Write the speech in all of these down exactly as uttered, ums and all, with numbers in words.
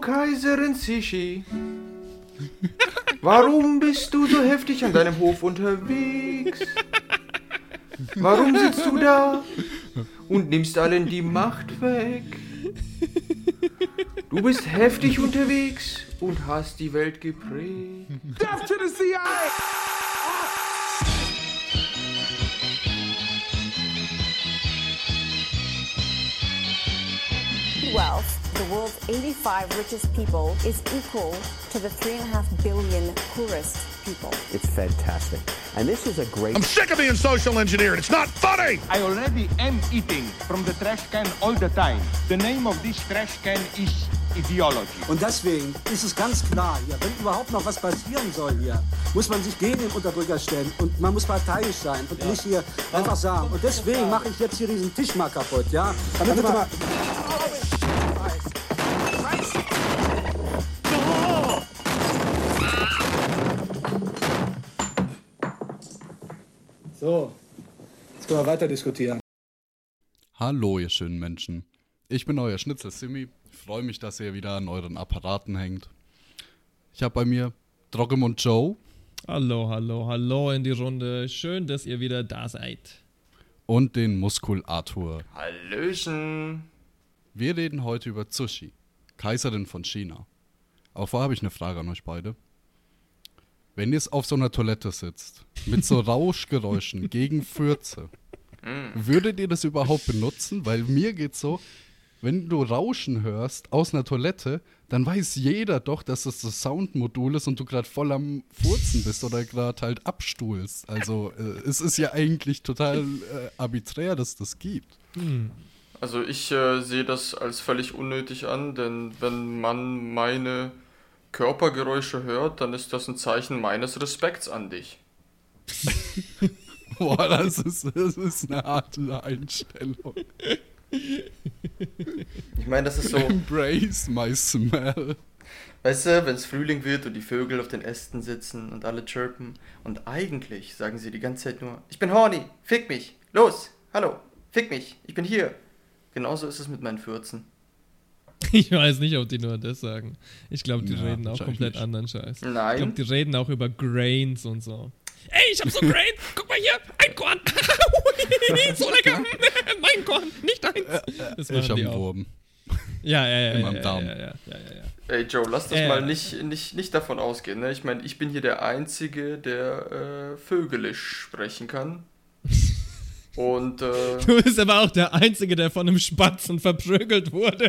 Kaiserin Sissi, warum bist du so heftig an deinem Hof unterwegs? Warum sitzt du da und nimmst allen die Macht weg? Du bist heftig unterwegs und hast die Welt geprägt. Death to the C I A! Wealth, the world's eighty-five richest people, is equal to the three and a half billion poorest people. It's fantastic. And this is a great... I'm sick of being social engineered. It's not funny! I already am eating from the trash can all the time. The name of this trash can is Ideology. Und deswegen ist es ganz klar, ja, wenn überhaupt noch was passieren soll hier, muss man sich gegen den Unterdrücker stellen und man muss parteiisch sein und ja. nicht hier ja. einfach sagen. Und deswegen mache ich jetzt hier diesen Tisch mal kaputt, ja? Damit mal... mal So, jetzt können wir weiter diskutieren. Hallo, ihr schönen Menschen. Ich bin euer Schnitzel Simi. Ich freue mich, dass ihr wieder an euren Apparaten hängt. Ich habe bei mir Drogem und Joe. Hallo, hallo, hallo in die Runde. Schön, dass ihr wieder da seid. Und den Muskul Arthur. Hallöchen. Wir reden heute über Cixi, Kaiserin von China. Auch vorher habe ich eine Frage an euch beide. Wenn ihr auf so einer Toilette sitzt, mit so Rauschgeräuschen gegen Fürze, würdet ihr das überhaupt benutzen? Weil mir geht's so, wenn du Rauschen hörst aus einer Toilette, dann weiß jeder doch, dass das das Soundmodul ist und du gerade voll am Furzen bist oder gerade halt abstuhlst. Also äh, es ist ja eigentlich total äh, arbiträr, dass das gibt. Hm. Also ich äh, sehe das als völlig unnötig an, denn wenn man meine Körpergeräusche hört, dann ist das ein Zeichen meines Respekts an dich. Boah, das ist, das ist eine harte Einstellung. Ich meine, das ist so... Embrace my smell. Weißt du, wenn es Frühling wird und die Vögel auf den Ästen sitzen und alle chirpen und eigentlich sagen sie die ganze Zeit nur, ich bin horny, fick mich, los, hallo, fick mich, ich bin hier. Genauso ist es mit meinen Fürzen. Ich weiß nicht, ob die nur das sagen. Ich glaube, die ja, reden auch komplett nicht. anderen Scheiß. Nein. Ich glaube, die reden auch über Grains und so. Ey, ich hab so Grain. Guck mal hier, ein Korn. So lecker. Mein Korn, nicht deins. Das ich hab die einen auch. Wurm. Ja, ja, ja. In ja, meinem ja, Darm. Ja, ja, ja, ja, ja. Ey, Joe, lass das äh, mal nicht, nicht, nicht davon ausgehen. Ne? Ich meine, ich bin hier der Einzige, der äh, Vögelisch sprechen kann. Und, äh, Du bist aber auch der Einzige, der von einem Spatzen verprügelt wurde.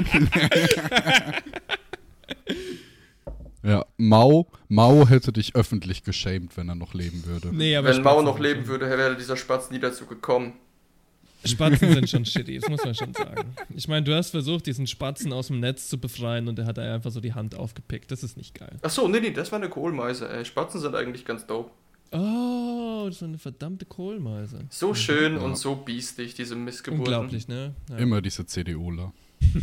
Ja, Mao, Mao hätte dich öffentlich geschämt, wenn er noch leben würde. Nee, aber wenn Spatzen Mao noch sind leben schon, würde, wäre dieser Spatz nie dazu gekommen. Spatzen sind schon shitty, das muss man schon sagen. Ich meine, du hast versucht, diesen Spatzen aus dem Netz zu befreien und der hat da einfach so die Hand aufgepickt. Das ist nicht geil. Achso, nee, nee, das war eine Kohlmeise. Ey. Spatzen sind eigentlich ganz dope. Oh, das ist eine verdammte Kohlmeise. So schön Ja. und so biestig, diese Missgeburten. Unglaublich, ne? Ja. Immer diese CDUler.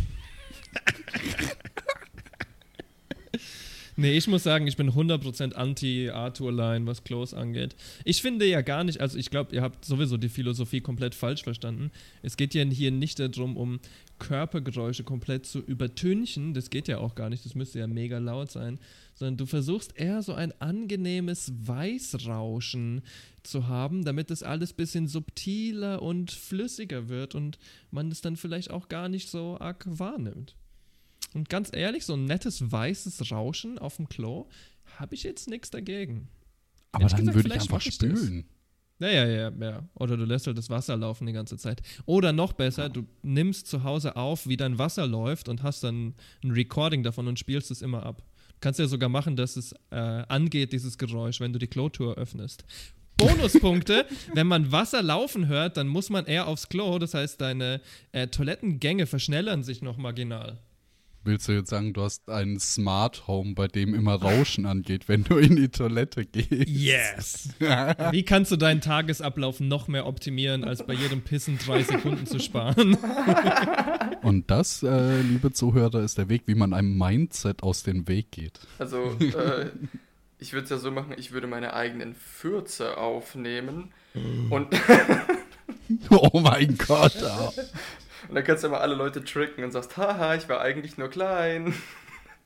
Nee, ich muss sagen, ich bin hundert Prozent anti-Arthur-Line, was Klos angeht. Ich finde ja gar nicht, also ich glaube, ihr habt sowieso die Philosophie komplett falsch verstanden. Es geht ja hier nicht darum, um Körpergeräusche komplett zu übertünchen. Das geht ja auch gar nicht, das müsste ja mega laut sein. Sondern du versuchst eher so ein angenehmes Weißrauschen zu haben, damit das alles ein bisschen subtiler und flüssiger wird und man das dann vielleicht auch gar nicht so arg wahrnimmt. Und ganz ehrlich, so ein nettes weißes Rauschen auf dem Klo, habe ich jetzt nichts dagegen. Aber Ehrlich dann gesagt, würde ich vielleicht einfach mach ich das. spülen. Ja, ja, ja, ja. Oder du lässt halt das Wasser laufen die ganze Zeit. Oder noch besser, du nimmst zu Hause auf, wie dein Wasser läuft und hast dann ein Recording davon und spielst es immer ab. Du kannst ja sogar machen, dass es äh, angeht, dieses Geräusch, wenn du die Klotür öffnest. Bonuspunkte, wenn man Wasser laufen hört, dann muss man eher aufs Klo. Das heißt, deine äh, Toilettengänge verschnellern sich noch marginal. Willst du jetzt sagen, du hast einen Smart Home, bei dem immer Rauschen angeht, wenn du in die Toilette gehst? Yes! Wie kannst du deinen Tagesablauf noch mehr optimieren, als bei jedem Pissen drei Sekunden zu sparen? Und das, äh, liebe Zuhörer, ist der Weg, wie man einem Mindset aus dem Weg geht. Also, äh, ich würde es ja so machen, ich würde meine eigenen Fürze aufnehmen und... Oh mein Gott! Und dann kannst du immer alle Leute tricken und sagst, haha, ich war eigentlich nur klein.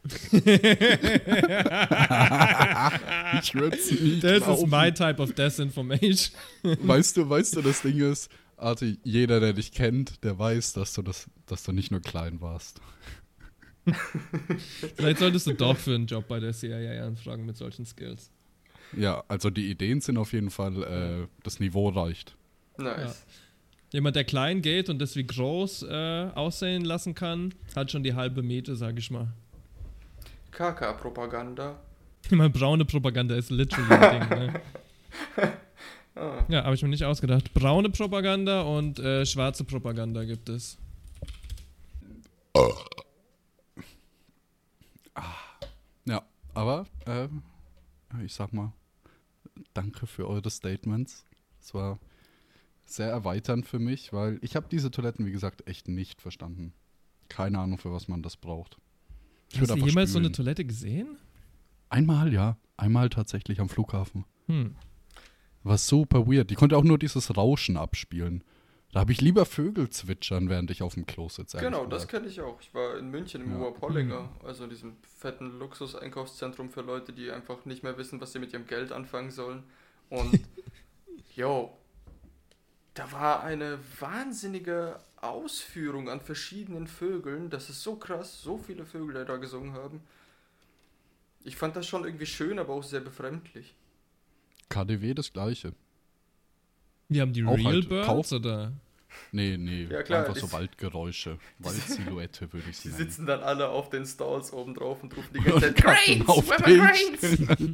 Ich würde es nicht Das glauben. ist my type of Desinformation. Weißt du, weißt du, das Ding ist, Arti, jeder, der dich kennt, der weiß, dass du das, dass du nicht nur klein warst. Vielleicht solltest du doch für einen Job bei der C I A anfragen mit solchen Skills. Ja, also die Ideen sind auf jeden Fall, äh, das Niveau reicht. Nice. Ja. Jemand, der klein geht und das wie groß äh, aussehen lassen kann, hat schon die halbe Miete, sag ich mal. Kaka-Propaganda. Ich meine, braune Propaganda ist literally ein Ding, ne? Ah. Ja, habe ich mir nicht ausgedacht. Braune Propaganda und äh, schwarze Propaganda gibt es. Ja, aber äh, ich sag mal, danke für eure Statements. Es war sehr erweiternd für mich, weil ich habe diese Toiletten, wie gesagt, echt nicht verstanden. Keine Ahnung, für was man das braucht. Ich Hast würd du einfach jemals so spülen. eine Toilette gesehen? Einmal, ja. Einmal tatsächlich am Flughafen. Hm. War super weird. Die konnte auch nur dieses Rauschen abspielen. Da habe ich lieber Vögel zwitschern, während ich auf dem Klo sitze. ehrlich Genau, das gesagt. kenne ich auch. Ich war in München im Ja. Urpollinger, also in diesem fetten Luxus-Einkaufszentrum für Leute, die einfach nicht mehr wissen, was sie mit ihrem Geld anfangen sollen. Und, yo, da war eine wahnsinnige Ausführung an verschiedenen Vögeln. Das ist so krass, so viele Vögel, die da gesungen haben. Ich fand das schon irgendwie schön, aber auch sehr befremdlich. K D W das gleiche. Wir haben die Auch Real halt Birds Kauf- oder? Nee, nee, Ja, klar, einfach die- so Waldgeräusche. Waldsilhouette würde ich Die sie nennen. sitzen dann alle auf den Stalls oben drauf und rufen die ganze Zeit, kacken Grains, auf where dich. my Grains?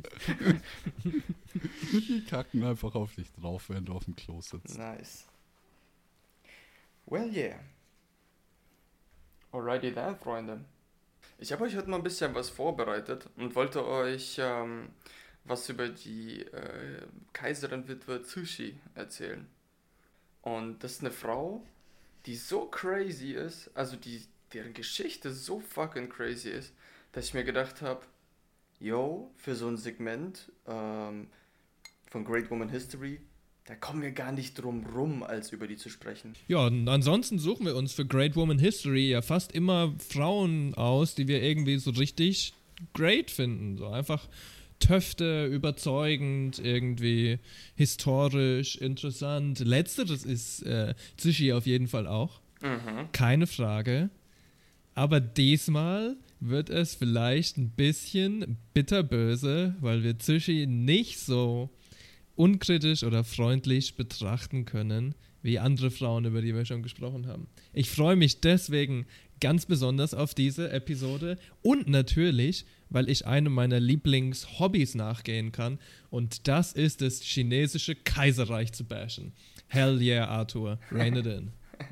Die kacken einfach auf dich drauf, während du auf dem Klo sitzt. Nice. Well, yeah. Alrighty then, Freunde. Ich habe euch heute mal ein bisschen was vorbereitet und wollte euch ähm, was über die äh, Kaiserin-Witwe Cixi erzählen. Und das ist eine Frau, die so crazy ist, also die, deren Geschichte so fucking crazy ist, dass ich mir gedacht habe, yo, für so ein Segment ähm, von Great Woman History, da kommen wir gar nicht drum rum, als über die zu sprechen. Ja, und ansonsten suchen wir uns für Great Woman History ja fast immer Frauen aus, die wir irgendwie so richtig great finden. So einfach Töfte, überzeugend, irgendwie historisch, interessant. Letzteres ist äh, Cixi auf jeden Fall auch. Mhm. Keine Frage. Aber diesmal wird es vielleicht ein bisschen bitterböse, weil wir Cixi nicht so unkritisch oder freundlich betrachten können, wie andere Frauen, über die wir schon gesprochen haben. Ich freue mich deswegen ganz besonders auf diese Episode und natürlich, weil ich einem meiner Lieblingshobbys nachgehen kann und das ist das chinesische Kaiserreich zu bashen. Hell yeah, Arthur, rein it in.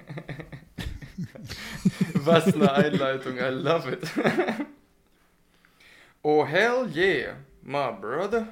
Was eine Einleitung, I love it. Oh hell yeah, my brother.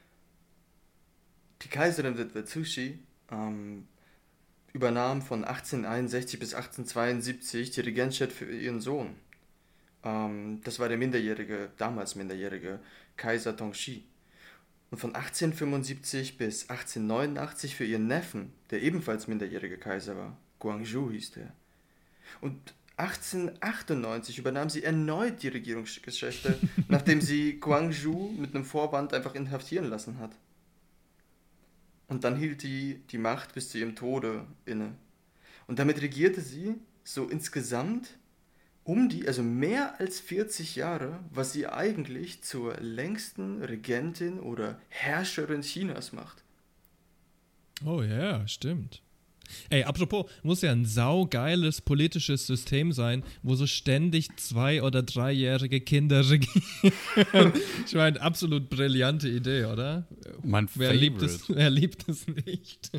Die Kaiserin-Witwe Cixi ähm, übernahm von achtzehnhunderteinundsechzig bis achtzehnhundertzweiundsiebzig die Regentschaft für ihren Sohn. Ähm, das war der minderjährige, damals minderjährige Kaiser Tongxi. Und von achtzehnhundertfünfundsiebzig bis achtzehnhundertneunundachtzig für ihren Neffen, der ebenfalls minderjährige Kaiser war. Guangzhou hieß der. Und achtzehnhundertachtundneunzig übernahm sie erneut die Regierungsgeschäfte, nachdem sie Guangzhou mit einem Vorwand einfach inhaftieren lassen hat. Und dann hielt die die Macht bis zu ihrem Tode inne. Und damit regierte sie so insgesamt um die, also mehr als vierzig Jahre, was sie eigentlich zur längsten Regentin oder Herrscherin Chinas macht. Oh ja, stimmt. Ey, apropos, muss ja ein saugeiles politisches System sein, wo so ständig zwei- oder dreijährige Kinder regieren. Ich meine, absolut brillante Idee, oder? Mein Wer liebt es, Favorite. wer liebt es nicht?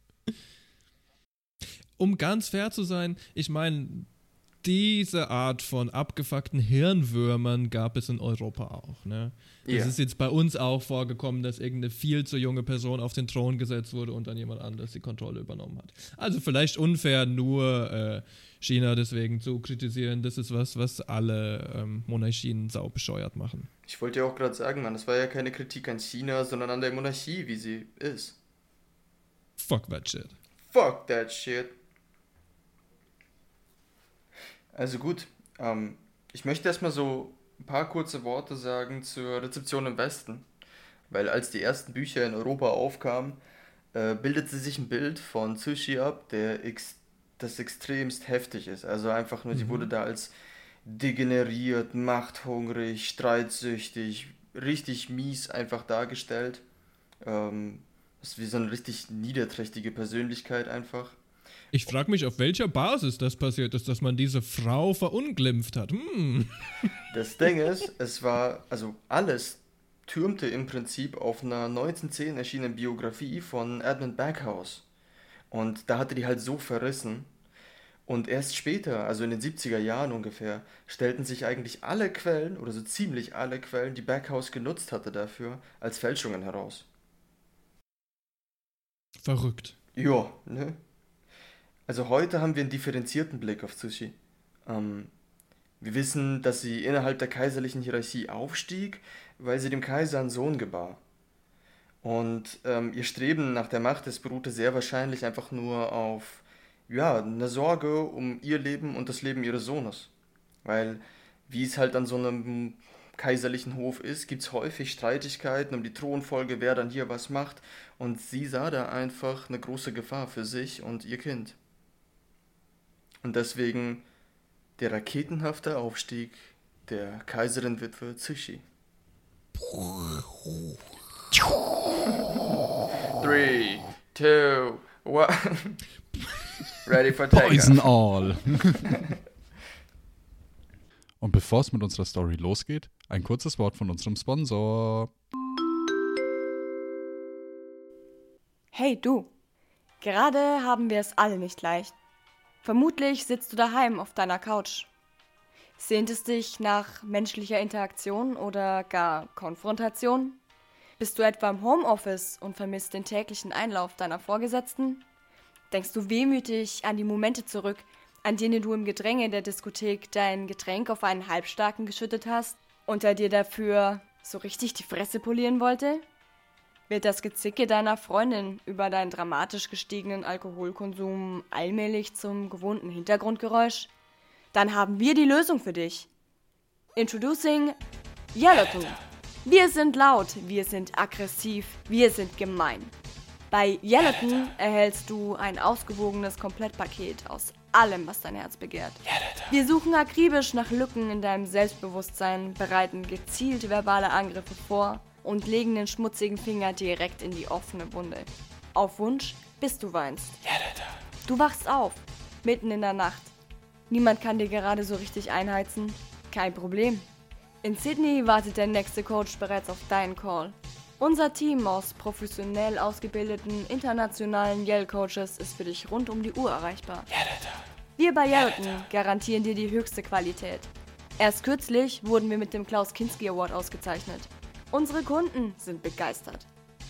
Um ganz fair zu sein, ich meine, diese Art von abgefuckten Hirnwürmern gab es in Europa auch, ne? Das Ja. ist jetzt bei uns auch vorgekommen, dass irgendeine viel zu junge Person auf den Thron gesetzt wurde und dann jemand anderes die Kontrolle übernommen hat. Also vielleicht unfair, nur äh, China deswegen zu kritisieren, das ist was, was alle ähm, Monarchien saubescheuert machen. Ich wollte ja auch gerade sagen, Mann, das war ja keine Kritik an China, sondern an der Monarchie, wie sie ist. Fuck that shit. Fuck that shit. Also gut, ähm, ich möchte erstmal so ein paar kurze Worte sagen zur Rezeption im Westen. Weil als die ersten Bücher in Europa aufkamen, äh, bildete sich ein Bild von Cixi ab, der ex das extremst heftig ist. Also einfach nur, sie wurde da als degeneriert, machthungrig, streitsüchtig, richtig mies einfach dargestellt. Ähm, das ist wie so eine richtig niederträchtige Persönlichkeit einfach. Ich frage mich, auf welcher Basis das passiert ist, dass man diese Frau verunglimpft hat. Hm. Das Ding ist, es war, also alles türmte im Prinzip auf einer neunzehnhundertzehn erschienenen Biografie von Edmund Backhouse. Und da hatte die halt so verrissen. Und erst später, also in den siebziger Jahren ungefähr, stellten sich eigentlich alle Quellen, oder so ziemlich alle Quellen, die Backhouse genutzt hatte dafür, als Fälschungen heraus. Verrückt. Ja, ne? Also heute haben wir einen differenzierten Blick auf Cixi. Ähm, wir wissen, dass sie innerhalb der kaiserlichen Hierarchie aufstieg, weil sie dem Kaiser einen Sohn gebar. Und ähm, ihr Streben nach der Macht, das beruhte sehr wahrscheinlich einfach nur auf, ja, eine Sorge um ihr Leben und das Leben ihres Sohnes. Weil, wie es halt an so einem kaiserlichen Hof ist, gibt es häufig Streitigkeiten um die Thronfolge, wer dann hier was macht. Und sie sah da einfach eine große Gefahr für sich und ihr Kind. Und deswegen der raketenhafte Aufstieg der Kaiserin-Witwe Cixi. Three, two, one. Ready for takeoff. Poison all. Und bevor es mit unserer Story losgeht, ein kurzes Wort von unserem Sponsor. Hey du, gerade haben wir es alle nicht leicht. Vermutlich sitzt du daheim auf deiner Couch. Sehnt es dich nach menschlicher Interaktion oder gar Konfrontation? Bist du etwa im Homeoffice und vermisst den täglichen Einlauf deiner Vorgesetzten? Denkst du wehmütig an die Momente zurück, an denen du im Gedränge der Diskothek dein Getränk auf einen Halbstarken geschüttet hast und er dir dafür so richtig die Fresse polieren wollte? Wird das Gezicke deiner Freundin über deinen dramatisch gestiegenen Alkoholkonsum allmählich zum gewohnten Hintergrundgeräusch? Dann haben wir die Lösung für dich. Introducing Yellowton. Wir sind laut, wir sind aggressiv, wir sind gemein. Bei Yellowton erhältst du ein ausgewogenes Komplettpaket aus allem, was dein Herz begehrt. Wir suchen akribisch nach Lücken in deinem Selbstbewusstsein, bereiten gezielt verbale Angriffe vor und legen den schmutzigen Finger direkt in die offene Wunde. Auf Wunsch, bis du weinst. Du wachst auf, mitten in der Nacht. Niemand kann dir gerade so richtig einheizen. Kein Problem. In Sydney wartet der nächste Coach bereits auf deinen Call. Unser Team aus professionell ausgebildeten, internationalen Yell-Coaches ist für dich rund um die Uhr erreichbar. Wir bei Yellowton garantieren dir die höchste Qualität. Erst kürzlich wurden wir mit dem Klaus Kinski Award ausgezeichnet. Unsere Kunden sind begeistert.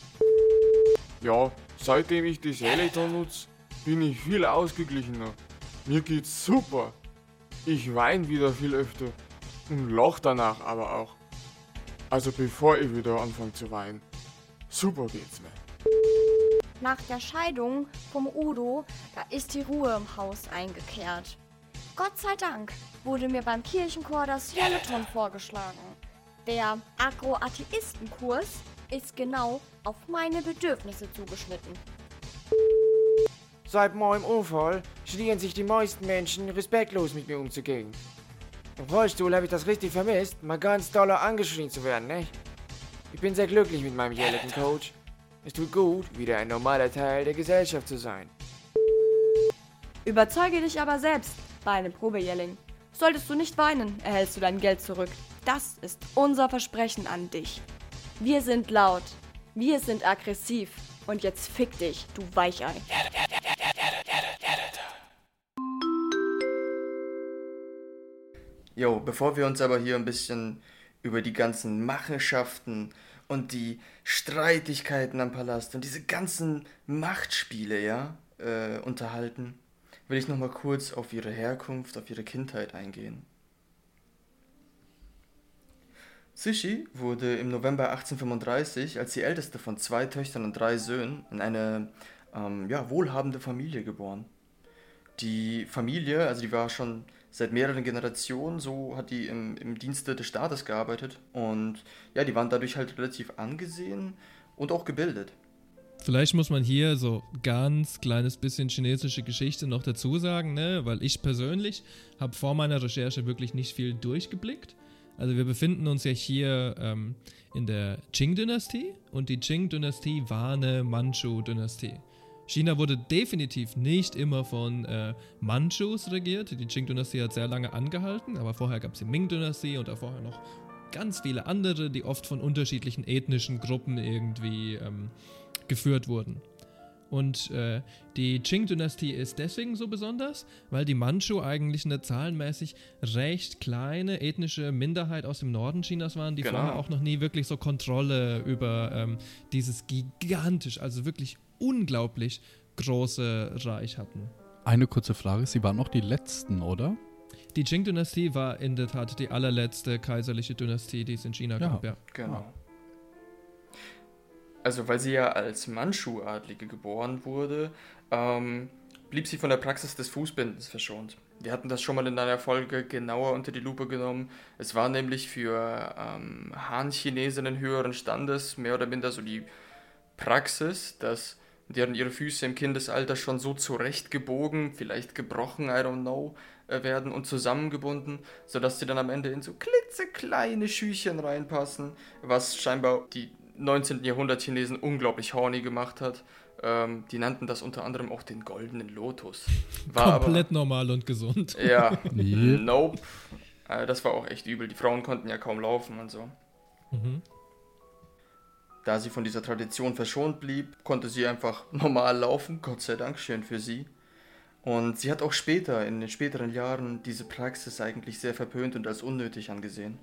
Ja, seitdem ich das Yellowton nutze, bin ich viel ausgeglichener. Mir geht's super. Ich weine wieder viel öfter und lach danach aber auch. Also bevor ich wieder anfange zu weinen. Super geht's mir. Nach der Scheidung vom Udo, da ist die Ruhe im Haus eingekehrt. Gott sei Dank wurde mir beim Kirchenchor das Yellowton vorgeschlagen. Der Agro-Atheistenkurs ist genau auf meine Bedürfnisse zugeschnitten. Seit meinem Unfall schlieren sich die meisten Menschen respektlos mit mir umzugehen. Im Rollstuhl habe ich das richtig vermisst, mal ganz doll angeschrien zu werden, ne? Ich bin sehr glücklich mit meinem Yellowton-Coach. Es tut gut, wieder ein normaler Teil der Gesellschaft zu sein. Überzeuge dich aber selbst bei einem Probe-Yelling. Solltest du nicht weinen, erhältst du dein Geld zurück. Das ist unser Versprechen an dich. Wir sind laut, wir sind aggressiv und jetzt fick dich, du Weichei. Jo, bevor wir uns aber hier ein bisschen über die ganzen Machenschaften und die Streitigkeiten am Palast und diese ganzen Machtspiele, ja, äh, unterhalten, will ich nochmal kurz auf ihre Herkunft, auf ihre Kindheit eingehen. Cixi wurde im November achtzehnhundertfünfunddreißig als die älteste von zwei Töchtern und drei Söhnen in eine ähm, ja, wohlhabende Familie geboren. Die Familie, also die war schon seit mehreren Generationen, so hat die im, im Dienste des Staates gearbeitet und ja, die waren dadurch halt relativ angesehen und auch gebildet. Vielleicht muss man hier so ganz kleines bisschen chinesische Geschichte noch dazu sagen, ne? Weil ich persönlich habe vor meiner Recherche wirklich nicht viel durchgeblickt. Also wir befinden uns ja hier ähm, in der Qing-Dynastie und die Qing-Dynastie war eine Mandschu-Dynastie. China wurde definitiv nicht immer von äh, Mandschus regiert. Die Qing-Dynastie hat sehr lange angehalten, aber vorher gab es die Ming-Dynastie und da vorher noch ganz viele andere, die oft von unterschiedlichen ethnischen Gruppen irgendwie ähm, geführt wurden. Und äh, die Qing-Dynastie ist deswegen so besonders, weil die Mandschu eigentlich eine zahlenmäßig recht kleine ethnische Minderheit aus dem Norden Chinas waren, die Genau. vorher auch noch nie wirklich so Kontrolle über ähm, dieses gigantisch, also wirklich unglaublich große Reich hatten. Eine kurze Frage, Sie waren noch die Letzten, oder? Die Qing-Dynastie war in der Tat die allerletzte kaiserliche Dynastie, die es in China Ja. gab, ja. Genau. Also weil sie ja als Mandschu-Adlige geboren wurde, ähm, blieb sie von der Praxis des Fußbindens verschont. Wir hatten das schon mal in einer Folge genauer unter die Lupe genommen. Es war nämlich für ähm, Han-Chinesinnen höheren Standes mehr oder minder so die Praxis, dass deren ihre Füße im Kindesalter schon so zurechtgebogen, vielleicht gebrochen, I don't know, äh, werden und zusammengebunden, sodass sie dann am Ende in so klitzekleine Schüchen reinpassen, was scheinbar die neunzehnten. Jahrhundert Chinesen unglaublich horny gemacht hat. Ähm, die nannten das unter anderem auch den goldenen Lotus. War Komplett aber, normal und gesund. Ja, Nee. nope. Äh, das war auch echt übel. Die Frauen konnten ja kaum laufen und so. Mhm. Da sie von dieser Tradition verschont blieb, konnte sie einfach normal laufen. Gott sei Dank, schön für sie. Und sie hat auch später, in den späteren Jahren, diese Praxis eigentlich sehr verpönt und als unnötig angesehen.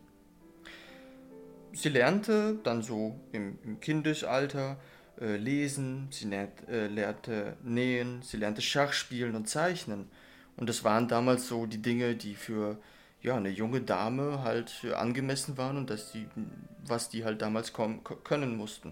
Sie lernte dann so im, im Kindesalter äh, lesen, sie lernt, äh, lernte nähen, sie lernte Schach spielen und zeichnen. Und das waren damals so die Dinge, die für ja, eine junge Dame halt äh, angemessen waren und dass die, was die halt damals kom- k- können mussten.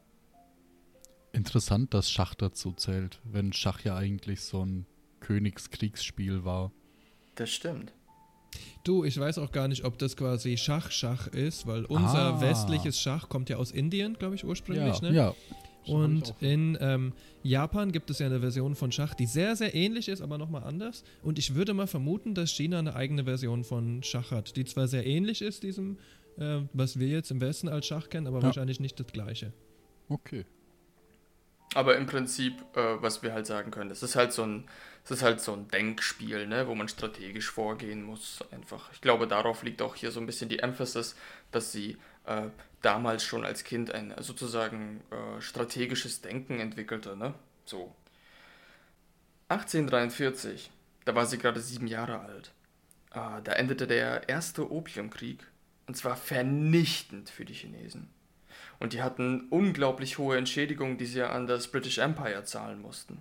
Interessant, dass Schach dazu zählt, wenn Schach ja eigentlich so ein Königskriegsspiel war. Das stimmt. Du, ich weiß auch gar nicht, ob das quasi Schach-Schach ist, weil unser Ah. westliches Schach kommt ja aus Indien, glaube ich, ursprünglich, Ja, ne? ja. So hab ich Und auch. in ähm, Japan gibt es ja eine Version von Schach, die sehr, sehr ähnlich ist, aber nochmal anders. Und ich würde mal vermuten, dass China eine eigene Version von Schach hat, die zwar sehr ähnlich ist, diesem, äh, was wir jetzt im Westen als Schach kennen, aber Ja. wahrscheinlich nicht das gleiche. Okay. Aber im Prinzip, äh, was wir halt sagen können, es ist halt so ein, es ist halt so ein Denkspiel, ne, wo man strategisch vorgehen muss. Einfach. Ich glaube, darauf liegt auch hier so ein bisschen die Emphasis, dass sie äh, damals schon als Kind ein sozusagen äh, strategisches Denken entwickelte, ne? So. achtzehnhundertdreiundvierzig, da war sie gerade sieben Jahre alt. Äh, da endete der erste Opiumkrieg, und zwar vernichtend für die Chinesen. Und die hatten unglaublich hohe Entschädigungen, die sie an das British Empire zahlen mussten.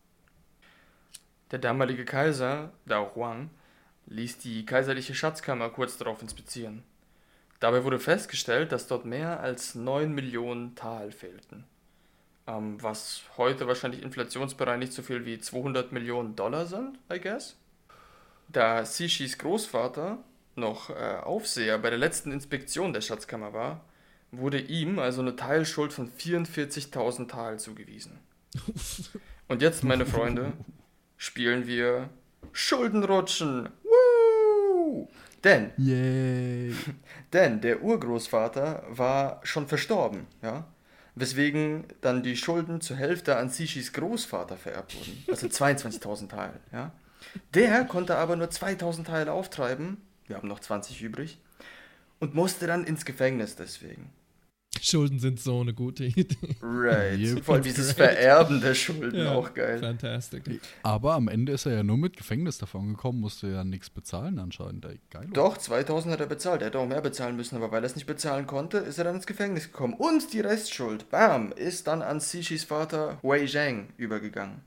Der damalige Kaiser, Dao Huang, ließ die kaiserliche Schatzkammer kurz darauf inspizieren. Dabei wurde festgestellt, dass dort mehr als neun Millionen Tal fehlten. Ähm, was heute wahrscheinlich inflationsbereinigt so viel wie zweihundert Millionen Dollar sind, I guess. Da Cixis Großvater noch äh, Aufseher bei der letzten Inspektion der Schatzkammer war, wurde ihm also eine Teilschuld von vierundvierzigtausend Tal zugewiesen. Und jetzt, meine Freunde, spielen wir Schuldenrutschen. Woo! Denn, Yay. denn der Urgroßvater war schon verstorben, ja? Weswegen dann die Schulden zur Hälfte an Cixis Großvater vererbt wurden. Also zweiundzwanzigtausend Teil, ja? Der konnte aber nur zweitausend Teile auftreiben, wir haben noch zwanzig übrig, und musste dann ins Gefängnis deswegen. Schulden sind so eine gute Idee. Right. Yep. Vor allem dieses Great. Vererben der Schulden, Ja, auch geil. Fantastic. Aber am Ende ist er ja nur mit Gefängnis davon gekommen, musste ja nichts bezahlen anscheinend. Ey, geil. Doch, zweitausend hat er bezahlt. Er hätte auch mehr bezahlen müssen, aber weil er es nicht bezahlen konnte, ist er dann ins Gefängnis gekommen. Und die Restschuld, bam, ist dann an Cixis Vater Wei Zhang übergegangen.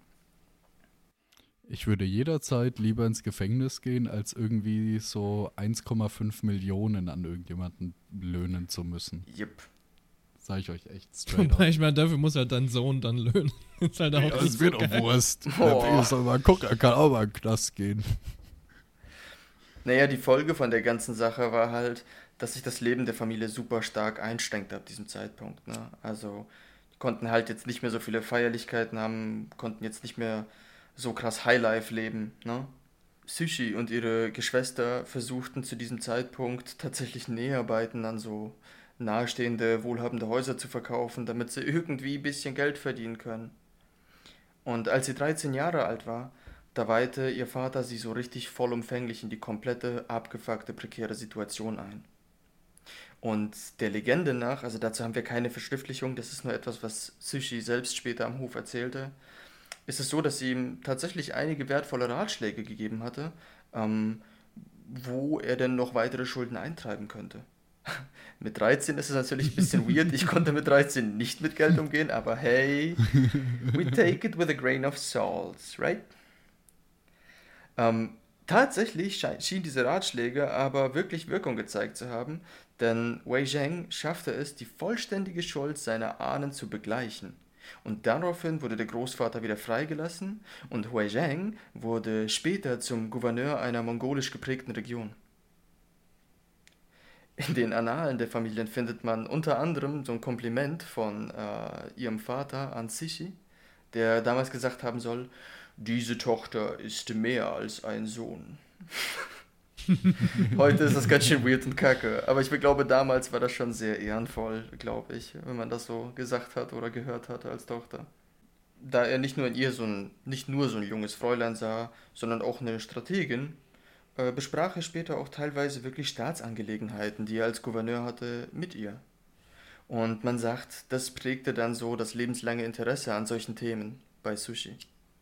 Ich würde jederzeit lieber ins Gefängnis gehen, als irgendwie so eins Komma fünf Millionen an irgendjemanden löhnen zu müssen. Yep. Sag ich euch echt straight Wobei up. ich meine, dafür muss halt dein Sohn dann löhnen. Das ist halt auch Ja, nicht das wird so doch geil. Wurst. Oh. Der soll mal gucken, er kann auch mal in den Knast gehen. Naja, die Folge von der ganzen Sache war halt, dass sich das Leben der Familie super stark einschränkte ab diesem Zeitpunkt. Ne? Also die konnten halt jetzt nicht mehr so viele Feierlichkeiten haben, konnten jetzt nicht mehr so krass Highlife leben. Ne? Sushi und ihre Geschwister versuchten zu diesem Zeitpunkt tatsächlich Näharbeiten an so nahestehende, wohlhabende Häuser zu verkaufen, damit sie irgendwie ein bisschen Geld verdienen können. Und als sie dreizehn Jahre alt war, da weihte ihr Vater sie so richtig vollumfänglich in die komplette, abgefuckte, prekäre Situation ein. Und der Legende nach, also dazu haben wir keine Verschriftlichung, das ist nur etwas, was Sushi selbst später am Hof erzählte, ist es so, dass sie ihm tatsächlich einige wertvolle Ratschläge gegeben hatte, ähm, wo er denn noch weitere Schulden eintreiben könnte. Mit dreizehn ist es natürlich ein bisschen weird, ich konnte mit dreizehn nicht mit Geld umgehen, aber hey, we take it with a grain of salt, right? Ähm, tatsächlich schien, schien diese Ratschläge aber wirklich Wirkung gezeigt zu haben, denn Wei Zheng schaffte es, die vollständige Schuld seiner Ahnen zu begleichen. Und daraufhin wurde der Großvater wieder freigelassen und Wei Zheng wurde später zum Gouverneur einer mongolisch geprägten Region. In den Annalen der Familien findet man unter anderem so ein Kompliment von äh, ihrem Vater an Cixi, der damals gesagt haben soll, diese Tochter ist mehr als ein Sohn. Heute ist das ganz schön weird und kacke, aber ich glaube, damals war das schon sehr ehrenvoll, glaube ich, wenn man das so gesagt hat oder gehört hatte als Tochter. Da er nicht nur in ihr so ein, nicht nur so ein junges Fräulein sah, sondern auch eine Strategin, äh, besprach er später auch teilweise wirklich Staatsangelegenheiten, die er als Gouverneur hatte, mit ihr. Und man sagt, das prägte dann so das lebenslange Interesse an solchen Themen bei Sushi.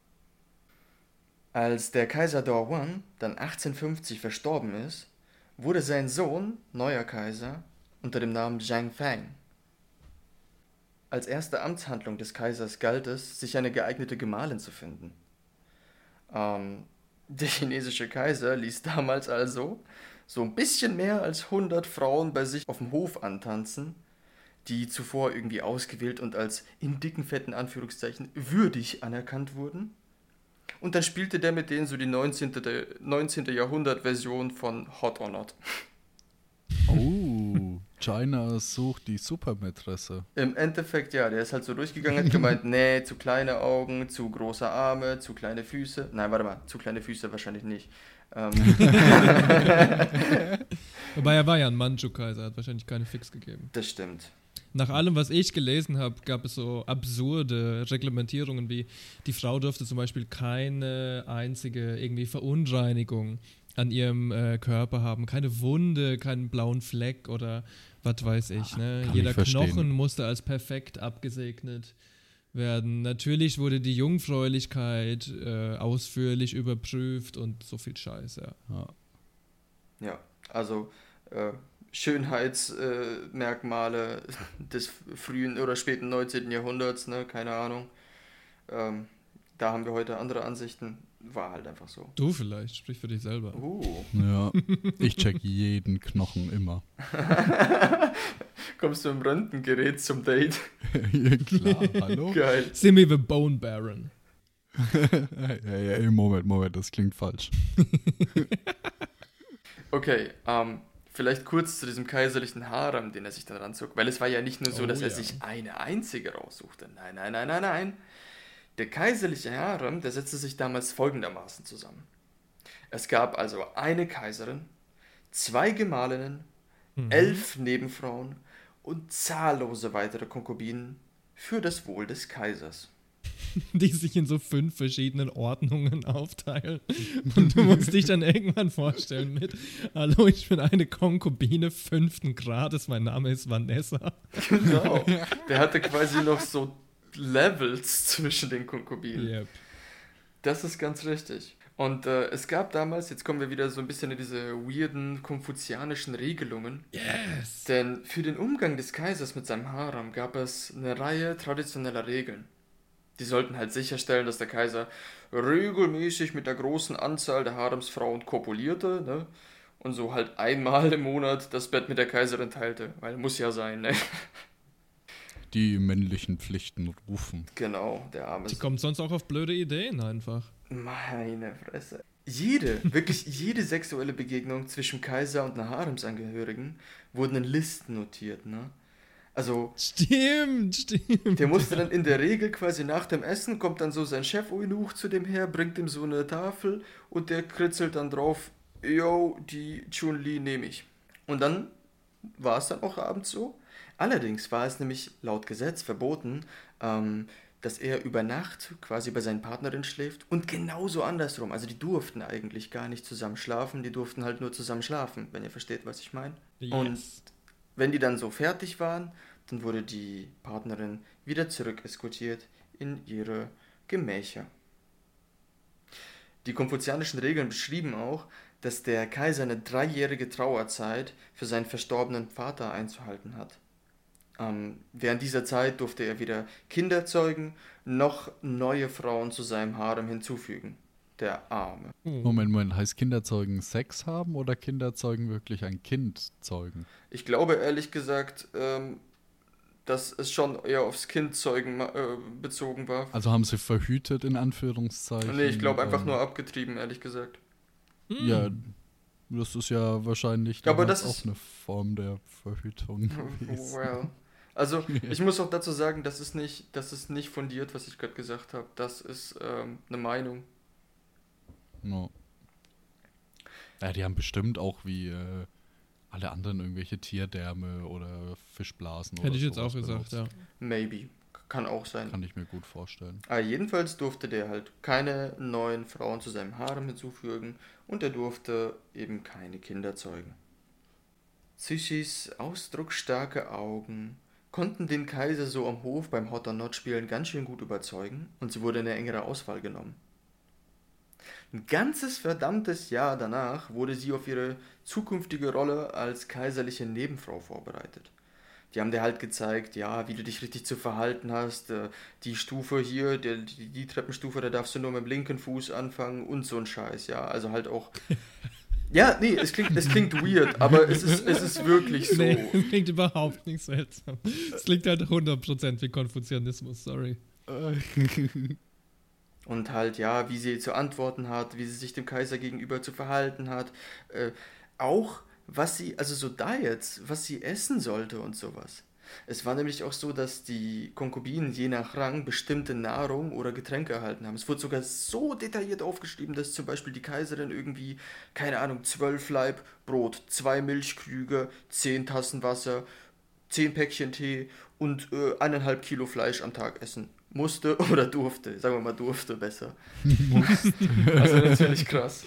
Als der Kaiser Daoguang dann achtzehnhundertfünfzig verstorben ist, wurde sein Sohn, neuer Kaiser, unter dem Namen Zhang Fang. Als erste Amtshandlung des Kaisers galt es, sich eine geeignete Gemahlin zu finden. Ähm, der chinesische Kaiser ließ damals also so ein bisschen mehr als hundert Frauen bei sich auf dem Hof antanzen, die zuvor irgendwie ausgewählt und als in dicken, fetten Anführungszeichen würdig anerkannt wurden. Und dann spielte der mit denen so die neunzehnten. Jahrhundert-Version von Hot or Not. Oh, China sucht die Supermätresse. Im Endeffekt, ja, der ist halt so durchgegangen, hat gemeint, nee, zu kleine Augen, zu große Arme, zu kleine Füße. Nein, warte mal, zu kleine Füße wahrscheinlich nicht. Ähm. Wobei er war ja ein Manchu-Kaiser, hat wahrscheinlich keine Fix gegeben. Das stimmt. Nach allem, was ich gelesen habe, gab es so absurde Reglementierungen wie, die Frau durfte zum Beispiel keine einzige irgendwie Verunreinigung an ihrem äh, Körper haben, keine Wunde, keinen blauen Fleck oder was weiß ich. Ne? Jeder Knochen musste als perfekt abgesegnet werden. Natürlich wurde die Jungfräulichkeit äh, ausführlich überprüft und so viel Scheiß, ja. Ja, ja also äh, Schönheitsmerkmale äh, des frühen oder späten neunzehnten. Jahrhunderts, ne, keine Ahnung. Ähm, da haben wir heute andere Ansichten. War halt einfach so. Du vielleicht, sprich für dich selber. Uh. Ja, ich check jeden Knochen immer. Kommst du im Röntgengerät zum Date? Ja, klar, hallo? Geil. Simi the Bone Baron. ja, ja, Moment, Moment, das klingt falsch. Okay, ähm, vielleicht kurz zu diesem kaiserlichen Harem, den er sich dann ranzog, weil es war ja nicht nur so, Oh, dass er ja. sich eine einzige raussuchte. Nein, nein, nein, nein, nein. Der kaiserliche Harem, der setzte sich damals folgendermaßen zusammen. Es gab also eine Kaiserin, zwei Gemahlinnen, Mhm. elf Nebenfrauen und zahllose weitere Konkubinen für das Wohl des Kaisers. Die sich in so fünf verschiedenen Ordnungen aufteilen. Und du musst dich dann irgendwann vorstellen mit, hallo, ich bin eine Konkubine fünften Grades, mein Name ist Vanessa. Genau. Der hatte quasi noch so Levels zwischen den Konkubinen. Yep. Das ist ganz richtig. Und äh, es gab damals, jetzt kommen wir wieder so ein bisschen in diese weirden konfuzianischen Regelungen. Yes! Denn für den Umgang des Kaisers mit seinem Harem gab es eine Reihe traditioneller Regeln. Die sollten halt sicherstellen, dass der Kaiser regelmäßig mit der großen Anzahl der Haremsfrauen kopulierte, ne? Und so halt einmal im Monat das Bett mit der Kaiserin teilte. Weil muss ja sein, ne? Die männlichen Pflichten rufen. Genau, der arme... Die kommt sonst auch auf blöde Ideen einfach. Meine Fresse. Jede, wirklich jede sexuelle Begegnung zwischen Kaiser und einer Haremsangehörigen wurden in Listen notiert, ne? Also, stimmt, stimmt. Der musste dann in der Regel quasi nach dem Essen, kommt dann so sein Chef-Eunuch zu dem her, bringt ihm so eine Tafel und der kritzelt dann drauf, yo, die Chun-Li nehme ich. Und dann war es dann auch abends so. Allerdings war es nämlich laut Gesetz verboten, ähm, dass er über Nacht quasi bei seinen Partnerinnen schläft und genauso andersrum. Also die durften eigentlich gar nicht zusammen schlafen, die durften halt nur zusammen schlafen, wenn ihr versteht, was ich meine. Yes. Und wenn die dann so fertig waren, dann wurde die Partnerin wieder zurück eskortiert in ihre Gemächer. Die konfuzianischen Regeln beschrieben auch, dass der Kaiser eine dreijährige Trauerzeit für seinen verstorbenen Vater einzuhalten hat. Ähm, während dieser Zeit durfte er weder Kinder zeugen, noch neue Frauen zu seinem Harem hinzufügen. Der Arme. Moment, Moment, heißt Kinderzeugen Sex haben oder Kinderzeugen wirklich ein Kind zeugen? Ich glaube ehrlich gesagt, ähm, dass es schon eher aufs Kindzeugen äh, bezogen war. Also haben sie verhütet in Anführungszeichen? Nee, ich glaube einfach ähm, nur abgetrieben, ehrlich gesagt. Ja, das ist ja wahrscheinlich ja, aber das auch ist eine Form der Verhütung gewesen. Well. Also, ich muss auch dazu sagen, das ist nicht, das ist nicht fundiert, was ich gerade gesagt habe. Das ist ähm, eine Meinung. No. Ja, die haben bestimmt auch wie äh, alle anderen irgendwelche Tierdärme oder Fischblasen. Hätte oder ich jetzt sowas auch gesagt, benutzt. ja. Maybe. Kann auch sein. Kann ich mir gut vorstellen. Aber jedenfalls durfte der halt keine neuen Frauen zu seinem Harem hinzufügen und er durfte eben keine Kinder zeugen. Tsuchis ausdrucksstarke Augen konnten den Kaiser so am Hof beim Hot or Not spielen ganz schön gut überzeugen und sie wurde in eine engere Auswahl genommen. Ein ganzes verdammtes Jahr danach wurde sie auf ihre zukünftige Rolle als kaiserliche Nebenfrau vorbereitet. Die haben dir halt gezeigt, ja, wie du dich richtig zu verhalten hast, die Stufe hier, die, die, die Treppenstufe, da darfst du nur mit dem linken Fuß anfangen und so ein Scheiß, ja, also halt auch... Ja, nee, es klingt, es klingt weird, aber es ist, es ist wirklich so. Nee, es klingt überhaupt nicht seltsam. Es klingt halt hundert Prozent wie Konfuzianismus, sorry. Und halt, ja, wie sie zu antworten hat, wie sie sich dem Kaiser gegenüber zu verhalten hat. Äh, auch, was sie, also so Diets, was sie essen sollte und sowas. Es war nämlich auch so, dass die Konkubinen je nach Rang bestimmte Nahrung oder Getränke erhalten haben. Es wurde sogar so detailliert aufgeschrieben, dass zum Beispiel die Kaiserin irgendwie, keine Ahnung, zwölf Laib Brot, zwei Milchkrüge, zehn Tassen Wasser, zehn Päckchen Tee und äh, eineinhalb Kilo Fleisch am Tag essen musste oder durfte. Sagen wir mal durfte besser. Also natürlich krass.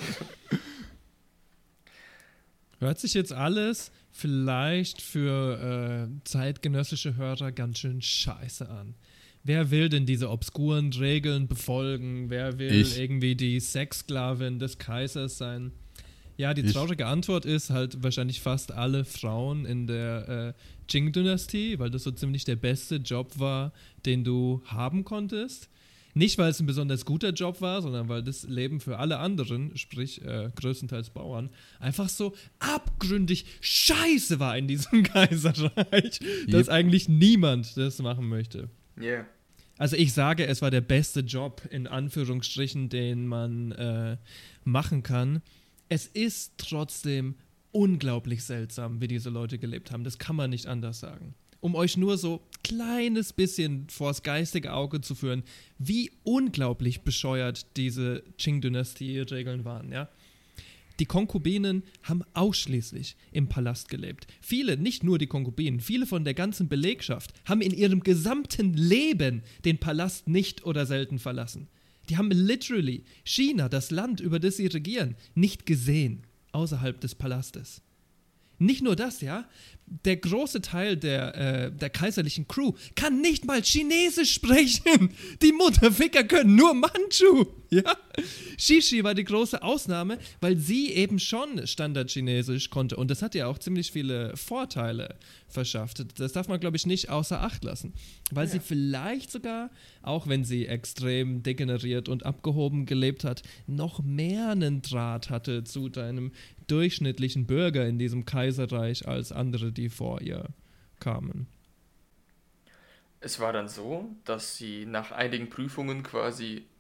Hört sich jetzt alles vielleicht für äh, zeitgenössische Hörer ganz schön scheiße an. Wer will denn diese obskuren Regeln befolgen? Wer will ich. irgendwie die Sexsklavin des Kaisers sein? Ja, die Ich. traurige Antwort ist halt wahrscheinlich fast alle Frauen in der äh, Qing-Dynastie, weil das so ziemlich der beste Job war, den du haben konntest. Nicht, weil es ein besonders guter Job war, sondern weil das Leben für alle anderen, sprich äh, größtenteils Bauern, einfach so abgründig scheiße war in diesem Kaiserreich, yep. dass eigentlich niemand das machen möchte. Yeah. Also ich sage, es war der beste Job, in Anführungsstrichen, den man äh, machen kann. Es ist trotzdem unglaublich seltsam, wie diese Leute gelebt haben. Das kann man nicht anders sagen. Um euch nur so kleines bisschen vors geistige Auge zu führen, wie unglaublich bescheuert diese Qing-Dynastie-Regeln waren, ja. Die Konkubinen haben ausschließlich im Palast gelebt. Viele, nicht nur die Konkubinen, viele von der ganzen Belegschaft haben in ihrem gesamten Leben den Palast nicht oder selten verlassen. Die haben literally China, das Land, über das sie regieren, nicht gesehen, außerhalb des Palastes. Nicht nur das, ja, der große Teil der, äh, der kaiserlichen Crew kann nicht mal Chinesisch sprechen. Die Mutterficker können nur Manchu, ja. Shishi war die große Ausnahme, weil sie eben schon Standard-Chinesisch konnte und das hat ihr auch ziemlich viele Vorteile verschafft. Das darf man, glaube ich, nicht außer Acht lassen, weil ja. sie vielleicht sogar, auch wenn sie extrem degeneriert und abgehoben gelebt hat, noch mehr einen Draht hatte zu deinem durchschnittlichen Bürger in diesem Kaiserreich als andere, die vor ihr kamen. Es war dann so, dass sie nach einigen Prüfungen quasi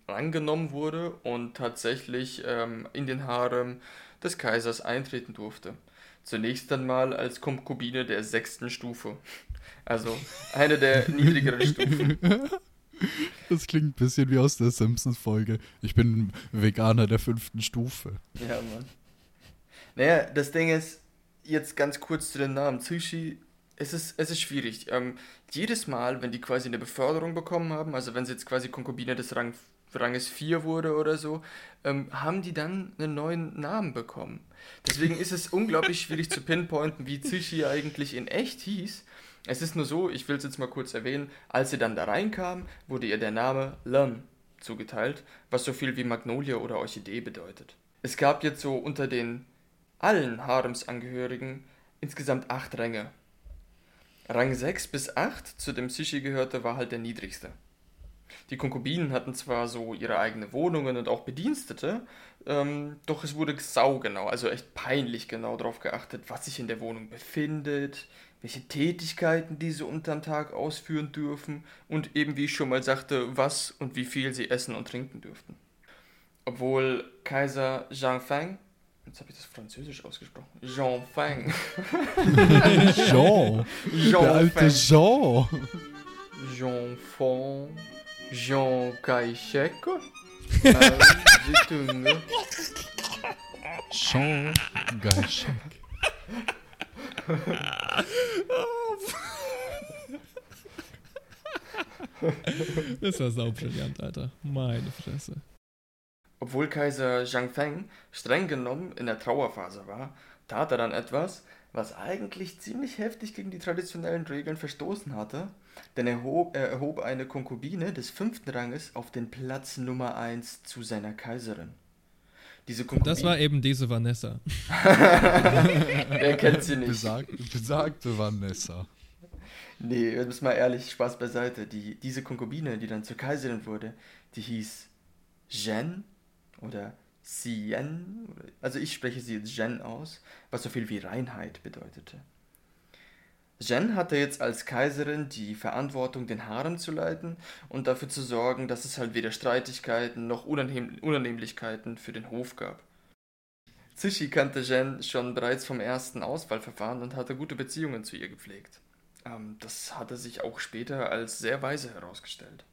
rangenommen wurde und tatsächlich ähm, in den Harem des Kaisers eintreten durfte. Zunächst einmal als Konkubine der sechsten Stufe. Also eine der niedrigeren Stufen. Das klingt ein bisschen wie aus der Simpsons-Folge. Ich bin Veganer der fünften Stufe. Ja, Mann. Naja, das Ding ist, jetzt ganz kurz zu den Namen. Cixi, es ist, es ist schwierig. Ähm, jedes Mal, wenn die quasi eine Beförderung bekommen haben, also wenn sie jetzt quasi Konkubine des Rang, Ranges vier wurde oder so, ähm, haben die dann einen neuen Namen bekommen. Deswegen ist es unglaublich schwierig zu pinpointen, wie Cixi eigentlich in echt hieß. Es ist nur so, ich will es jetzt mal kurz erwähnen, als sie dann da reinkam, wurde ihr der Name Lum zugeteilt, was so viel wie Magnolie oder Orchidee bedeutet. Es gab jetzt so unter den allen Haremsangehörigen insgesamt acht Ränge. Rang sechs bis acht, zu dem Cixi gehörte, war halt der niedrigste. Die Konkubinen hatten zwar so ihre eigene Wohnungen und auch Bedienstete, ähm, doch es wurde saugenau, also echt peinlich genau darauf geachtet, was sich in der Wohnung befindet, welche Tätigkeiten diese unterm Tag ausführen dürfen und eben, wie ich schon mal sagte, was und wie viel sie essen und trinken dürften. Obwohl Kaiser Xianfeng, jetzt habe ich das französisch ausgesprochen, Xianfeng. Jean, Jean der alte Jean. Jean-Feng, Jean Kai-shek. Ähm, Situnge. Jean Kai-shek. Das war saubrillant, Alter. Meine Fresse. Obwohl Kaiser Xianfeng streng genommen in der Trauerphase war, tat er dann etwas, was eigentlich ziemlich heftig gegen die traditionellen Regeln verstoßen hatte, denn er erhob, er erhob eine Konkubine des fünften Ranges auf den Platz Nummer eins zu seiner Kaiserin. Diese Konkubine, das war eben diese Vanessa. Wer kennt sie nicht? Besag, besagte Vanessa. Nee, jetzt mal ehrlich, Spaß beiseite. Die, diese Konkubine, die dann zur Kaiserin wurde, die hieß Zhen oder Xian, also ich spreche sie jetzt Zhen aus, was so viel wie Reinheit bedeutete. Zhen hatte jetzt als Kaiserin die Verantwortung, den Harem zu leiten und dafür zu sorgen, dass es halt weder Streitigkeiten noch Unannehm- Unannehmlichkeiten für den Hof gab. Cixi kannte Zhen schon bereits vom ersten Auswahlverfahren und hatte gute Beziehungen zu ihr gepflegt. Ähm, das hatte sich auch später als sehr weise herausgestellt.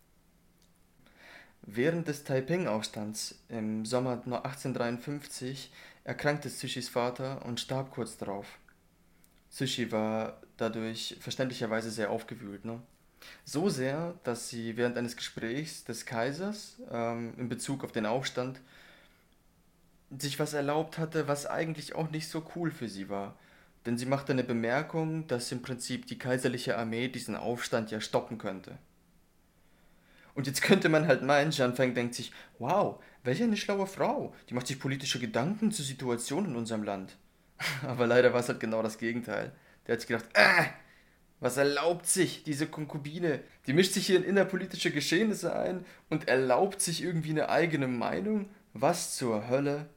Während des Taiping-Aufstands im Sommer achtzehnhundertdreiundfünfzig erkrankte Cixis Vater und starb kurz darauf. Cixi war dadurch verständlicherweise sehr aufgewühlt. Ne? So sehr, dass sie während eines Gesprächs des Kaisers ähm, in Bezug auf den Aufstand sich was erlaubt hatte, was eigentlich auch nicht so cool für sie war. Denn sie machte eine Bemerkung, dass im Prinzip die kaiserliche Armee diesen Aufstand ja stoppen könnte. Und jetzt könnte man halt meinen, Xianfeng denkt sich, wow, welch eine schlaue Frau, die macht sich politische Gedanken zur Situation in unserem Land. Aber leider war es halt genau das Gegenteil. Der hat sich gedacht, äh, was erlaubt sich diese Konkubine? Die mischt sich hier in innerpolitische Geschehnisse ein und erlaubt sich irgendwie eine eigene Meinung? Was zur Hölle?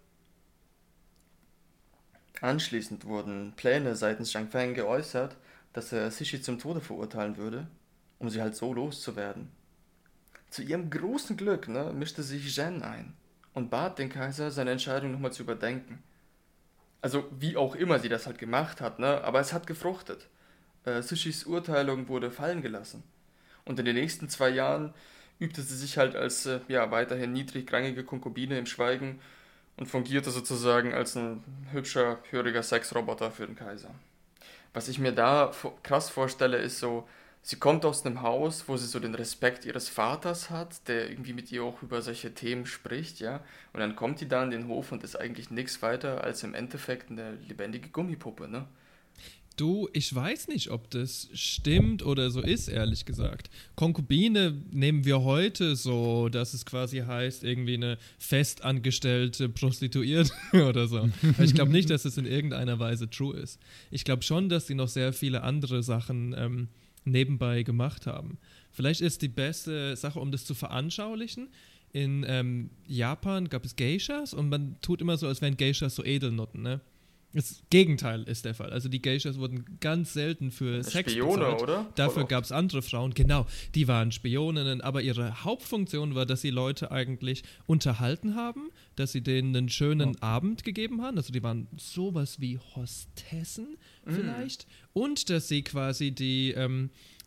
Anschließend wurden Pläne seitens Xianfeng geäußert, dass er Cixi zum Tode verurteilen würde, um sie halt so loszuwerden. Zu ihrem großen Glück ne, mischte sich Zhen ein und bat den Kaiser, seine Entscheidung nochmal zu überdenken. Also wie auch immer sie das halt gemacht hat, ne, aber es hat gefruchtet. Äh, Cixis Urteilung wurde fallen gelassen. Und in den nächsten zwei Jahren übte sie sich halt als äh, ja, weiterhin niedrigrangige Konkubine im Schweigen und fungierte sozusagen als ein hübscher, höriger Sexroboter für den Kaiser. Was ich mir da krass vorstelle, ist so, sie kommt aus einem Haus, wo sie so den Respekt ihres Vaters hat, der irgendwie mit ihr auch über solche Themen spricht, ja. Und dann kommt die da in den Hof und ist eigentlich nichts weiter als im Endeffekt eine lebendige Gummipuppe, ne? Du, ich weiß nicht, ob das stimmt oder so ist, ehrlich gesagt. Konkubine nehmen wir heute so, dass es quasi heißt, irgendwie eine festangestellte Prostituierte oder so. Aber ich glaube nicht, dass es in irgendeiner Weise true ist. Ich glaube schon, dass sie noch sehr viele andere Sachen ähm, nebenbei gemacht haben. Vielleicht ist die beste Sache, um das zu veranschaulichen, in ähm, Japan gab es Geishas und man tut immer so, als wären Geishas so Edelnutten, ne? Das Gegenteil ist der Fall. Also die Geishas wurden ganz selten für Sex Spione, bezahlt. oder? Dafür Oder? gab es andere Frauen, genau, die waren Spioninnen, aber ihre Hauptfunktion war, dass sie Leute eigentlich unterhalten haben, dass sie denen einen schönen Oh. Abend gegeben haben, also die waren sowas wie Hostessen Mm. vielleicht, und dass sie quasi die ähm,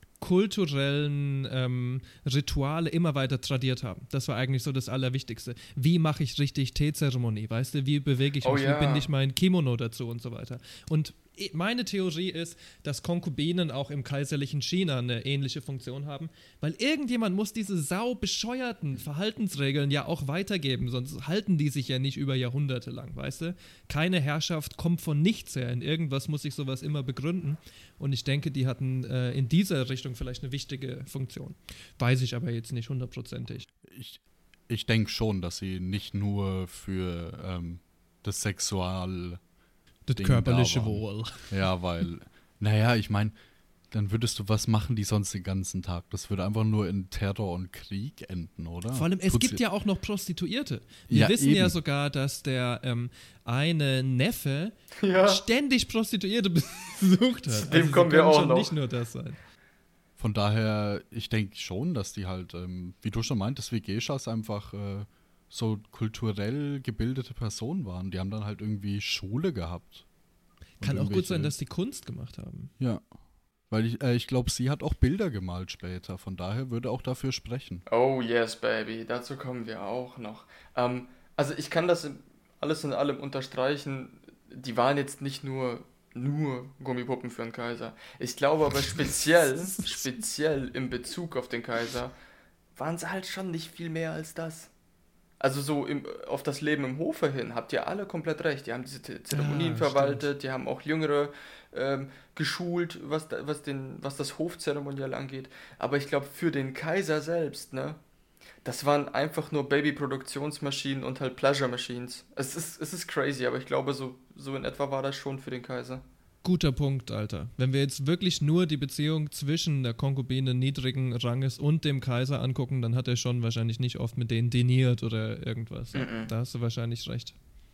kulturellen ähm, Rituale immer weiter tradiert haben. Das war eigentlich so das Allerwichtigste. Wie mache ich richtig Teezeremonie, weißt du? Wie bewege ich Oh mich? ja. Wie binde ich mein Kimono dazu und so weiter? Und i- meine Theorie ist, dass Konkubinen auch im kaiserlichen China eine ähnliche Funktion haben, weil irgendjemand muss diese saubescheuerten Verhaltensregeln ja auch weitergeben, sonst halten die sich ja nicht über Jahrhunderte lang, weißt du? Keine Herrschaft kommt von nichts her. In irgendwas muss sich sowas immer begründen. Und ich denke, die hatten äh, in dieser Richtung vielleicht eine wichtige Funktion. Weiß ich aber jetzt nicht hundertprozentig. Ich, ich denke schon, dass sie nicht nur für ähm, das Sexual... Das Ding körperliche da waren. Wohl. Ja, weil, naja, ich meine, dann würdest du was machen, die sonst den ganzen Tag. Das würde einfach nur in Terror und Krieg enden, oder? Vor allem, es Tut's gibt ihr- ja auch noch Prostituierte. Wir Ja, wissen ja eben. sogar, dass der ähm, eine Neffe Ja. ständig Prostituierte besucht hat. Zu dem sie kommen wir können auch schon noch. nicht nur das sein. Von daher, ich denke schon, dass die halt, ähm, wie du schon meintest, wie Geishas einfach äh, so kulturell gebildete Personen waren. Die haben dann halt irgendwie Schule gehabt. Und Kann auch gut sein, irgendwelche- dass die Kunst gemacht haben. Ja. Weil ich, äh, ich glaube, sie hat auch Bilder gemalt später. Von daher würde auch dafür sprechen. Oh yes, baby, dazu kommen wir auch noch. Ähm, also ich kann das in- alles in allem unterstreichen. Die waren jetzt nicht nur nur Gummipuppen für den Kaiser. Ich glaube aber speziell, speziell in Bezug auf den Kaiser, waren sie halt schon nicht viel mehr als das. Also so im, auf das Leben im Hofe hin habt ihr alle komplett recht. Die haben diese Te- Zeremonien Ah, verwaltet, die haben auch Jüngere ähm, geschult, was, da, was, den, was das Hofzeremoniell angeht. Aber ich glaube, für den Kaiser selbst, ne, das waren einfach nur Baby-Produktionsmaschinen und halt Pleasure-Machines. Es ist, es ist crazy, aber ich glaube, so, so in etwa war das schon für den Kaiser. Guter Punkt, Alter. Wenn wir jetzt wirklich nur die Beziehung zwischen der Konkubine niedrigen Ranges und dem Kaiser angucken, dann hat er schon wahrscheinlich nicht oft mit denen diniert oder irgendwas. Mhm. Da hast du wahrscheinlich recht.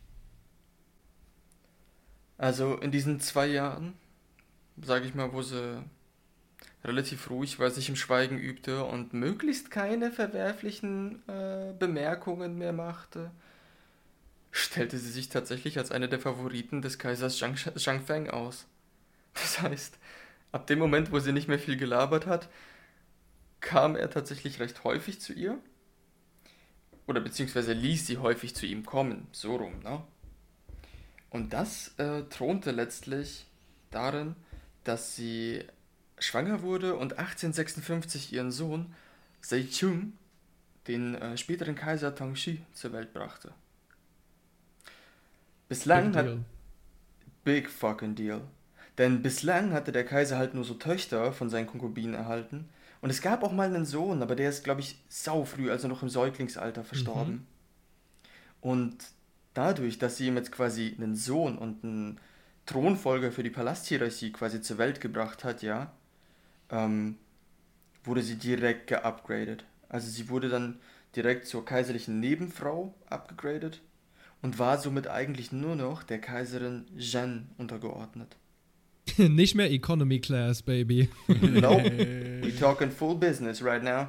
Also in diesen zwei Jahren, sage ich mal, wo sie relativ ruhig war, sich im Schweigen übte und möglichst keine verwerflichen äh, Bemerkungen mehr machte, stellte sie sich tatsächlich als eine der Favoriten des Kaisers Zhang, Zhang Feng aus. Das heißt, ab dem Moment, wo sie nicht mehr viel gelabert hat, kam er tatsächlich recht häufig zu ihr. Oder beziehungsweise ließ sie häufig zu ihm kommen, so rum, ne? Und das äh, thronte letztlich darin, dass sie schwanger wurde und achtzehnhundertsechsundfünfzig ihren Sohn Seichung, den äh, späteren Kaiser Tongxi, zur Welt brachte. Bislang Big hat... deal. Big fucking deal. Denn bislang hatte der Kaiser halt nur so Töchter von seinen Konkubinen erhalten. Und es gab auch mal einen Sohn, aber der ist, glaube ich, saufrüh, also noch im Säuglingsalter verstorben. Mhm. Und dadurch, dass sie ihm jetzt quasi einen Sohn und einen Thronfolger für die Palasthierarchie quasi zur Welt gebracht hat, ja, ähm, wurde sie direkt geupgradet. Also sie wurde dann direkt zur kaiserlichen Nebenfrau abgegradet und war somit eigentlich nur noch der Kaiserin Zhen untergeordnet. Nicht mehr Economy Class, Baby. Nope, we talking full business right now.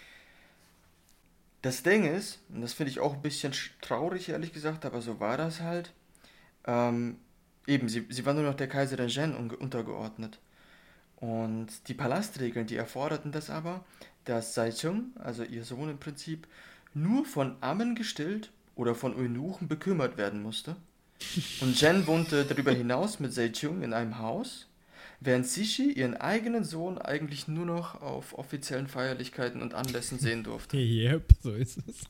Das Ding ist, und das finde ich auch ein bisschen sch- traurig, ehrlich gesagt, aber so war das halt, ähm, eben, sie, sie war nur noch der Kaiserin Zhen unge- untergeordnet. Und die Palastregeln, die erforderten das aber, dass Saichung, also ihr Sohn im Prinzip, nur von Ammen gestillt oder von Eunuchen bekümmert werden musste. Und Zhen wohnte darüber hinaus mit Saichung in einem Haus, während Cixi ihren eigenen Sohn eigentlich nur noch auf offiziellen Feierlichkeiten und Anlässen sehen durfte. Yep, so ist es.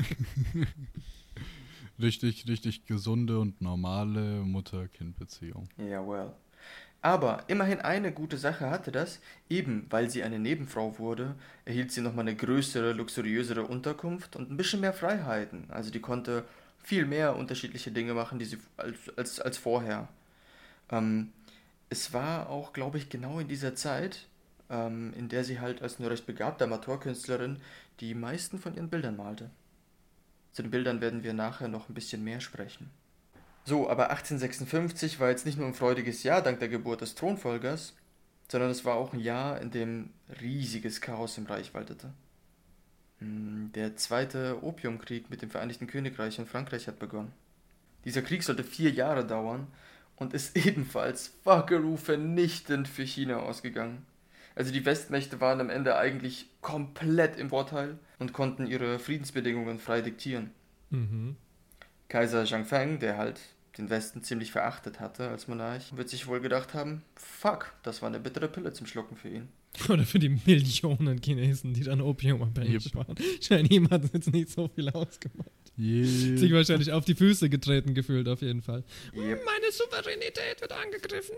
Richtig, richtig gesunde und normale Mutter-Kind-Beziehung. Ja, well. Aber immerhin eine gute Sache hatte das, eben weil sie eine Nebenfrau wurde, erhielt sie nochmal eine größere, luxuriösere Unterkunft und ein bisschen mehr Freiheiten. Also die konnte viel mehr unterschiedliche Dinge machen, die sie als, als, als vorher. Ähm, es war auch, glaube ich, genau in dieser Zeit, ähm, in der sie halt als nur recht begabte Amateurkünstlerin die meisten von ihren Bildern malte. Zu den Bildern werden wir nachher noch ein bisschen mehr sprechen. So, aber achtzehnhundertsechsundfünfzig war jetzt nicht nur ein freudiges Jahr dank der Geburt des Thronfolgers, sondern es war auch ein Jahr, in dem riesiges Chaos im Reich waltete. Der zweite Opiumkrieg mit dem Vereinigten Königreich und Frankreich hat begonnen. Dieser Krieg sollte vier Jahre dauern und ist ebenfalls fuckeroo vernichtend für China ausgegangen. Also die Westmächte waren am Ende eigentlich komplett im Vorteil und konnten ihre Friedensbedingungen frei diktieren. Mhm. Kaiser Zhangfeng, der halt den Westen ziemlich verachtet hatte als Monarch, wird sich wohl gedacht haben, fuck, das war eine bittere Pille zum Schlucken für ihn. Oder für die Millionen Chinesen, die dann opiumabhängig yep. waren. Ich meine, ihm hat jetzt nicht so viel ausgemacht. Yeah. Sich wahrscheinlich auf die Füße getreten gefühlt, auf jeden Fall. Yep. Meine Souveränität wird angegriffen.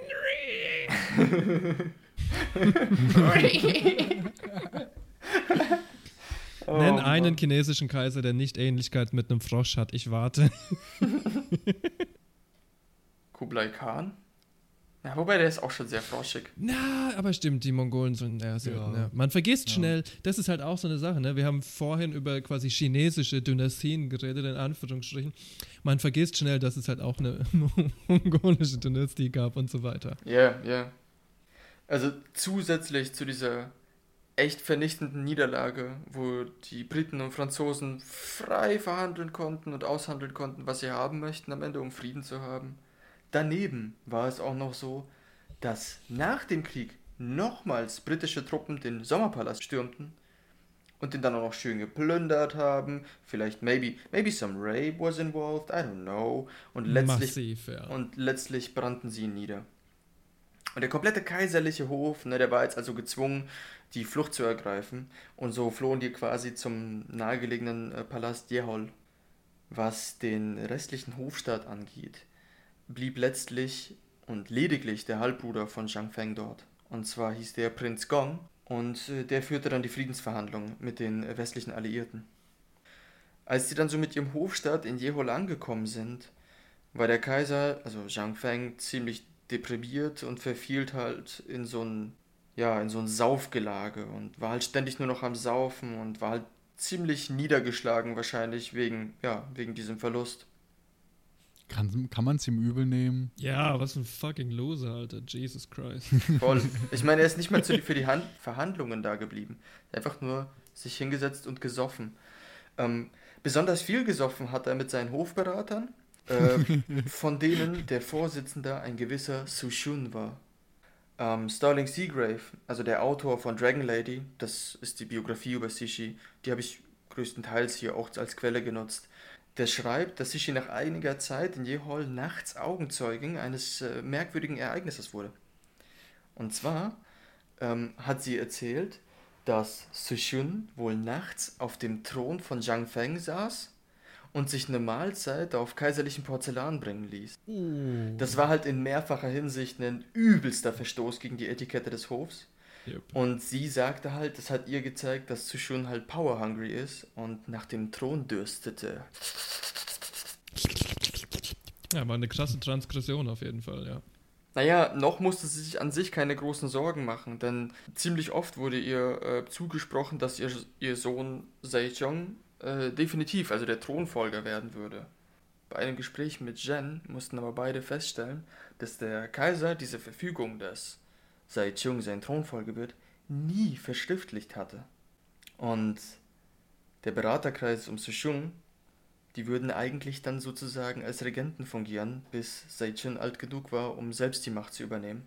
Oh, Nenn einen Mann. chinesischen Kaiser, der nicht Ähnlichkeit mit einem Frosch hat. Ich warte. Kublai Khan? Ja, wobei, der ist auch schon sehr froschig. Na, aber stimmt, die Mongolen sind ja, sehr, ja. Ne? Man vergisst ja. schnell, das ist halt auch so eine Sache, ne? Wir haben vorhin über quasi chinesische Dynastien geredet, in Anführungsstrichen. Man vergisst schnell, dass es halt auch eine mongolische Dynastie gab und so weiter. Ja, yeah, ja. Yeah. Also zusätzlich zu dieser echt vernichtenden Niederlage, wo die Briten und Franzosen frei verhandeln konnten und aushandeln konnten, was sie haben möchten am Ende, um Frieden zu haben. Daneben war es auch noch so, dass nach dem Krieg nochmals britische Truppen den Sommerpalast stürmten und den dann auch noch schön geplündert haben. Vielleicht maybe, maybe some rape was involved, I don't know. Und letztlich, Massiv, ja. und letztlich brannten sie ihn nieder. Und der komplette kaiserliche Hof, ne, der war jetzt also gezwungen, die Flucht zu ergreifen. Und so flohen die quasi zum nahegelegenen äh, Palast Jehol. Was den restlichen Hofstaat angeht, blieb letztlich und lediglich der Halbbruder von Zhangfeng dort. Und zwar hieß der Prinz Gong und äh, der führte dann die Friedensverhandlungen mit den äh, westlichen Alliierten. Als sie dann so mit ihrem Hofstaat in Jehol angekommen sind, war der Kaiser, also Zhangfeng, ziemlich deprimiert und verfiel halt in so ein, ja, in so ein Saufgelage und war halt ständig nur noch am Saufen und war halt ziemlich niedergeschlagen wahrscheinlich wegen, ja, wegen diesem Verlust. Kann, kann man es ihm übel nehmen? Ja, was ein fucking Loser, Alter. Jesus Christ. Voll. Ich meine, er ist nicht mal zu, für die Hand, Verhandlungen da geblieben. Einfach nur sich hingesetzt und gesoffen. Ähm, besonders viel gesoffen hat er mit seinen Hofberatern, äh, von denen der Vorsitzende ein gewisser Su Shun war. Ähm, Starling Seagrave, also der Autor von Dragon Lady, das ist die Biografie über Cixi, die habe ich größtenteils hier auch als Quelle genutzt. Der schreibt, dass Cixi nach einiger Zeit in Jehol nachts Augenzeugin eines äh, merkwürdigen Ereignisses wurde. Und zwar ähm, hat sie erzählt, dass Su Shun wohl nachts auf dem Thron von Zhangfeng saß und sich eine Mahlzeit auf kaiserlichen Porzellan bringen ließ. Mm. Das war halt in mehrfacher Hinsicht ein übelster Verstoß gegen die Etikette des Hofs. Yep. Und sie sagte halt, das hat ihr gezeigt, dass Su Shun halt power-hungry ist und nach dem Thron dürstete. Ja, war eine krasse Transgression auf jeden Fall, ja. Naja, noch musste sie sich an sich keine großen Sorgen machen, denn ziemlich oft wurde ihr äh, zugesprochen, dass ihr, ihr Sohn Sejong äh, definitiv, also der Thronfolger werden würde. Bei einem Gespräch mit Zhen mussten aber beide feststellen, dass der Kaiser diese Verfügung, dass Sejong sein Thronfolger wird, nie verschriftlicht hatte. Und der Beraterkreis um Su Shun, die würden eigentlich dann sozusagen als Regenten fungieren, bis Sejong alt genug war, um selbst die Macht zu übernehmen.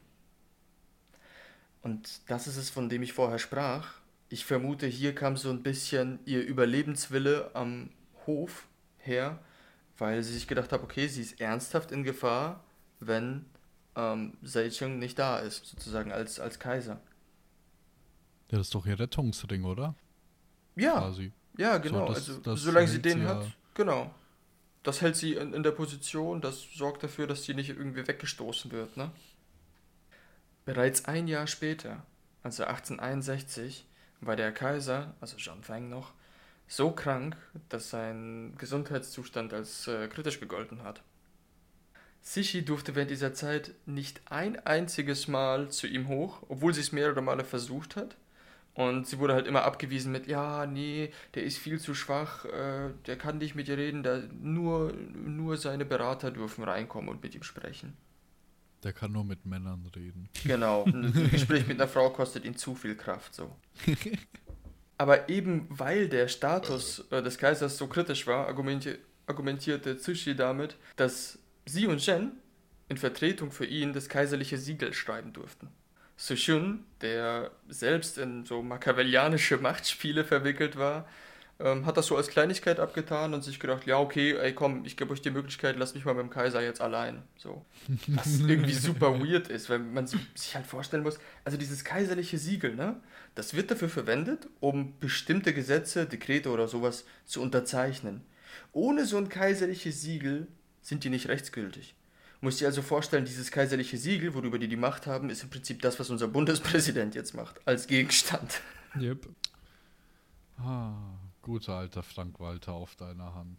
Und das ist es, von dem ich vorher sprach. Ich vermute, hier kam so ein bisschen ihr Überlebenswille am Hof her, weil sie sich gedacht hat, okay, sie ist ernsthaft in Gefahr, wenn ähm, Sejong nicht da ist, sozusagen als, als Kaiser. Ja, das ist doch ihr Rettungsring, oder? Ja, quasi. Ja, genau. So, das, also das solange sie den sie hat, ja. Genau. Das hält sie in, in der Position, das sorgt dafür, dass sie nicht irgendwie weggestoßen wird, ne? Bereits ein Jahr später, also achtzehnhunderteinundsechzig, war der Kaiser, also Zhangfeng noch, so krank, dass sein Gesundheitszustand als äh, kritisch gegolten hat. Cixi durfte während dieser Zeit nicht ein einziges Mal zu ihm hoch, obwohl sie es mehrere Male versucht hat. Und sie wurde halt immer abgewiesen mit, ja, nee, der ist viel zu schwach, äh, der kann nicht mit ihr reden, da nur, nur seine Berater dürfen reinkommen und mit ihm sprechen. Der kann nur mit Männern reden. Genau, ein Gespräch mit einer Frau kostet ihn zu viel Kraft, so. Aber eben weil der Status äh, des Kaisers so kritisch war, argumenti- argumentierte Cixi damit, dass sie und Zhen in Vertretung für ihn das kaiserliche Siegel schreiben durften. Su Shun, der selbst in so machiavellianische Machtspiele verwickelt war, ähm, hat das so als Kleinigkeit abgetan und sich gedacht, ja okay, ey komm, ich gebe euch die Möglichkeit, lasst mich mal mit dem Kaiser jetzt allein. So. Was irgendwie super weird ist, weil man sich halt vorstellen muss, also dieses kaiserliche Siegel, ne, das wird dafür verwendet, um bestimmte Gesetze, Dekrete oder sowas zu unterzeichnen. Ohne so ein kaiserliches Siegel sind die nicht rechtsgültig. Musst dir also vorstellen, dieses kaiserliche Siegel, worüber die die Macht haben, ist im Prinzip das, was unser Bundespräsident jetzt macht, als Gegenstand. Yep. Ah, guter alter Frank Walter auf deiner Hand.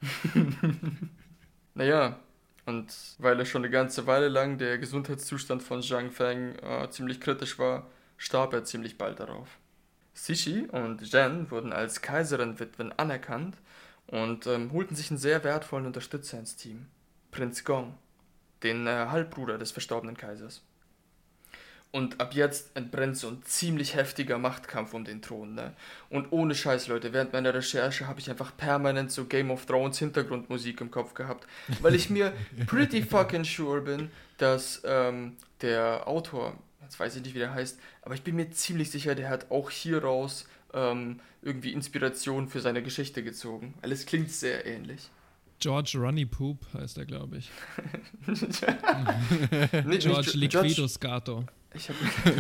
Naja, und weil er schon eine ganze Weile lang der Gesundheitszustand von Zhang Feng äh, ziemlich kritisch war, starb er ziemlich bald darauf. Cixi und Zhen wurden als Kaiserin-Witwen anerkannt und ähm, holten sich einen sehr wertvollen Unterstützer ins Team, Prinz Gong, den äh, Halbbruder des verstorbenen Kaisers. Und ab jetzt entbrennt so ein ziemlich heftiger Machtkampf um den Thron, ne? Und ohne Scheiß, Leute, während meiner Recherche habe ich einfach permanent so Game of Thrones Hintergrundmusik im Kopf gehabt, weil ich mir pretty fucking sure bin, dass ähm, der Autor, jetzt weiß ich nicht, wie der heißt, aber ich bin mir ziemlich sicher, der hat auch hieraus ähm, irgendwie Inspiration für seine Geschichte gezogen, weil es klingt sehr ähnlich. George Runny Poop heißt er, glaube ich. nicht, George nicht, Liquido Scato. Ich hab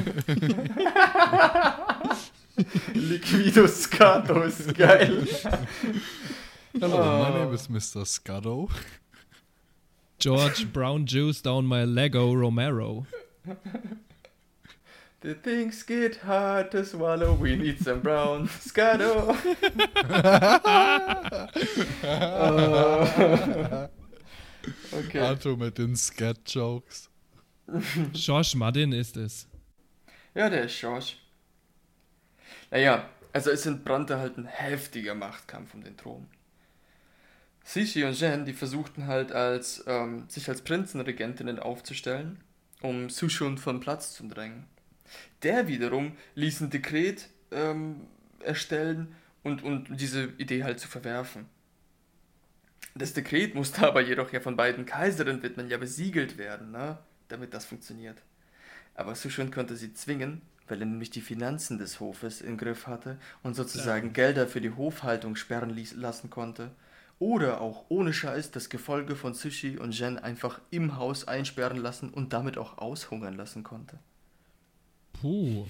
Liquido Scato ist geil. Hallo, Oh. my name is Mister Scuddo. George Brown Juice Down My Lego Romero. The things get hard to swallow, we need some brown Scuddo. oh. Okay. Arthur mit den Scat-Jokes. Josh Madden ist es. Ja, der ist Josh. Naja, also es entbrannte halt ein heftiger Machtkampf um den Thron. Cixi und Zhen, die versuchten halt als, ähm, sich als Prinzenregentinnen aufzustellen, um Su Shun von Platz zu drängen. Der wiederum ließ ein Dekret ähm, erstellen und, und diese Idee halt zu verwerfen. Das Dekret musste aber jedoch ja von beiden Kaiserinnen-Witwen ja besiegelt werden, ne? Damit das funktioniert. Aber Su Shun konnte sie zwingen, weil er nämlich die Finanzen des Hofes im Griff hatte und sozusagen ja. Gelder für die Hofhaltung sperren ließ, lassen konnte. Oder auch ohne Scheiß das Gefolge von Cixi und Zhen einfach im Haus einsperren lassen und damit auch aushungern lassen konnte. Puh.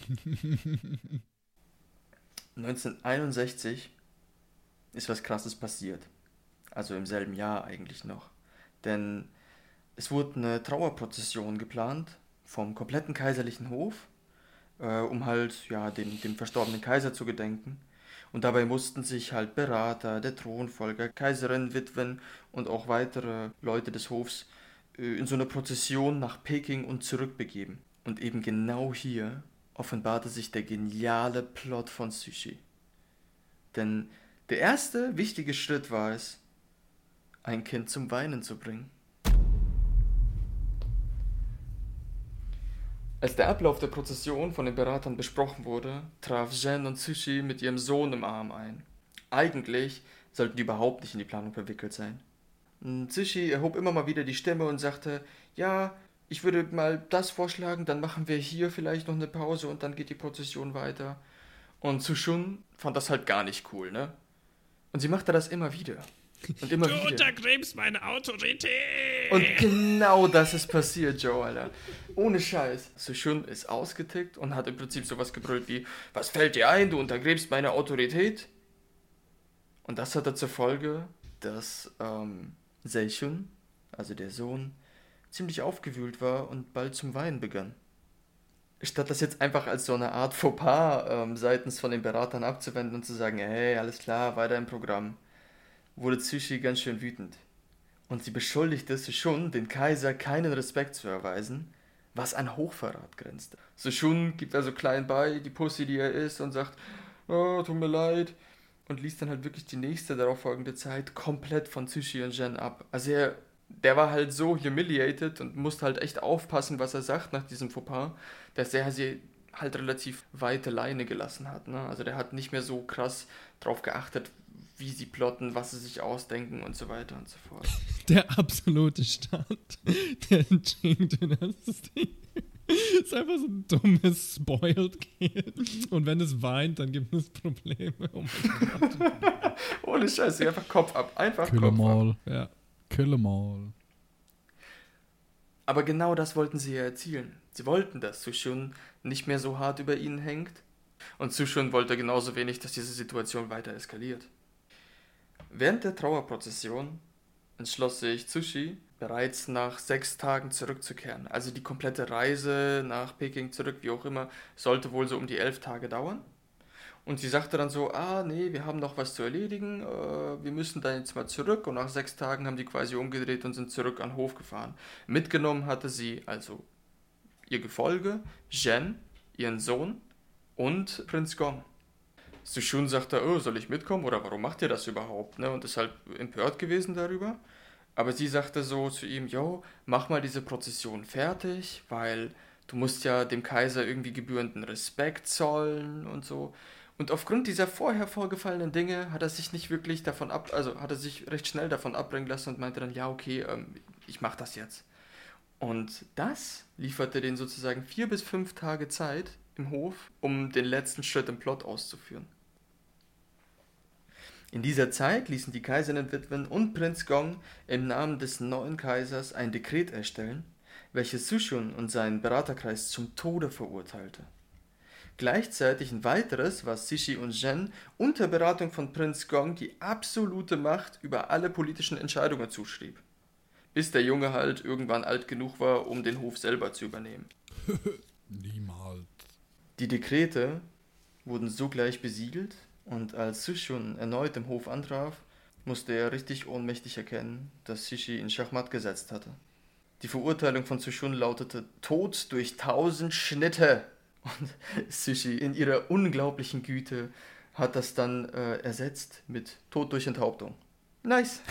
neunzehnhunderteinundsechzig ist was Krasses passiert. Also im selben Jahr eigentlich noch. Denn es wurde eine Trauerprozession geplant vom kompletten kaiserlichen Hof, äh, um halt ja, dem, dem verstorbenen Kaiser zu gedenken. Und dabei mussten sich halt Berater, der Thronfolger, Kaiserinnen, Witwen und auch weitere Leute des Hofs äh, in so eine Prozession nach Peking und zurückbegeben. Und eben genau hier offenbarte sich der geniale Plot von Cixi. Denn der erste wichtige Schritt war es, ein Kind zum Weinen zu bringen. Als der Ablauf der Prozession von den Beratern besprochen wurde, traf Zhen und Cixi mit ihrem Sohn im Arm ein. Eigentlich sollten die überhaupt nicht in die Planung verwickelt sein. Cixi erhob immer mal wieder die Stimme und sagte, ja, ich würde mal das vorschlagen, dann machen wir hier vielleicht noch eine Pause und dann geht die Prozession weiter. Und Su Shun fand das halt gar nicht cool, ne? Und sie machte das immer wieder. Und immer du wieder. untergräbst meine Autorität! Und genau das ist passiert, Joe, Alter. Ohne Scheiß. Su Shun ist ausgetickt und hat im Prinzip sowas gebrüllt wie, was fällt dir ein, du untergräbst meine Autorität? Und das hatte zur Folge, dass ähm, Seichun, also der Sohn, ziemlich aufgewühlt war und bald zum Weinen begann. Statt das jetzt einfach als so eine Art Fauxpas ähm, seitens von den Beratern abzuwenden und zu sagen, hey, alles klar, weiter im Programm, wurde Cixi ganz schön wütend. Und sie beschuldigte Su Shun, den Kaiser keinen Respekt zu erweisen, was an Hochverrat grenzte. Sushun gibt also klein bei, die Pussy, die er ist, und sagt, oh, tut mir leid, und liest dann halt wirklich die nächste darauffolgende Zeit komplett von Sushi und Jen ab. Also er, der war halt so humiliated und musste halt echt aufpassen, was er sagt nach diesem Fauxpas, dass er sie halt relativ weite Leine gelassen hat. Ne? Also der hat nicht mehr so krass drauf geachtet, wie sie plotten, was sie sich ausdenken und so weiter und so fort. Der absolute Start der Qing-Dynastie ist einfach so ein dummes Spoiled Kid. Und wenn es weint, dann gibt es Probleme. Oh mein Gott. Ohne Scheiße, einfach Kopf ab. Einfach Kill Kopf em all. ab. Ja. Kill em all. Aber genau das wollten sie ja erzielen. Sie wollten, dass Sushun nicht mehr so hart über ihnen hängt. Und Sushun wollte genauso wenig, dass diese Situation weiter eskaliert. Während der Trauerprozession entschloss sich Tsushi, bereits nach sechs Tagen zurückzukehren. Also die komplette Reise nach Peking zurück, wie auch immer, sollte wohl so um die elf Tage dauern. Und sie sagte dann so, ah nee, wir haben noch was zu erledigen, äh, wir müssen dann jetzt mal zurück. Und nach sechs Tagen haben die quasi umgedreht und sind zurück an den Hof gefahren. Mitgenommen hatte sie also ihr Gefolge, Jen, ihren Sohn und Prinz Gong. Sushun sagte, oh, soll ich mitkommen oder warum macht ihr das überhaupt? Ne? Und ist halt empört gewesen darüber. Aber sie sagte so zu ihm, yo, mach mal diese Prozession fertig, weil du musst ja dem Kaiser irgendwie gebührenden Respekt zollen und so. Und aufgrund dieser vorher vorgefallenen Dinge hat er sich nicht wirklich davon ab, also hat er sich recht schnell davon abbringen lassen und meinte dann, ja, okay, ähm, ich mach das jetzt. Und das lieferte denen sozusagen vier bis fünf Tage Zeit im Hof, um den letzten Schritt im Plot auszuführen. In dieser Zeit ließen die Kaiserinnenwitwen und Prinz Gong im Namen des neuen Kaisers ein Dekret erstellen, welches Sushun und seinen Beraterkreis zum Tode verurteilte. Gleichzeitig ein weiteres, was Cixi und Jen unter Beratung von Prinz Gong die absolute Macht über alle politischen Entscheidungen zuschrieb. Bis der Junge halt irgendwann alt genug war, um den Hof selber zu übernehmen. Niemals. Die Dekrete wurden sogleich besiegelt und als Sushun erneut im Hof antraf, musste er richtig ohnmächtig erkennen, dass Cixi ihn schachmatt gesetzt hatte. Die Verurteilung von Sushun lautete Tod durch tausend Schnitte. Und Cixi in ihrer unglaublichen Güte hat das dann äh, ersetzt mit Tod durch Enthauptung. Nice.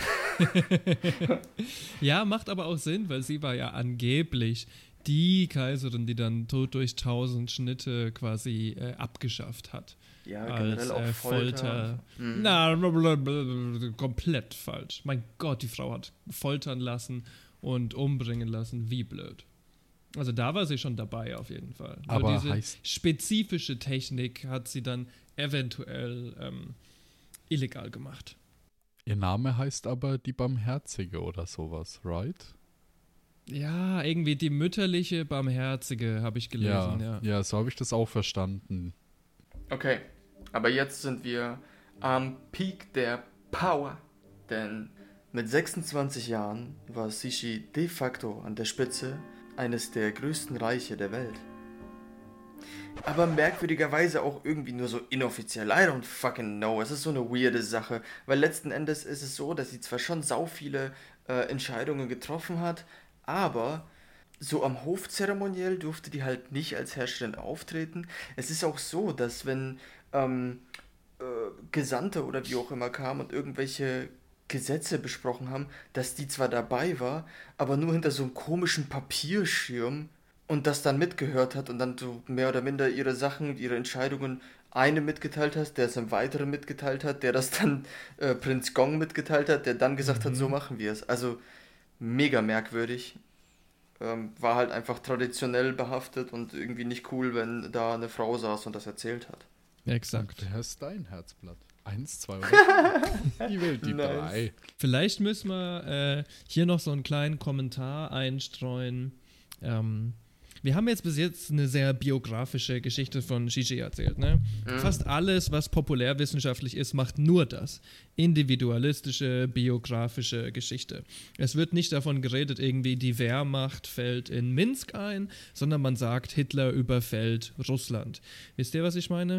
Ja, macht aber auch Sinn, weil sie war ja angeblich die Kaiserin, die dann Tod durch tausend Schnitte quasi äh, abgeschafft hat. Ja, als generell auch äh, Folter. Folter. Mhm. Na, blablabla, komplett falsch. Mein Gott, die Frau hat foltern lassen und umbringen lassen. Wie blöd. Also da war sie schon dabei auf jeden Fall. Aber Nur diese heißt spezifische Technik hat sie dann eventuell ähm, illegal gemacht. Ihr Name heißt aber die Barmherzige oder sowas, right? Ja, irgendwie die mütterliche Barmherzige habe ich gelesen. Ja, Ja, ja, so habe ich das auch verstanden. Okay, aber jetzt sind wir am Peak der Power. Denn mit sechsundzwanzig Jahren war Cixi de facto an der Spitze eines der größten Reiche der Welt. Aber merkwürdigerweise auch irgendwie nur so inoffiziell. I don't fucking know. Es ist so eine weirde Sache. Weil letzten Endes ist es so, dass sie zwar schon sau viele äh, Entscheidungen getroffen hat, aber so am Hof zeremoniell durfte die halt nicht als Herrscherin auftreten. Es ist auch so, dass wenn ähm, äh, Gesandte oder wie auch immer kamen und irgendwelche Gesetze besprochen haben, dass die zwar dabei war, aber nur hinter so einem komischen Papierschirm und das dann mitgehört hat und dann so mehr oder minder ihre Sachen, ihre Entscheidungen einem mitgeteilt hat, der es einem weiteren mitgeteilt hat, der das dann äh, Prinz Gong mitgeteilt hat, der dann gesagt mhm. hat, so machen wir es. Also mega merkwürdig. Ähm, war halt einfach traditionell behaftet und irgendwie nicht cool, wenn da eine Frau saß und das erzählt hat. Exakt. Wer ist dein Herzblatt? Eins, zwei oder die Welt, die nice. drei. Vielleicht müssen wir äh, hier noch so einen kleinen Kommentar einstreuen. Ähm, wir haben jetzt bis jetzt eine sehr biografische Geschichte von Cixi erzählt. Ne? Mhm. Fast alles, was populärwissenschaftlich ist, macht nur das. Individualistische, biografische Geschichte. Es wird nicht davon geredet, irgendwie die Wehrmacht fällt in Minsk ein, sondern man sagt, Hitler überfällt Russland. Wisst ihr, was ich meine?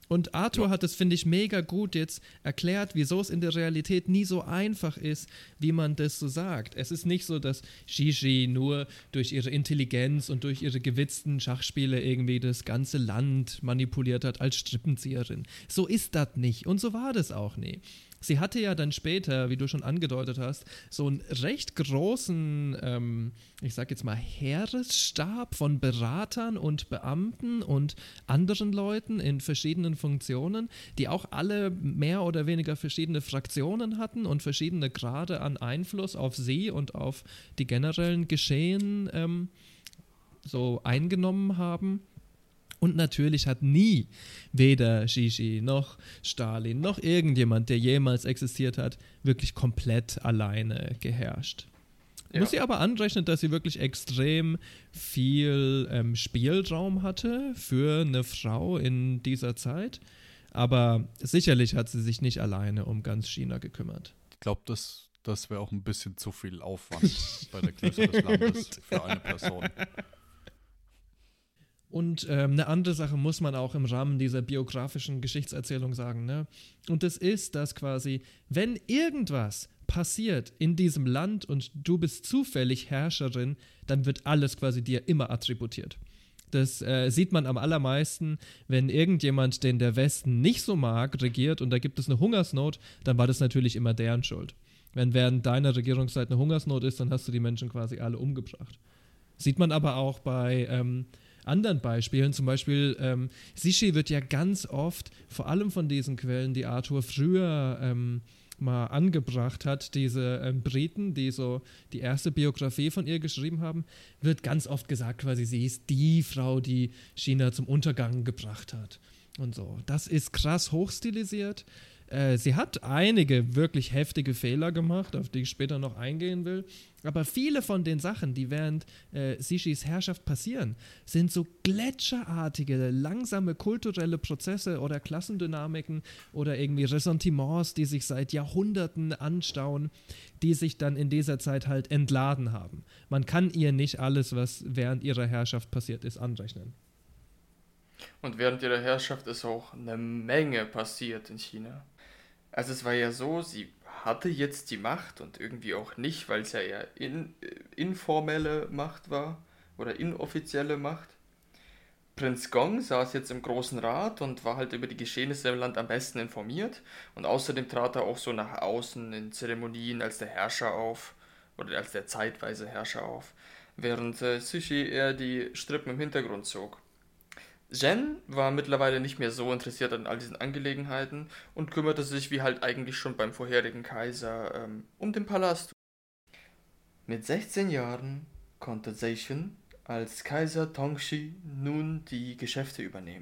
Und Arthur hat es, finde ich, mega gut jetzt erklärt, wieso es in der Realität nie so einfach ist, wie man das so sagt. Es ist nicht so, dass Gigi nur durch ihre Intelligenz und durch ihre gewitzten Schachspiele irgendwie das ganze Land manipuliert hat als Strippenzieherin. So ist das nicht und so war das auch nie. Sie hatte ja dann später, wie du schon angedeutet hast, so einen recht großen, ähm, ich sag jetzt mal, Heeresstab von Beratern und Beamten und anderen Leuten in verschiedenen Funktionen, die auch alle mehr oder weniger verschiedene Fraktionen hatten und verschiedene Grade an Einfluss auf sie und auf die generellen Geschehen ähm, so eingenommen haben. Und natürlich hat nie weder Gigi noch Stalin noch irgendjemand, der jemals existiert hat, wirklich komplett alleine geherrscht. Ja. Muss sie aber anrechnen, dass sie wirklich extrem viel ähm, Spielraum hatte für eine Frau in dieser Zeit. Aber sicherlich hat sie sich nicht alleine um ganz China gekümmert. Ich glaube, das, das wäre auch ein bisschen zu viel Aufwand bei der Größe des Landes für eine Person. Und ähm, eine andere Sache muss man auch im Rahmen dieser biografischen Geschichtserzählung sagen, ne? Und das ist, dass quasi, wenn irgendwas passiert in diesem Land und du bist zufällig Herrscherin, dann wird alles quasi dir immer attributiert. Das äh, sieht man am allermeisten, wenn irgendjemand, den der Westen nicht so mag, regiert und da gibt es eine Hungersnot, dann war das natürlich immer deren Schuld. Wenn während deiner Regierungszeit eine Hungersnot ist, dann hast du die Menschen quasi alle umgebracht. Sieht man aber auch bei ähm, anderen Beispielen, zum Beispiel ähm, Cixi wird ja ganz oft, vor allem von diesen Quellen, die Arthur früher ähm, mal angebracht hat, diese ähm, Briten, die so die erste Biografie von ihr geschrieben haben, wird ganz oft gesagt, quasi sie ist die Frau, die China zum Untergang gebracht hat und so. Das ist krass hochstilisiert. Äh, sie hat einige wirklich heftige Fehler gemacht, auf die ich später noch eingehen will. Aber viele von den Sachen, die während äh, Cixis Herrschaft passieren, sind so gletscherartige, langsame kulturelle Prozesse oder Klassendynamiken oder irgendwie Ressentiments, die sich seit Jahrhunderten anstauen, die sich dann in dieser Zeit halt entladen haben. Man kann ihr nicht alles, was während ihrer Herrschaft passiert ist, anrechnen. Und während ihrer Herrschaft ist auch eine Menge passiert in China. Also es war ja so, sie hatte jetzt die Macht und irgendwie auch nicht, weil es ja eher in, informelle Macht war oder inoffizielle Macht. Prinz Gong saß jetzt im Großen Rat und war halt über die Geschehnisse im Land am besten informiert und außerdem trat er auch so nach außen in Zeremonien als der Herrscher auf oder als der zeitweise Herrscher auf, während äh, Cixi eher die Strippen im Hintergrund zog. Zhen war mittlerweile nicht mehr so interessiert an all diesen Angelegenheiten und kümmerte sich wie halt eigentlich schon beim vorherigen Kaiser ähm, um den Palast. Mit sechzehn Jahren konnte Zexin als Kaiser Tongxi nun die Geschäfte übernehmen.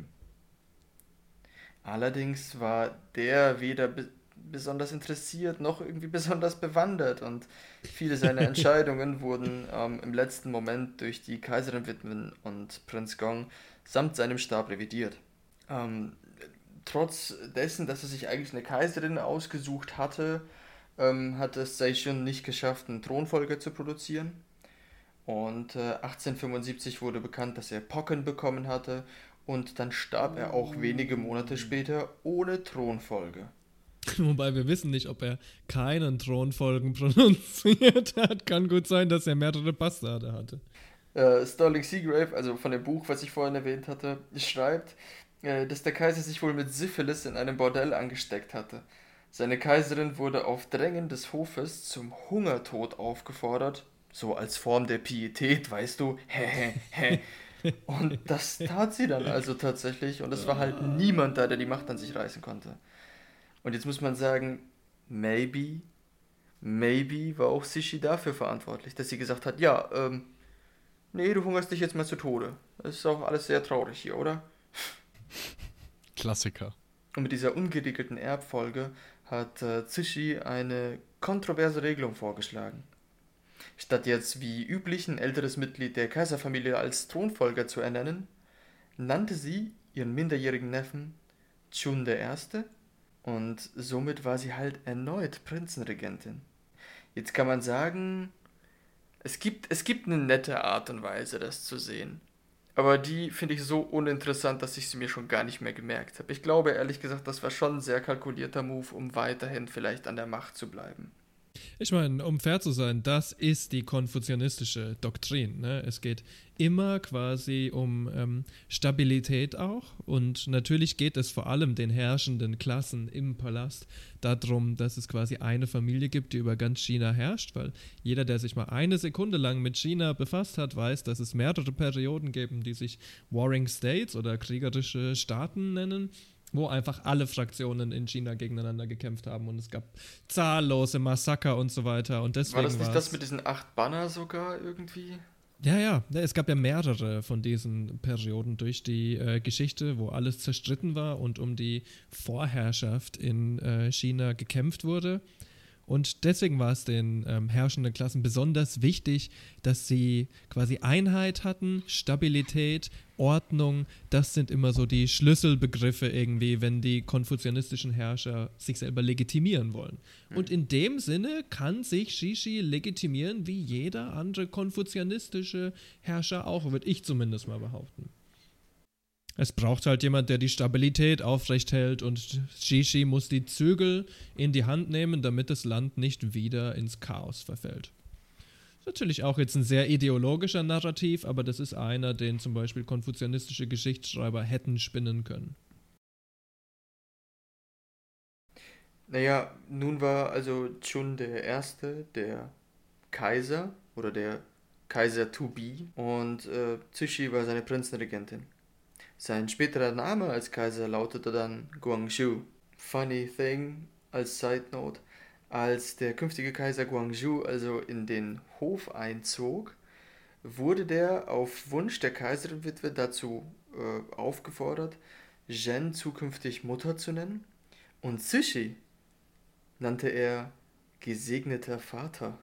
Allerdings war der weder be- besonders interessiert noch irgendwie besonders bewandert und viele seiner Entscheidungen wurden ähm, im letzten Moment durch die Kaiserin-Witwen und Prinz Gong samt seinem Stab revidiert. Ähm, trotz dessen, dass er sich eigentlich eine Kaiserin ausgesucht hatte, ähm, hat es Zexin nicht geschafft, einen Thronfolger zu produzieren. Und äh, achtzehnhundertfünfundsiebzig wurde bekannt, dass er Pocken bekommen hatte und dann starb er auch wenige Monate später ohne Thronfolge. Wobei wir wissen nicht, ob er keinen Thronfolgen prononziert hat. Kann gut sein, dass er mehrere Bastarde hatte. Uh, Sterling Seagrave, also von dem Buch, was ich vorhin erwähnt hatte, schreibt, äh, dass der Kaiser sich wohl mit Syphilis in einem Bordell angesteckt hatte. Seine Kaiserin wurde auf Drängen des Hofes zum Hungertod aufgefordert, so als Form der Pietät, weißt du, hä, hä, hä. Und das tat sie dann also tatsächlich und es war halt niemand da, der die Macht an sich reißen konnte. Und jetzt muss man sagen, maybe, maybe war auch Cixi dafür verantwortlich, dass sie gesagt hat, ja, ähm, nee, du hungerst dich jetzt mal zu Tode. Das ist auch alles sehr traurig hier, oder? Klassiker. Und mit dieser ungeregelten Erbfolge hat äh, Cixi eine kontroverse Regelung vorgeschlagen. Statt jetzt wie üblich ein älteres Mitglied der Kaiserfamilie als Thronfolger zu ernennen, nannte sie ihren minderjährigen Neffen Chun der Erste und somit war sie halt erneut Prinzenregentin. Jetzt kann man sagen, Es gibt, es gibt eine nette Art und Weise, das zu sehen. Aber die finde ich so uninteressant, dass ich sie mir schon gar nicht mehr gemerkt habe. Ich glaube, ehrlich gesagt, das war schon ein sehr kalkulierter Move, um weiterhin vielleicht an der Macht zu bleiben. Ich meine, um fair zu sein, das ist die konfuzianistische Doktrin. Ne? Es geht immer quasi um ähm, Stabilität auch. Und natürlich geht es vor allem den herrschenden Klassen im Palast darum, dass es quasi eine Familie gibt, die über ganz China herrscht. Weil jeder, der sich mal eine Sekunde lang mit China befasst hat, weiß, dass es mehrere Perioden geben, die sich Warring States oder kriegerische Staaten nennen, wo einfach alle Fraktionen in China gegeneinander gekämpft haben und es gab zahllose Massaker und so weiter. Und deswegen war das nicht das mit diesen acht Banner sogar irgendwie? Ja, ja, es gab ja mehrere von diesen Perioden durch die äh, Geschichte, wo alles zerstritten war und um die Vorherrschaft in äh, China gekämpft wurde. Und deswegen war es den ähm, herrschenden Klassen besonders wichtig, dass sie quasi Einheit hatten, Stabilität, Ordnung. Das sind immer so die Schlüsselbegriffe irgendwie, wenn die konfuzianistischen Herrscher sich selber legitimieren wollen. Mhm. Und in dem Sinne kann sich Shishi legitimieren wie jeder andere konfuzianistische Herrscher auch, würde ich zumindest mal behaupten. Es braucht halt jemand, der die Stabilität aufrecht hält und Shishi muss die Zügel in die Hand nehmen, damit das Land nicht wieder ins Chaos verfällt. Ist natürlich auch jetzt ein sehr ideologischer Narrativ, aber das ist einer, den zum Beispiel konfuzianistische Geschichtsschreiber hätten spinnen können. Naja, nun war also Chun der Erste, der Kaiser oder der Kaiser to be und äh, Cixi war seine Prinzenregentin. Sein späterer Name als Kaiser lautete dann Guangxu. Funny thing, als Side Note, als der künftige Kaiser Guangxu also in den Hof einzog, wurde der auf Wunsch der Kaiserinwitwe dazu äh, aufgefordert, Zhen zukünftig Mutter zu nennen und Cixi nannte er gesegneter Vater.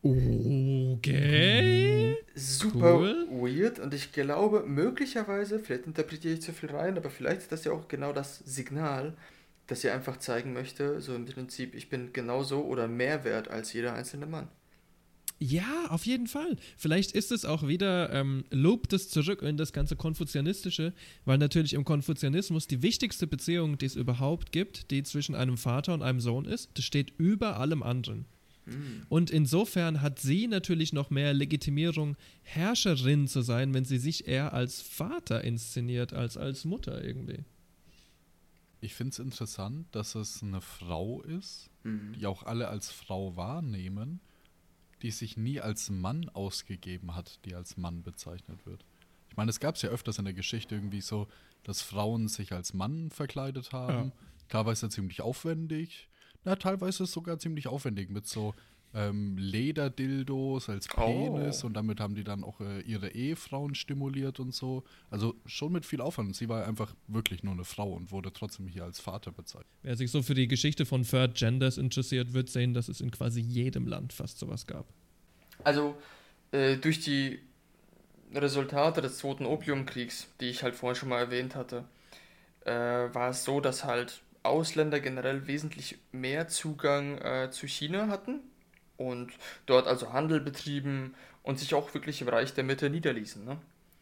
Okay. Super cool. Weird und ich glaube, möglicherweise, vielleicht interpretiere ich zu viel rein, aber vielleicht ist das ja auch genau das Signal, das er einfach zeigen möchte, so im Prinzip, ich bin genauso oder mehr wert als jeder einzelne Mann. Ja, auf jeden Fall. Vielleicht ist es auch wieder, ähm, lobt es zurück in das ganze Konfuzianistische, weil natürlich im Konfuzianismus die wichtigste Beziehung, die es überhaupt gibt, die zwischen einem Vater und einem Sohn ist, das steht über allem anderen. Und insofern hat sie natürlich noch mehr Legitimierung, Herrscherin zu sein, wenn sie sich eher als Vater inszeniert, als als Mutter irgendwie. Ich finde es interessant, dass es eine Frau ist, Mhm. die auch alle als Frau wahrnehmen, die sich nie als Mann ausgegeben hat, die als Mann bezeichnet wird. Ich meine, es gab es ja öfters in der Geschichte irgendwie so, dass Frauen sich als Mann verkleidet haben, Ja. teilweise ziemlich aufwendig, na, teilweise sogar ziemlich aufwendig mit so ähm, Lederdildos als Penis Oh. und damit haben die dann auch äh, ihre Ehefrauen stimuliert und so. Also schon mit viel Aufwand. Und sie war einfach wirklich nur eine Frau und wurde trotzdem hier als Vater bezeichnet. Wer sich so für die Geschichte von Third Genders interessiert, wird sehen, dass es in quasi jedem Land fast sowas gab. Also äh, durch die Resultate des Zweiten Opiumkriegs, die ich halt vorhin schon mal erwähnt hatte, äh, war es so, dass halt Ausländer generell wesentlich mehr Zugang äh, zu China hatten und dort also Handel betrieben und sich auch wirklich im Reich der Mitte niederließen. Ne?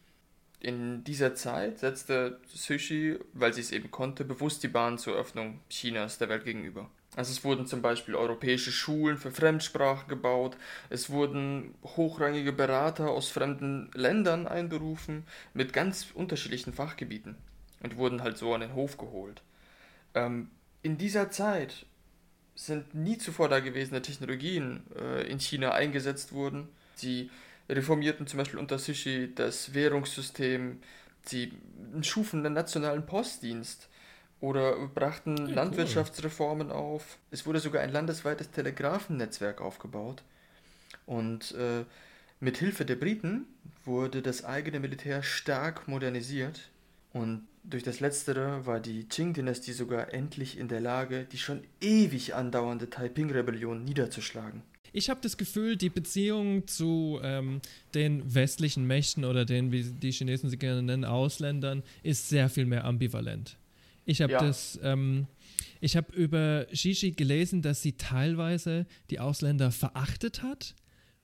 In dieser Zeit setzte Cixi, weil sie es eben konnte, bewusst die Bahn zur Öffnung Chinas der Welt gegenüber. Also es wurden zum Beispiel europäische Schulen für Fremdsprachen gebaut, es wurden hochrangige Berater aus fremden Ländern einberufen mit ganz unterschiedlichen Fachgebieten und wurden halt so an den Hof geholt. Ähm, in dieser Zeit sind nie zuvor dagewesene Technologien äh, in China eingesetzt worden. Sie reformierten zum Beispiel unter Cixi das Währungssystem, sie schufen den nationalen Postdienst oder brachten Ja, cool. Landwirtschaftsreformen auf. Es wurde sogar ein landesweites Telegrafennetzwerk aufgebaut. Und äh, mit Hilfe der Briten wurde das eigene Militär stark modernisiert. Und durch das Letztere war die Qing-Dynastie sogar endlich in der Lage, die schon ewig andauernde Taiping-Rebellion niederzuschlagen. Ich habe das Gefühl, die Beziehung zu ähm, den westlichen Mächten oder den, wie die Chinesen sie gerne nennen, Ausländern, ist sehr viel mehr ambivalent. Ich habe Ja. das, ähm, ich habe über Cixi gelesen, dass sie teilweise die Ausländer verachtet hat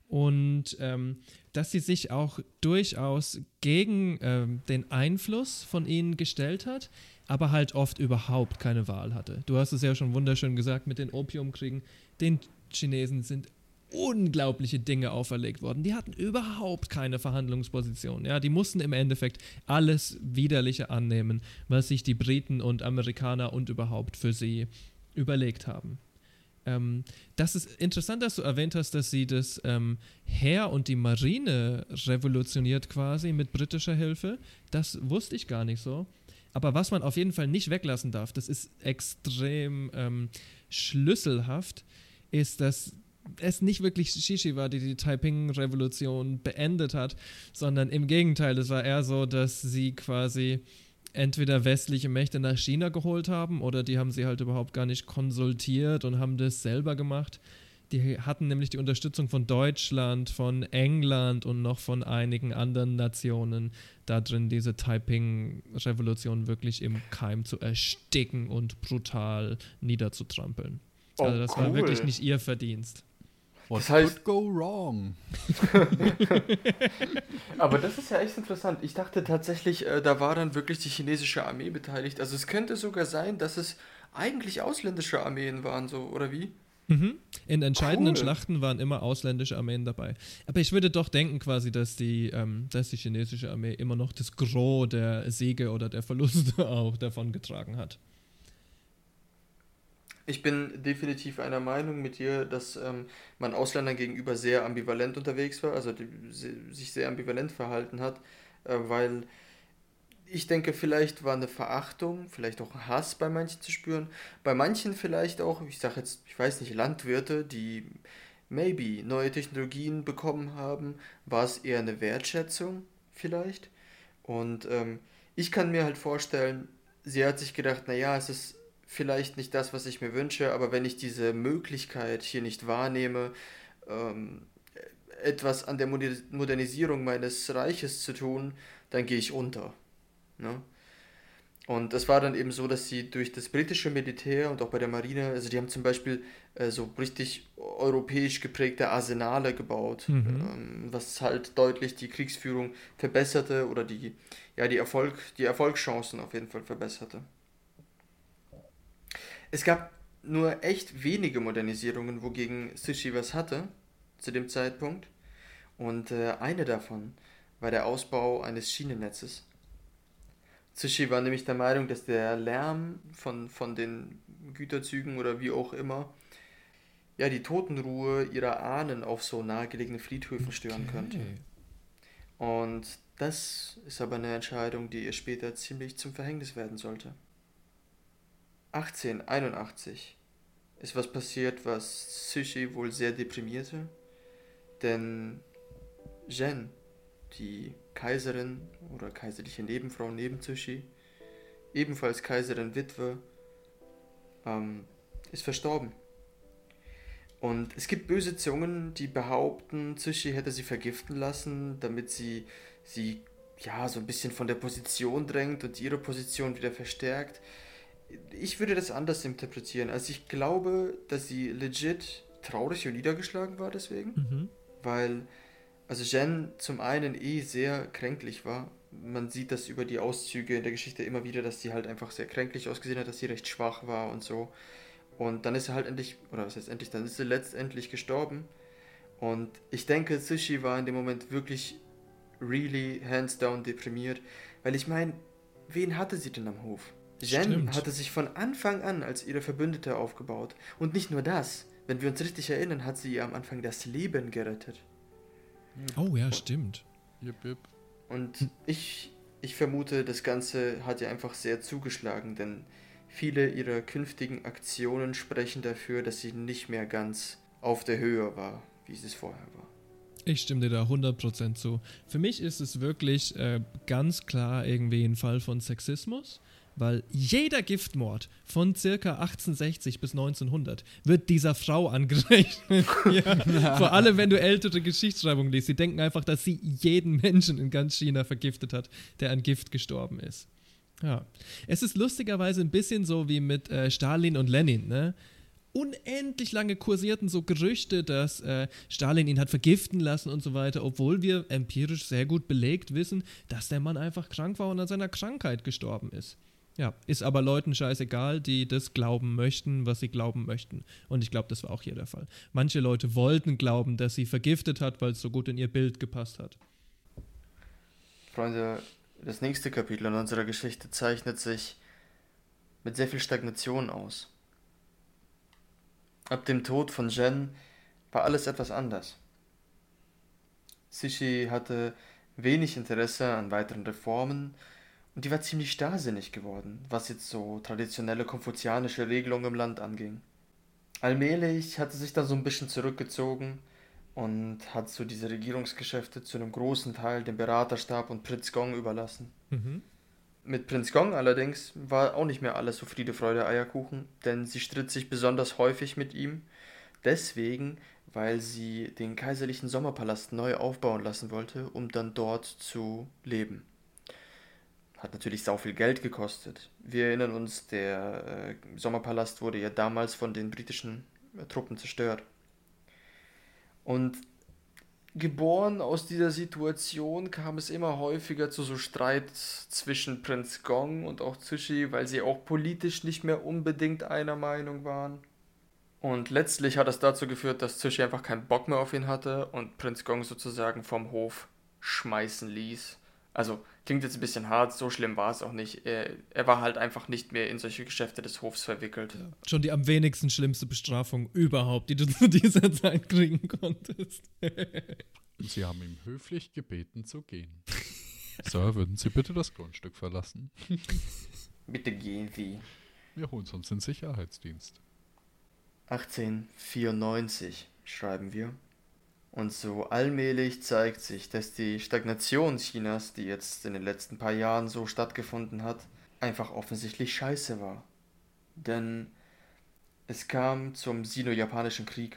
und ähm, dass sie sich auch durchaus gegen ähm, den Einfluss von ihnen gestellt hat, aber halt oft überhaupt keine Wahl hatte. Du hast es ja schon wunderschön gesagt mit den Opiumkriegen. Den Chinesen sind unglaubliche Dinge auferlegt worden. Die hatten überhaupt keine Verhandlungsposition. Ja, die mussten im Endeffekt alles Widerliche annehmen, was sich die Briten und Amerikaner und überhaupt für sie überlegt haben. Ähm, das ist interessant, dass du erwähnt hast, dass sie das ähm, Heer und die Marine revolutioniert quasi mit britischer Hilfe. Das wusste ich gar nicht so. Aber was man auf jeden Fall nicht weglassen darf, das ist extrem ähm, schlüsselhaft, ist, dass es nicht wirklich Shishi war, die die Taiping-Revolution beendet hat, sondern im Gegenteil, es war eher so, dass sie quasi entweder westliche Mächte nach China geholt haben oder die haben sie halt überhaupt gar nicht konsultiert und haben das selber gemacht. Die hatten nämlich die Unterstützung von Deutschland, von England und noch von einigen anderen Nationen da drin, diese Taiping-Revolution wirklich im Keim zu ersticken und brutal niederzutrampeln. Oh, also das cool. war wirklich nicht ihr Verdienst. What Das heißt- could go wrong? Aber das ist ja echt interessant. Ich dachte tatsächlich, äh, da war dann wirklich die chinesische Armee beteiligt. Also es könnte sogar sein, dass es eigentlich ausländische Armeen waren, so, oder wie? Mhm. In entscheidenden Cool. Schlachten waren immer ausländische Armeen dabei. Aber ich würde doch denken quasi, dass die, ähm, dass die chinesische Armee immer noch das Gros der Siege oder der Verluste auch davon getragen hat. Ich bin definitiv einer Meinung mit dir, dass ähm, man Ausländern gegenüber sehr ambivalent unterwegs war, also die, se, sich sehr ambivalent verhalten hat, äh, weil ich denke, vielleicht war eine Verachtung, vielleicht auch Hass bei manchen zu spüren, bei manchen vielleicht auch, ich sage jetzt, ich weiß nicht, Landwirte, die maybe neue Technologien bekommen haben, war es eher eine Wertschätzung vielleicht. Und ähm, ich kann mir halt vorstellen, sie hat sich gedacht, naja, es ist vielleicht nicht das, was ich mir wünsche, aber wenn ich diese Möglichkeit hier nicht wahrnehme, ähm, etwas an der Moder- Modernisierung meines Reiches zu tun, dann gehe ich unter. Ne? Und es war dann eben so, dass sie durch das britische Militär und auch bei der Marine, also die haben zum Beispiel äh, so richtig europäisch geprägte Arsenale gebaut, Mhm. ähm, was halt deutlich die Kriegsführung verbesserte oder die, ja, die, Erfolg, die Erfolgschancen auf jeden Fall verbesserte. Es gab nur echt wenige Modernisierungen, wogegen Cixi was hatte zu dem Zeitpunkt. Und äh, eine davon war der Ausbau eines Schienennetzes. Cixi war nämlich der Meinung, dass der Lärm von, von den Güterzügen oder wie auch immer ja die Totenruhe ihrer Ahnen auf so nahegelegenen Friedhöfen stören könnte. Und das ist aber eine Entscheidung, die ihr später ziemlich zum Verhängnis werden sollte. achtzehnhunderteinundachtzig ist was passiert, was Cixi wohl sehr deprimierte, denn Zhen, die Kaiserin oder kaiserliche Nebenfrau neben Cixi, ebenfalls Kaiserin Witwe, ähm, ist verstorben. Und es gibt böse Zungen, die behaupten, Cixi hätte sie vergiften lassen, damit sie sie ja so ein bisschen von der Position drängt und ihre Position wieder verstärkt. Ich würde das anders interpretieren. Also ich glaube, dass sie legit traurig und niedergeschlagen war deswegen, Mhm. weil also Zhen zum einen eh sehr kränklich war. Man sieht das über die Auszüge in der Geschichte immer wieder, dass sie halt einfach sehr kränklich ausgesehen hat, dass sie recht schwach war und so. Und dann ist sie halt endlich, oder was heißt endlich, dann ist sie letztendlich gestorben. Und ich denke, Cixi war in dem Moment wirklich really hands down deprimiert, weil ich meine, wen hatte sie denn am Hof? Zhen Stimmt. hatte sich von Anfang an als ihre Verbündete aufgebaut. Und nicht nur das, wenn wir uns richtig erinnern, hat sie ihr am Anfang das Leben gerettet. Oh ja, stimmt. Jip, jip. Und ich, ich vermute, das Ganze hat ihr einfach sehr zugeschlagen, denn viele ihrer künftigen Aktionen sprechen dafür, dass sie nicht mehr ganz auf der Höhe war, wie sie es vorher war. Ich stimme dir da hundert Prozent zu. Für mich ist es wirklich äh, ganz klar irgendwie ein Fall von Sexismus, weil jeder Giftmord von circa achtzehnhundertsechzig bis neunzehnhundert wird dieser Frau angerechnet. Ja. Vor allem, wenn du ältere Geschichtsschreibungen liest. Sie denken einfach, dass sie jeden Menschen in ganz China vergiftet hat, der an Gift gestorben ist. Ja. Es ist lustigerweise ein bisschen so wie mit äh, Stalin und Lenin, ne? unendlich lange kursierten so Gerüchte, dass äh, Stalin ihn hat vergiften lassen und so weiter, obwohl wir empirisch sehr gut belegt wissen, dass der Mann einfach krank war und an seiner Krankheit gestorben ist. Ja, ist aber Leuten scheißegal, die das glauben möchten, was sie glauben möchten. Und ich glaube, das war auch hier der Fall. Manche Leute wollten glauben, dass sie vergiftet hat, weil es so gut in ihr Bild gepasst hat. Freunde, das nächste Kapitel in unserer Geschichte zeichnet sich mit sehr viel Stagnation aus. Ab dem Tod von Jen war alles etwas anders. Cixi hatte wenig Interesse an weiteren Reformen und die war ziemlich starrsinnig geworden, was jetzt so traditionelle konfuzianische Regelungen im Land anging. Allmählich hat sie sich dann so ein bisschen zurückgezogen und hat so diese Regierungsgeschäfte zu einem großen Teil dem Beraterstab und Prinz Gong überlassen. Mhm. Mit Prinz Gong allerdings war auch nicht mehr alles so Friede, Freude, Eierkuchen, denn sie stritt sich besonders häufig mit ihm, deswegen, weil sie den kaiserlichen Sommerpalast neu aufbauen lassen wollte, um dann dort zu leben. Hat natürlich sau viel Geld gekostet. Wir erinnern uns, der äh, Sommerpalast wurde ja damals von den britischen äh, Truppen zerstört. Und geboren aus dieser Situation kam es immer häufiger zu so Streit zwischen Prinz Gong und auch Cixi, weil sie auch politisch nicht mehr unbedingt einer Meinung waren. Und letztlich hat es dazu geführt, dass Cixi einfach keinen Bock mehr auf ihn hatte und Prinz Gong sozusagen vom Hof schmeißen ließ. Also, klingt jetzt ein bisschen hart, so schlimm war es auch nicht. Er, er war halt einfach nicht mehr in solche Geschäfte des Hofs verwickelt. Ja, schon die am wenigsten schlimmste Bestrafung überhaupt, die du zu dieser Zeit kriegen konntest. Sie haben ihm höflich gebeten zu gehen. Sir, würden Sie bitte das Grundstück verlassen? Bitte gehen Sie. Wir holen uns den Sicherheitsdienst. achtzehnhundertvierundneunzig schreiben wir. Und so allmählich zeigt sich, dass die Stagnation Chinas, die jetzt in den letzten paar Jahren so stattgefunden hat, einfach offensichtlich scheiße war. Denn es kam zum Sino-Japanischen Krieg.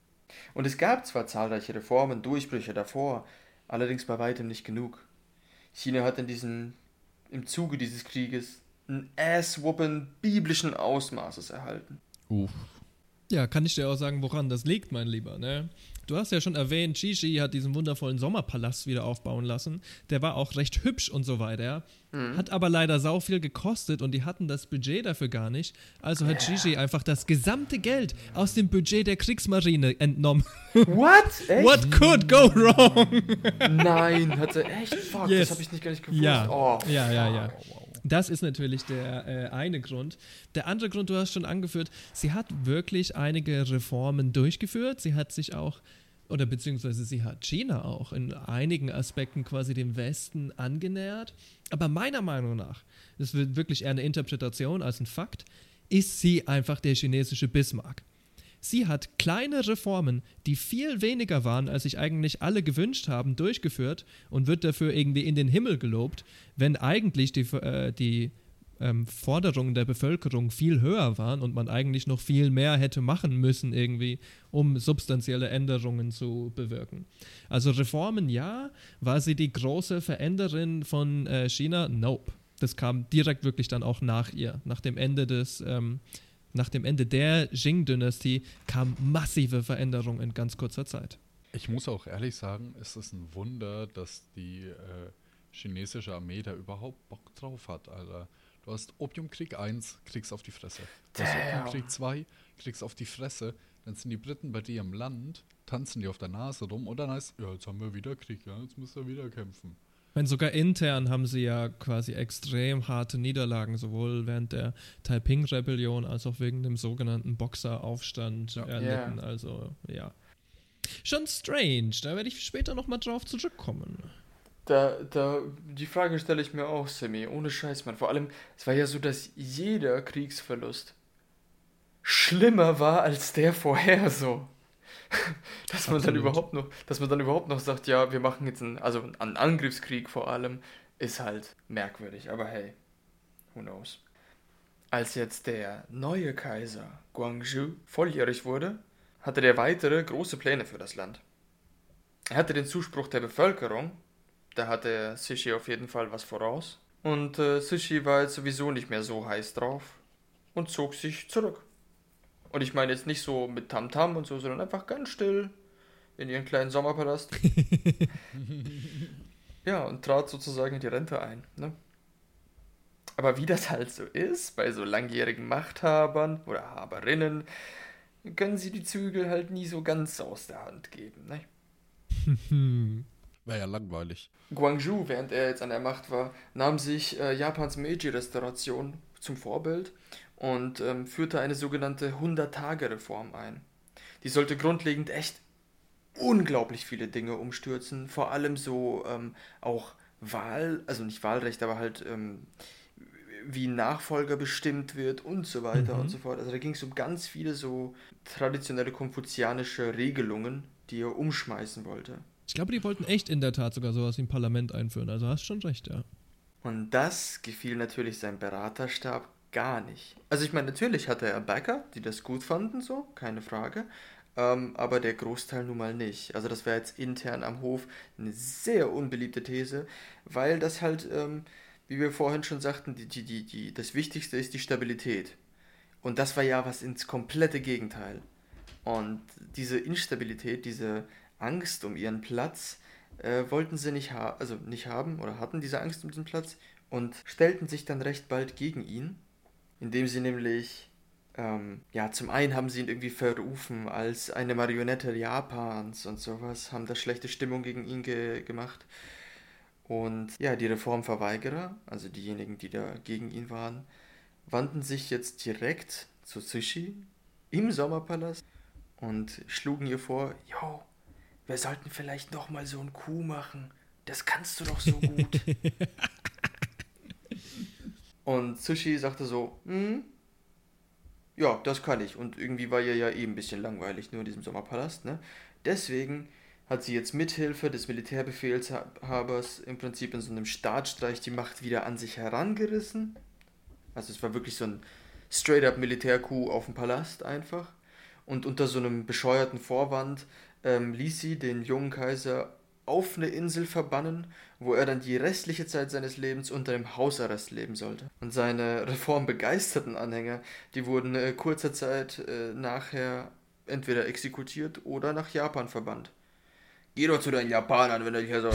Und es gab zwar zahlreiche Reformen, Durchbrüche davor, allerdings bei weitem nicht genug. China hat in diesem, im Zuge dieses Krieges ein Ass-Whooping biblischen Ausmaßes erhalten. Uff. Ja, kann ich dir auch sagen, woran das liegt, mein Lieber, ne? Du hast ja schon erwähnt, Cixi hat diesen wundervollen Sommerpalast wieder aufbauen lassen. Der war auch recht hübsch und so weiter. Mhm. Hat aber leider sau viel gekostet und die hatten das Budget dafür gar nicht. Also hat yeah. Cixi einfach das gesamte Geld aus dem Budget der Kriegsmarine entnommen. What? Echt? What could go wrong? Nein, hat er echt? Fuck, yes. Das habe ich nicht gar nicht gewusst. Ja, oh, ja, ja, ja. Das ist natürlich der äh, eine Grund. Der andere Grund, du hast schon angeführt, sie hat wirklich einige Reformen durchgeführt. Sie hat sich auch, oder beziehungsweise sie hat China auch in einigen Aspekten quasi dem Westen angenähert. Aber meiner Meinung nach, das wird wirklich eher eine Interpretation als ein Fakt, ist sie einfach der chinesische Bismarck. Sie hat kleine Reformen, die viel weniger waren, als sich eigentlich alle gewünscht haben, durchgeführt und wird dafür irgendwie in den Himmel gelobt, wenn eigentlich die, äh, die ähm, Forderungen der Bevölkerung viel höher waren und man eigentlich noch viel mehr hätte machen müssen irgendwie, um substanzielle Änderungen zu bewirken. Also Reformen ja, war sie die große Veränderin von äh, China? Nope. Das kam direkt wirklich dann auch nach ihr, nach dem Ende des ähm, Nach dem Ende der Jing-Dynastie kam massive Veränderung in ganz kurzer Zeit. Ich muss auch ehrlich sagen, es ist ein Wunder, dass die äh, chinesische Armee da überhaupt Bock drauf hat, Alter. Du hast Opiumkrieg eins, kriegst auf die Fresse. Du hast Opiumkrieg zwei, kriegst auf die Fresse. Dann sind die Briten bei dir im Land, tanzen die auf der Nase rum und dann heißt, ja, jetzt haben wir wieder Krieg, ja, jetzt müssen wir wieder kämpfen. Ich meine, sogar intern haben sie ja quasi extrem harte Niederlagen, sowohl während der Taiping-Rebellion als auch wegen dem sogenannten Boxeraufstand ja. erlitten. Yeah. Also, ja. Schon strange, da werde ich später nochmal drauf zurückkommen. Da, da, die Frage stelle ich mir auch, Sammy, ohne Scheiß, Mann. Vor allem, es war ja so, dass jeder Kriegsverlust schlimmer war als der vorher so. Dass man Absolut. dann überhaupt noch, dass man dann überhaupt noch sagt, ja, wir machen jetzt einen, also einen Angriffskrieg vor allem, ist halt merkwürdig, aber hey, who knows. Als jetzt der neue Kaiser Guangxu volljährig wurde, hatte der weitere große Pläne für das Land. Er hatte den Zuspruch der Bevölkerung, da hatte Cixi auf jeden Fall was voraus, und äh, Cixi war jetzt sowieso nicht mehr so heiß drauf und zog sich zurück. Und ich meine jetzt nicht so mit Tamtam und so, sondern einfach ganz still in ihren kleinen Sommerpalast. Ja, und trat sozusagen in die Rente ein. Ne? Aber wie das halt so ist, bei so langjährigen Machthabern oder Haberinnen, können sie die Zügel halt nie so ganz aus der Hand geben. Ne? Wäre ja langweilig. Gwangju, während er jetzt an der Macht war, nahm sich äh, Japans Meiji-Restauration zum Vorbild und ähm, führte eine sogenannte hundert-Tage-Reform ein. Die sollte grundlegend echt unglaublich viele Dinge umstürzen, vor allem so ähm, auch Wahl, also nicht Wahlrecht, aber halt ähm, wie Nachfolger bestimmt wird und so weiter mhm. und so fort. Also da ging es um ganz viele so traditionelle konfuzianische Regelungen, die er umschmeißen wollte. Ich glaube, die wollten echt in der Tat sogar sowas wie ein Parlament einführen, also hast schon recht, ja. Und das gefiel natürlich seinem Beraterstab gar nicht. Also ich meine, natürlich hatte er Backer, die das gut fanden, so, keine Frage, ähm, aber der Großteil nun mal nicht. Also das wäre jetzt intern am Hof eine sehr unbeliebte These, weil das halt, ähm, wie wir vorhin schon sagten, die, die, die, die, das Wichtigste ist die Stabilität. Und das war ja was ins komplette Gegenteil. Und diese Instabilität, diese Angst um ihren Platz, äh, wollten sie nicht, ha- also nicht haben oder hatten diese Angst um diesen Platz und stellten sich dann recht bald gegen ihn, indem sie nämlich, ähm, ja, zum einen haben sie ihn irgendwie verrufen als eine Marionette Japans und sowas, haben da schlechte Stimmung gegen ihn ge- gemacht. Und ja, die Reformverweigerer, also diejenigen, die da gegen ihn waren, wandten sich jetzt direkt zu Cixi im Sommerpalast und schlugen ihr vor, jo, wir sollten vielleicht noch mal so ein Coup machen. Das kannst du doch so gut. Und Cixi sagte so, hm, ja, das kann ich. Und irgendwie war ihr ja eh ein bisschen langweilig, nur in diesem Sommerpalast, ne? Deswegen hat sie jetzt mithilfe des Militärbefehlshabers im Prinzip in so einem Staatsstreich die Macht wieder an sich herangerissen. Also es war wirklich so ein straight-up Militär-Coup auf dem Palast einfach. Und unter so einem bescheuerten Vorwand ähm, ließ sie den jungen Kaiser auf eine Insel verbannen, wo er dann die restliche Zeit seines Lebens unter dem Hausarrest leben sollte. Und seine reformbegeisterten Anhänger, die wurden äh, kurzer Zeit äh, nachher entweder exekutiert oder nach Japan verbannt. Geh doch zu deinen Japanern, wenn du dich hier so...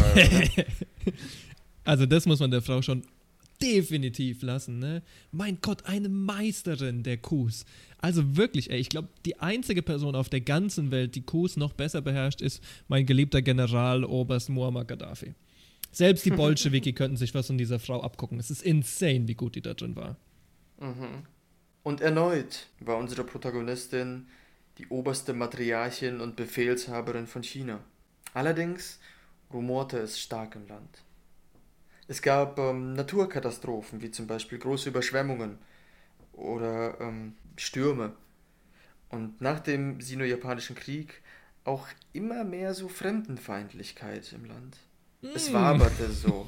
Also das muss man der Frau schon definitiv lassen, ne? Mein Gott, eine Meisterin der Coups. Also wirklich, ey, ich glaube, die einzige Person auf der ganzen Welt, die Coups noch besser beherrscht, ist mein geliebter General Oberst Muammar Gaddafi. Selbst die Bolschewiki könnten sich was von dieser Frau abgucken. Es ist insane, wie gut die da drin war. Mhm. Und erneut war unsere Protagonistin die oberste Matriarchin und Befehlshaberin von China. Allerdings rumorte es stark im Land. Es gab ähm, Naturkatastrophen, wie zum Beispiel große Überschwemmungen oder ähm, Stürme. Und nach dem Sino-Japanischen Krieg auch immer mehr so Fremdenfeindlichkeit im Land. Mm. Es waberte so.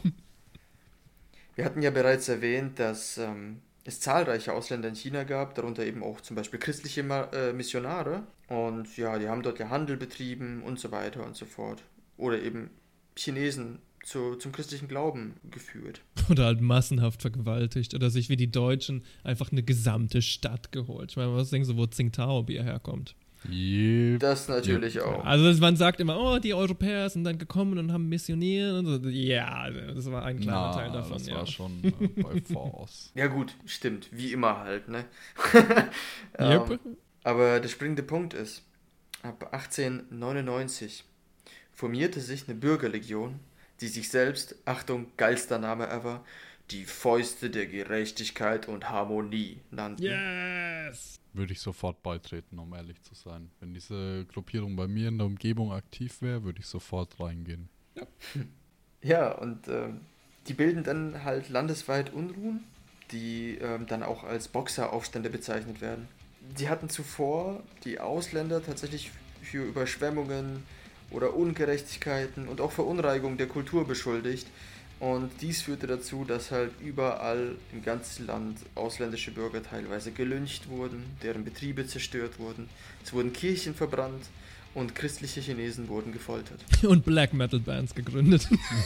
Wir hatten ja bereits erwähnt, dass ähm, es zahlreiche Ausländer in China gab, darunter eben auch zum Beispiel christliche Ma- äh, Missionare. Und ja, die haben dort ja Handel betrieben und so weiter und so fort. Oder eben Chinesen zu, zum christlichen Glauben geführt. Oder halt massenhaft vergewaltigt oder sich wie die Deutschen einfach eine gesamte Stadt geholt. Ich meine, was denkst du, wo Tsingtao-Bier herkommt? Yep. Das natürlich yep. auch. Also man sagt immer, oh, die Europäer sind dann gekommen und haben missioniert und so. Ja, das war ein kleiner Na, Teil davon. Das ja. war schon äh, bei Force. Ja gut, stimmt. Wie immer halt, ne? Yep. ähm, aber der springende Punkt ist, ab achtzehnhundertneunundneunzig formierte sich eine Bürgerlegion, die sich selbst, Achtung, geilster Name ever, die Fäuste der Gerechtigkeit und Harmonie nannten. Yes! Würde ich sofort beitreten, um ehrlich zu sein. Wenn diese Gruppierung bei mir in der Umgebung aktiv wäre, würde ich sofort reingehen. Ja, ja und ähm, die bilden dann halt landesweit Unruhen, die ähm, dann auch als Boxeraufstände bezeichnet werden. Die hatten zuvor die Ausländer tatsächlich für Überschwemmungen oder Ungerechtigkeiten und auch Verunreinigung der Kultur beschuldigt. Und dies führte dazu, dass halt überall im ganzen Land ausländische Bürger teilweise gelyncht wurden, deren Betriebe zerstört wurden. Es wurden Kirchen verbrannt und christliche Chinesen wurden gefoltert. Und Black Metal Bands gegründet.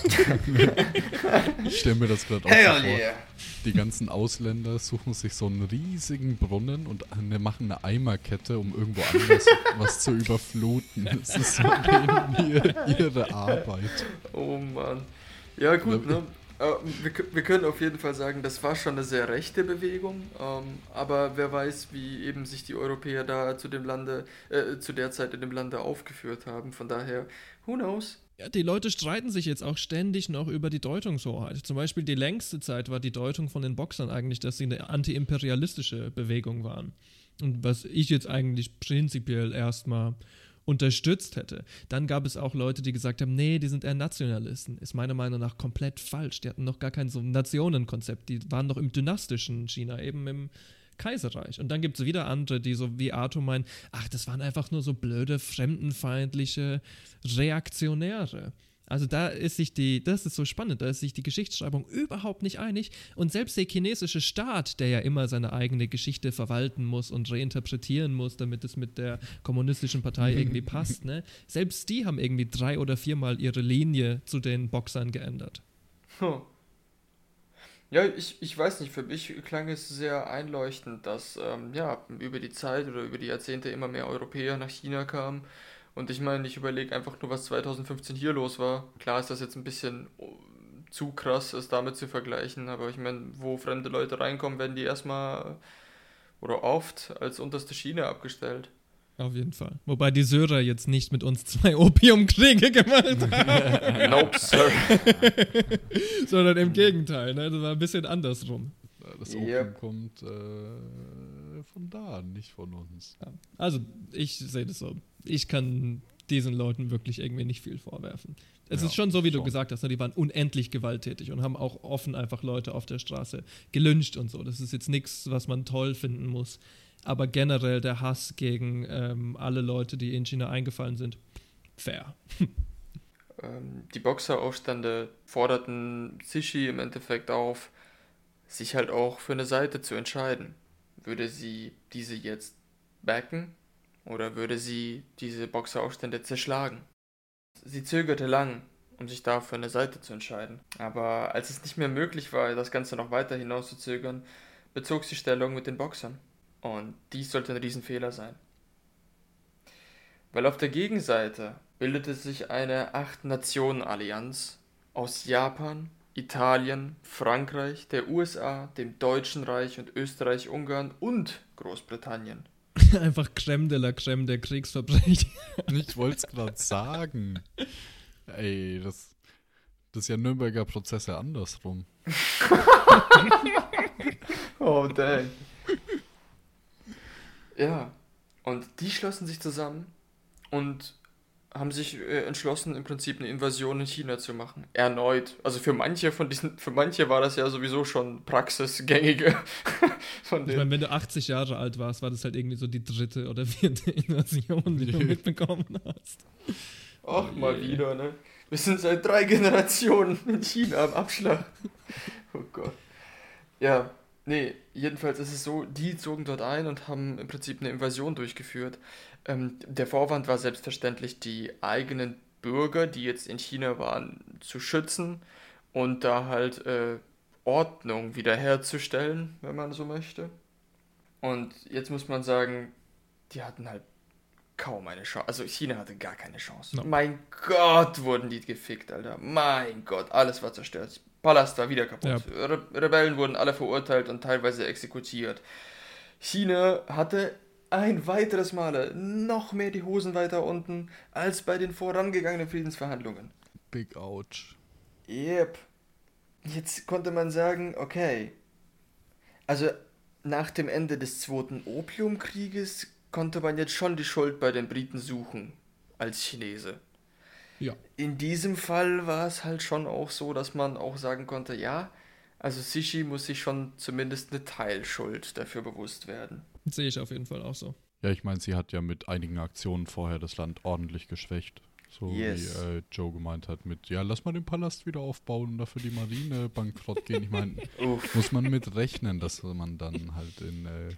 Ich stelle mir das gerade auch Hell so vor. yeah. Die ganzen Ausländer suchen sich so einen riesigen Brunnen und eine, machen eine Eimerkette, um irgendwo anders was zu überfluten. Das ist so ihre, ihre Arbeit. Oh Mann. Ja gut, ne? Äh, wir, wir können auf jeden Fall sagen, das war schon eine sehr rechte Bewegung, ähm, aber wer weiß, wie eben sich die Europäer da zu dem Lande, äh, zu der Zeit in dem Lande aufgeführt haben. Von daher, who knows? Ja, die Leute streiten sich jetzt auch ständig noch über die Deutungshoheit. Zum Beispiel die längste Zeit war die Deutung von den Boxern eigentlich, dass sie eine antiimperialistische Bewegung waren. Und was ich jetzt eigentlich prinzipiell erstmal unterstützt hätte. Dann gab es auch Leute, die gesagt haben, nee, die sind eher Nationalisten. Ist meiner Meinung nach komplett falsch. Die hatten noch gar kein so Nationenkonzept. Die waren noch im dynastischen China, eben im Kaiserreich. Und dann gibt es wieder andere, die so wie Arthur meinen, ach, das waren einfach nur so blöde, fremdenfeindliche Reaktionäre. Also da ist sich die, das ist so spannend, da ist sich die Geschichtsschreibung überhaupt nicht einig und selbst der chinesische Staat, der ja immer seine eigene Geschichte verwalten muss und reinterpretieren muss, damit es mit der kommunistischen Partei irgendwie passt, ne? Selbst die haben irgendwie drei oder viermal ihre Linie zu den Boxern geändert. Hm. Ja, ich, ich weiß nicht, für mich klang es sehr einleuchtend, dass ähm, ja, über die Zeit oder über die Jahrzehnte immer mehr Europäer nach China kamen. Und ich meine, ich überlege einfach nur, was zwanzig fünfzehn hier los war. Klar ist das jetzt ein bisschen zu krass, es damit zu vergleichen, aber ich meine, wo fremde Leute reinkommen, werden die erstmal oder oft als unterste Schiene abgestellt. Auf jeden Fall. Wobei die Syrer jetzt nicht mit uns zwei Opiumkriege gemacht haben. Nope, sir. Sondern im Gegenteil, ne? Das war ein bisschen andersrum. Das Opium yep. kommt äh, von da, nicht von uns. Ja. Also, ich sehe das so. Ich kann diesen Leuten wirklich irgendwie nicht viel vorwerfen. Es ja, ist schon so, wie schon. du gesagt hast, ne? Die waren unendlich gewalttätig und haben auch offen einfach Leute auf der Straße gelyncht und so. Das ist jetzt nichts, was man toll finden muss. Aber generell der Hass gegen ähm, alle Leute, die in China eingefallen sind, fair. ähm, die Boxeraufstände forderten Cixi im Endeffekt auf, sich halt auch für eine Seite zu entscheiden. Würde sie diese jetzt backen oder würde sie diese Boxeraufstände zerschlagen? Sie zögerte lang, um sich da für eine Seite zu entscheiden. Aber als es nicht mehr möglich war, das Ganze noch weiter hinauszuzögern, bezog sie Stellung mit den Boxern. Und dies sollte ein Riesenfehler sein. Weil auf der Gegenseite bildete sich eine Acht-Nationen-Allianz aus Japan, Italien, Frankreich, der U S A, dem Deutschen Reich und Österreich, Ungarn und Großbritannien. Einfach Crème de la Crème der Kriegsverbrecher. Ich wollte es gerade sagen. Ey, das, das ist ja Nürnberger Prozesse andersrum. Oh, dang. Ja, und die schlossen sich zusammen und haben sich äh, entschlossen, im Prinzip eine Invasion in China zu machen. Erneut. Also für manche von diesen, für manche war das ja sowieso schon praxisgängige. Von ich meine, wenn du achtzig Jahre alt warst, war das halt irgendwie so die dritte oder vierte Invasion, die du mitbekommen hast. Ach, oh, mal yeah. wieder, ne? Wir sind seit drei Generationen in China am Abschlag. Oh Gott. Ja, nee, jedenfalls ist es so, die zogen dort ein und haben im Prinzip eine Invasion durchgeführt. Ähm, der Vorwand war selbstverständlich, die eigenen Bürger, die jetzt in China waren, zu schützen und da halt äh, Ordnung wiederherzustellen, wenn man so möchte. Und jetzt muss man sagen, die hatten halt kaum eine Chance. Also China hatte gar keine Chance. No. Mein Gott, wurden die gefickt, Alter. Mein Gott, alles war zerstört. Palast war wieder kaputt. Ja. Re- Rebellen wurden alle verurteilt und teilweise exekutiert. China hatte ein weiteres Mal noch mehr die Hosen weiter unten als bei den vorangegangenen Friedensverhandlungen. Big ouch. Yep. Jetzt konnte man sagen, okay, also nach dem Ende des Zweiten Opiumkrieges konnte man jetzt schon die Schuld bei den Briten suchen, als Chinese. Ja. In diesem Fall war es halt schon auch so, dass man auch sagen konnte, ja, also Cixi muss sich schon zumindest eine Teilschuld dafür bewusst werden. Das sehe ich auf jeden Fall auch so. Ja, ich meine, sie hat ja mit einigen Aktionen vorher das Land ordentlich geschwächt. So yes. wie äh, Joe gemeint hat mit, ja, lass mal den Palast wieder aufbauen und dafür die Marine bankrott gehen. Ich meine, muss man mit rechnen, dass man dann halt in äh,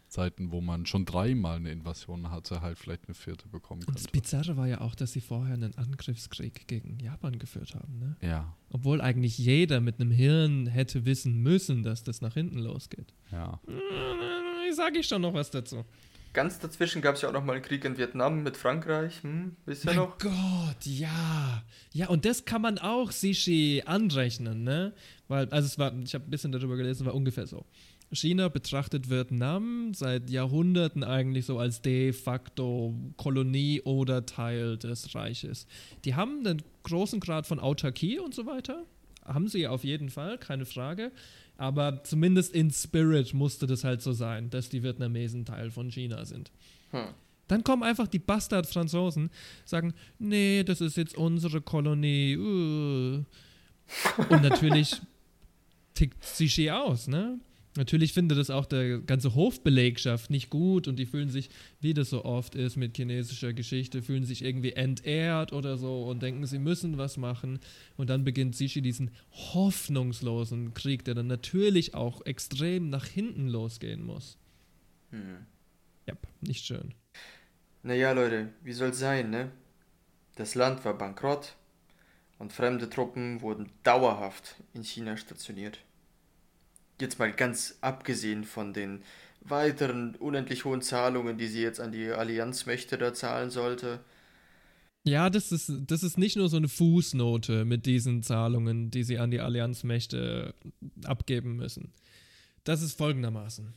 Zeiten, wo man schon dreimal eine Invasion hatte, halt vielleicht eine vierte bekommen Und das könnte. Bizarre war ja auch, dass sie vorher einen Angriffskrieg gegen Japan geführt haben, ne? Ja. Obwohl eigentlich jeder mit einem Hirn hätte wissen müssen, dass das nach hinten losgeht. Ja. Ich sage ich schon noch was dazu. Ganz dazwischen gab es ja auch noch mal einen Krieg in Vietnam mit Frankreich. Hm, wisst ihr Mein noch? Gott, ja. Ja, und das kann man auch Sishi anrechnen, ne? Weil, also es war, ich habe ein bisschen darüber gelesen, war ungefähr so. China betrachtet Vietnam seit Jahrhunderten eigentlich so als de facto Kolonie oder Teil des Reiches. Die haben einen großen Grad von Autarkie und so weiter. Haben sie auf jeden Fall, keine Frage. Aber zumindest in Spirit musste das halt so sein, dass die Vietnamesen Teil von China sind. Hm. Dann kommen einfach die Bastard-Franzosen, sagen, nee, das ist jetzt unsere Kolonie. Uh. Und natürlich tickt Sishi aus, ne? Natürlich findet das auch der ganze Hofbelegschaft nicht gut und die fühlen sich, wie das so oft ist mit chinesischer Geschichte, fühlen sich irgendwie entehrt oder so und denken, sie müssen was machen. Und dann beginnt Sishi diesen hoffnungslosen Krieg, der dann natürlich auch extrem nach hinten losgehen muss. Hm. Ja, nicht schön. Naja, Leute, wie soll's sein, ne? Das Land war bankrott und fremde Truppen wurden dauerhaft in China stationiert. Jetzt mal ganz abgesehen von den weiteren unendlich hohen Zahlungen, die sie jetzt an die Allianzmächte da zahlen sollte. Ja, das ist, das ist nicht nur so eine Fußnote mit diesen Zahlungen, die sie an die Allianzmächte abgeben müssen. Das ist folgendermaßen.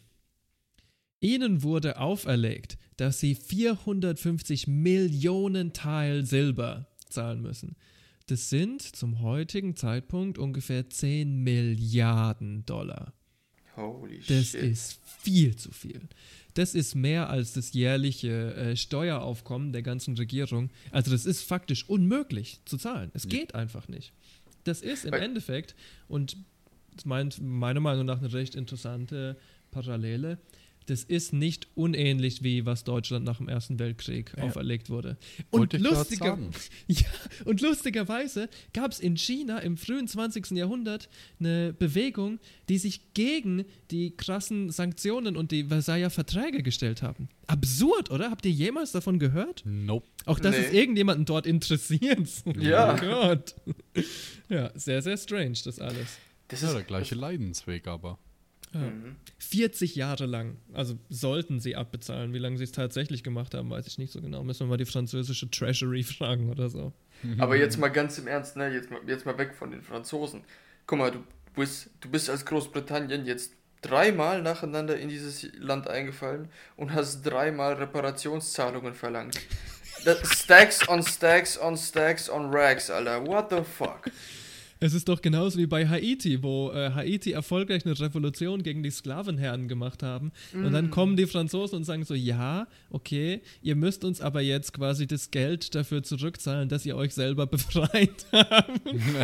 Ihnen wurde auferlegt, dass sie vierhundertfünfzig Millionen Teil Silber zahlen müssen. Das sind zum heutigen Zeitpunkt ungefähr zehn Milliarden Dollar. Holy das shit. ist viel zu viel. Das ist mehr als das jährliche äh, Steueraufkommen der ganzen Regierung. Also das ist faktisch unmöglich zu zahlen. Es geht einfach nicht. Das ist im Weil- Endeffekt, und das meint meiner Meinung nach eine recht interessante Parallele, das ist nicht unähnlich wie was Deutschland nach dem Ersten Weltkrieg Ja. auferlegt wurde. Und, Wollte ich grad lustiger, sagen. ja, und lustigerweise gab es in China im frühen zwanzigsten Jahrhundert eine Bewegung, die sich gegen die krassen Sanktionen und die Versailler Verträge gestellt haben. Absurd, oder? Habt ihr jemals davon gehört? Nope. Auch dass Nee. es irgendjemanden dort interessiert. Ja. Oh Gott. Ja, sehr, sehr strange, das alles. Das Ja, ist der gleiche Leidensweg aber. Ja. vierzig Jahre lang, also sollten sie abbezahlen. Wie lange sie es tatsächlich gemacht haben, weiß ich nicht so genau. Müssen wir mal die französische Treasury fragen oder so. Aber jetzt mal ganz im Ernst, ne? Jetzt mal, jetzt mal weg von den Franzosen. Guck mal, du bist, du bist als Großbritannien jetzt dreimal nacheinander in dieses Land eingefallen und hast dreimal Reparationszahlungen verlangt. Das Stacks on Stacks on Stacks on Racks, Alter. What the fuck? Es ist doch genauso wie bei Haiti, wo äh, Haiti erfolgreich eine Revolution gegen die Sklavenherren gemacht haben. Und dann kommen die Franzosen und sagen so, ja, okay, ihr müsst uns aber jetzt quasi das Geld dafür zurückzahlen, dass ihr euch selber befreit habt.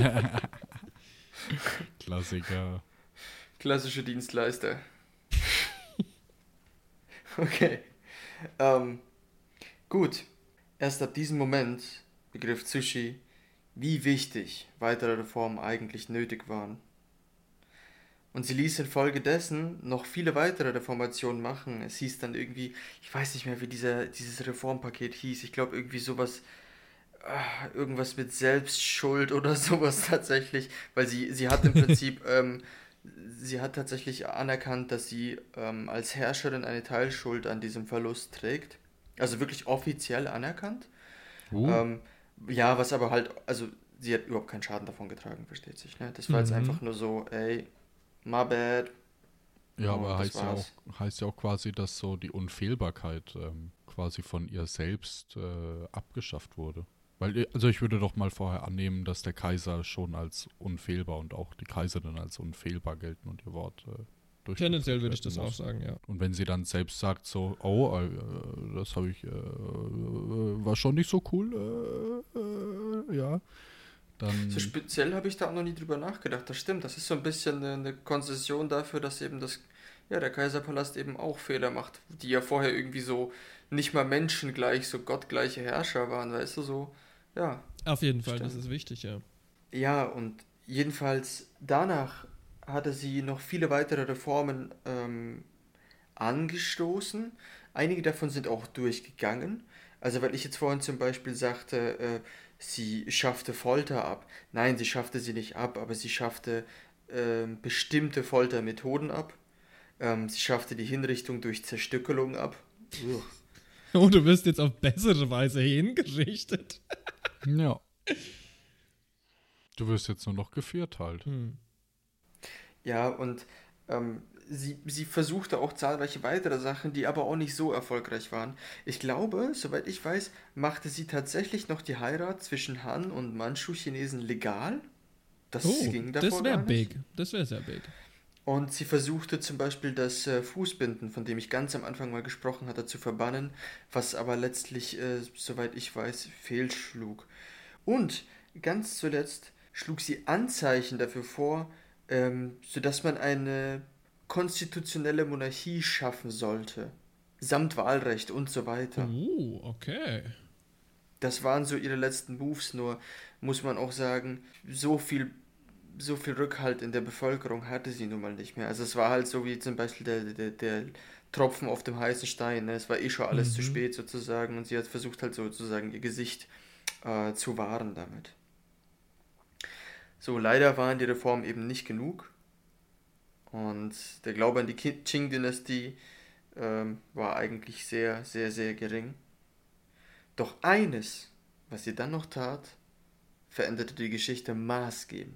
Klassiker. Klassische Dienstleister. Okay. Ähm, gut. Erst ab diesem Moment begriff Tsushi, wie wichtig weitere Reformen eigentlich nötig waren. Und sie ließ infolgedessen noch viele weitere Reformationen machen. Es hieß dann irgendwie, ich weiß nicht mehr, wie dieser, dieses Reformpaket hieß. Ich glaube irgendwie sowas, ah, irgendwas mit Selbstschuld oder sowas tatsächlich. Weil sie, sie hat im Prinzip, ähm, sie hat tatsächlich anerkannt, dass sie ähm, als Herrscherin eine Teilschuld an diesem Verlust trägt. Also wirklich offiziell anerkannt. Uh. Ähm, ja, was aber halt, also sie hat überhaupt keinen Schaden davon getragen, versteht sich, ne? Das war jetzt Mhm. einfach nur so, ey, my bad. Ja, Und aber das heißt ja, war's. auch, heißt ja auch quasi, dass so die Unfehlbarkeit ähm, quasi von ihr selbst äh, abgeschafft wurde. Weil, äh, also ich würde doch mal vorher annehmen, dass der Kaiser schon als unfehlbar und auch die Kaiserin als unfehlbar gelten und ihr Wort äh, durchgeführt Tendenziell würde ich werden das auch muss. sagen, ja. Und wenn sie dann selbst sagt so, oh, äh, das habe ich, äh, war schon nicht so cool, äh, äh, ja, dann... So speziell habe ich da auch noch nie drüber nachgedacht, das stimmt, das ist so ein bisschen eine, eine Konzession dafür, dass eben das, ja, der Kaiserpalast eben auch Fehler macht, die ja vorher irgendwie so nicht mal menschengleich, so gottgleiche Herrscher waren, weißt du, so, ja. Auf jeden Fall, Stimmt. das ist wichtig, ja. Ja, und jedenfalls danach hatte sie noch viele weitere Reformen ähm, angestoßen. Einige davon sind auch durchgegangen. Also weil ich jetzt vorhin zum Beispiel sagte, äh, sie schaffte Folter ab. Nein, sie schaffte sie nicht ab, aber sie schaffte äh, bestimmte Foltermethoden ab. Ähm, sie schaffte die Hinrichtung durch Zerstückelung ab. Uch. Oh, du wirst jetzt auf bessere Weise hingerichtet. Ja. Du wirst jetzt nur noch geführt halt. Hm. Ja, und ähm, sie, sie versuchte auch zahlreiche weitere Sachen, die aber auch nicht so erfolgreich waren. Ich glaube, soweit ich weiß, machte sie tatsächlich noch die Heirat zwischen Han und Mandschu-Chinesen legal. Das Oh, ging davor das wäre gar nicht. big. Das wäre sehr big. Und sie versuchte zum Beispiel das äh, Fußbinden, von dem ich ganz am Anfang mal gesprochen hatte, zu verbannen, was aber letztlich, äh, soweit ich weiß, fehlschlug. Und ganz zuletzt schlug sie Anzeichen dafür vor, ähm, sodass man eine konstitutionelle Monarchie schaffen sollte, samt Wahlrecht und so weiter. Uh, okay. Das waren so ihre letzten Moves, nur muss man auch sagen, so viel so viel Rückhalt in der Bevölkerung hatte sie nun mal nicht mehr. Also es war halt so wie zum Beispiel der, der, der Tropfen auf dem heißen Stein. Ne? Es war eh schon alles Mhm. zu spät sozusagen und sie hat versucht halt sozusagen ihr Gesicht äh, zu wahren damit. So, leider waren die Reformen eben nicht genug und der Glaube an die Ki- Qing-Dynastie ähm, war eigentlich sehr, sehr, sehr gering. Doch eines, was sie dann noch tat, veränderte die Geschichte maßgebend.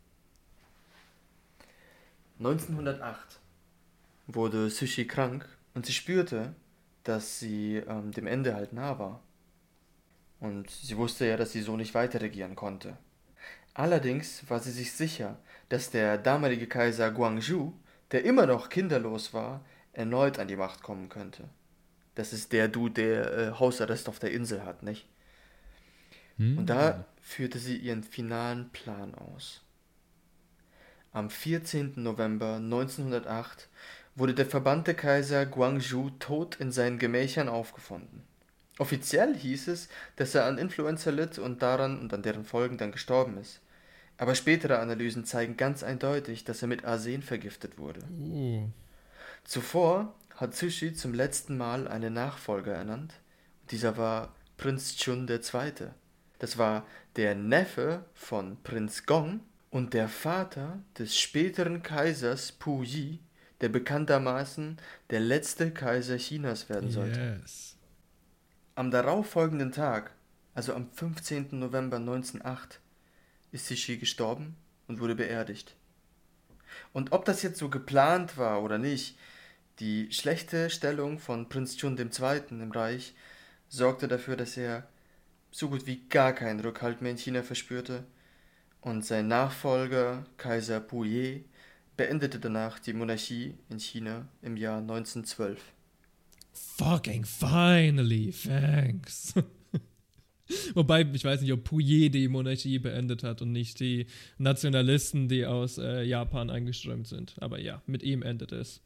neunzehnhundertacht wurde Cixi krank und sie spürte, dass sie ähm, dem Ende halt nah war. Und sie wusste ja, dass sie so nicht weiter regieren konnte. Allerdings war sie sich sicher, dass der damalige Kaiser Guangzhou, der immer noch kinderlos war, erneut an die Macht kommen könnte. Das ist der Dude, der äh, Hausarrest auf der Insel hat, nicht? Hm. Und da führte sie ihren finalen Plan aus. Am vierzehnten November neunzehnhundertacht wurde der verbannte Kaiser Guangzhou tot in seinen Gemächern aufgefunden. Offiziell hieß es, dass er an Influenza litt und daran und an deren Folgen dann gestorben ist. Aber spätere Analysen zeigen ganz eindeutig, dass er mit Arsen vergiftet wurde. Uh. Zuvor hat Cixi zum letzten Mal einen Nachfolger ernannt. Dieser war Prinz Chun der Zweite. Das war der Neffe von Prinz Gong und der Vater des späteren Kaisers Pu Yi, der bekanntermaßen der letzte Kaiser Chinas werden sollte. Yes. Am darauffolgenden Tag, also am fünfzehnten November neunzehnhundertacht, ist Cixi gestorben und wurde beerdigt. Und ob das jetzt so geplant war oder nicht, die schlechte Stellung von Prinz Chun der Zweite im Reich sorgte dafür, dass er so gut wie gar keinen Rückhalt mehr in China verspürte und sein Nachfolger, Kaiser Pu Ye, beendete danach die Monarchie in China im Jahr neunzehnhundertzwölf. Fucking finally, thanks. Wobei, ich weiß nicht, ob Pu Ye die Monarchie beendet hat und nicht die Nationalisten, die aus äh, Japan eingeströmt sind. Aber ja, mit ihm endet es.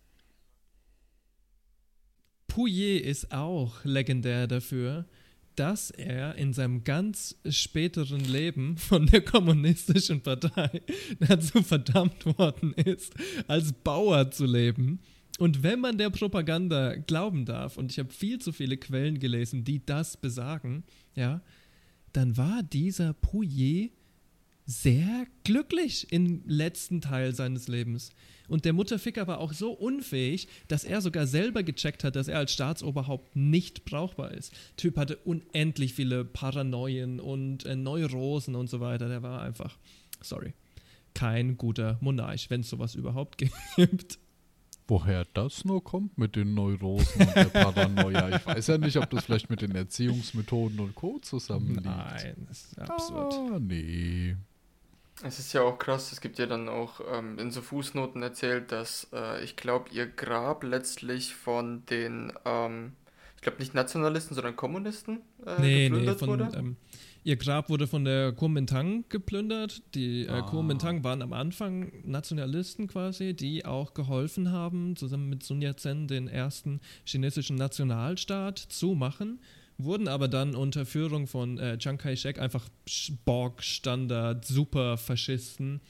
Pu Ye ist auch legendär dafür, dass er in seinem ganz späteren Leben von der kommunistischen Partei dazu verdammt worden ist, als Bauer zu leben. Und wenn man der Propaganda glauben darf, und ich habe viel zu viele Quellen gelesen, die das besagen, ja, dann war dieser Pu Ye sehr glücklich im letzten Teil seines Lebens. Und der Mutterficker war auch so unfähig, dass er sogar selber gecheckt hat, dass er als Staatsoberhaupt nicht brauchbar ist. Der Typ hatte unendlich viele Paranoien und äh, Neurosen und so weiter. Der war einfach, sorry, kein guter Monarch, wenn es sowas überhaupt gibt. Woher das nur kommt mit den Neurosen und der Paranoia. Ich weiß ja nicht, ob das vielleicht mit den Erziehungsmethoden und Co. zusammenliegt. Nein, das ist absurd. Ah, nee. Es ist ja auch krass, es gibt ja dann auch ähm, in so Fußnoten erzählt, dass äh, ich glaube, ihr Grab letztlich von den, ähm, ich glaube nicht Nationalisten, sondern Kommunisten äh, nee, geplündert nee, von, wurde. Ähm, ihr Grab wurde von der Kuomintang geplündert. Die äh, Ah. Kuomintang waren am Anfang Nationalisten quasi, die auch geholfen haben, zusammen mit Sun Yat-sen den ersten chinesischen Nationalstaat zu machen. Wurden aber dann unter Führung von äh, Chiang Kai-shek einfach Borg-Standard, Super-Faschisten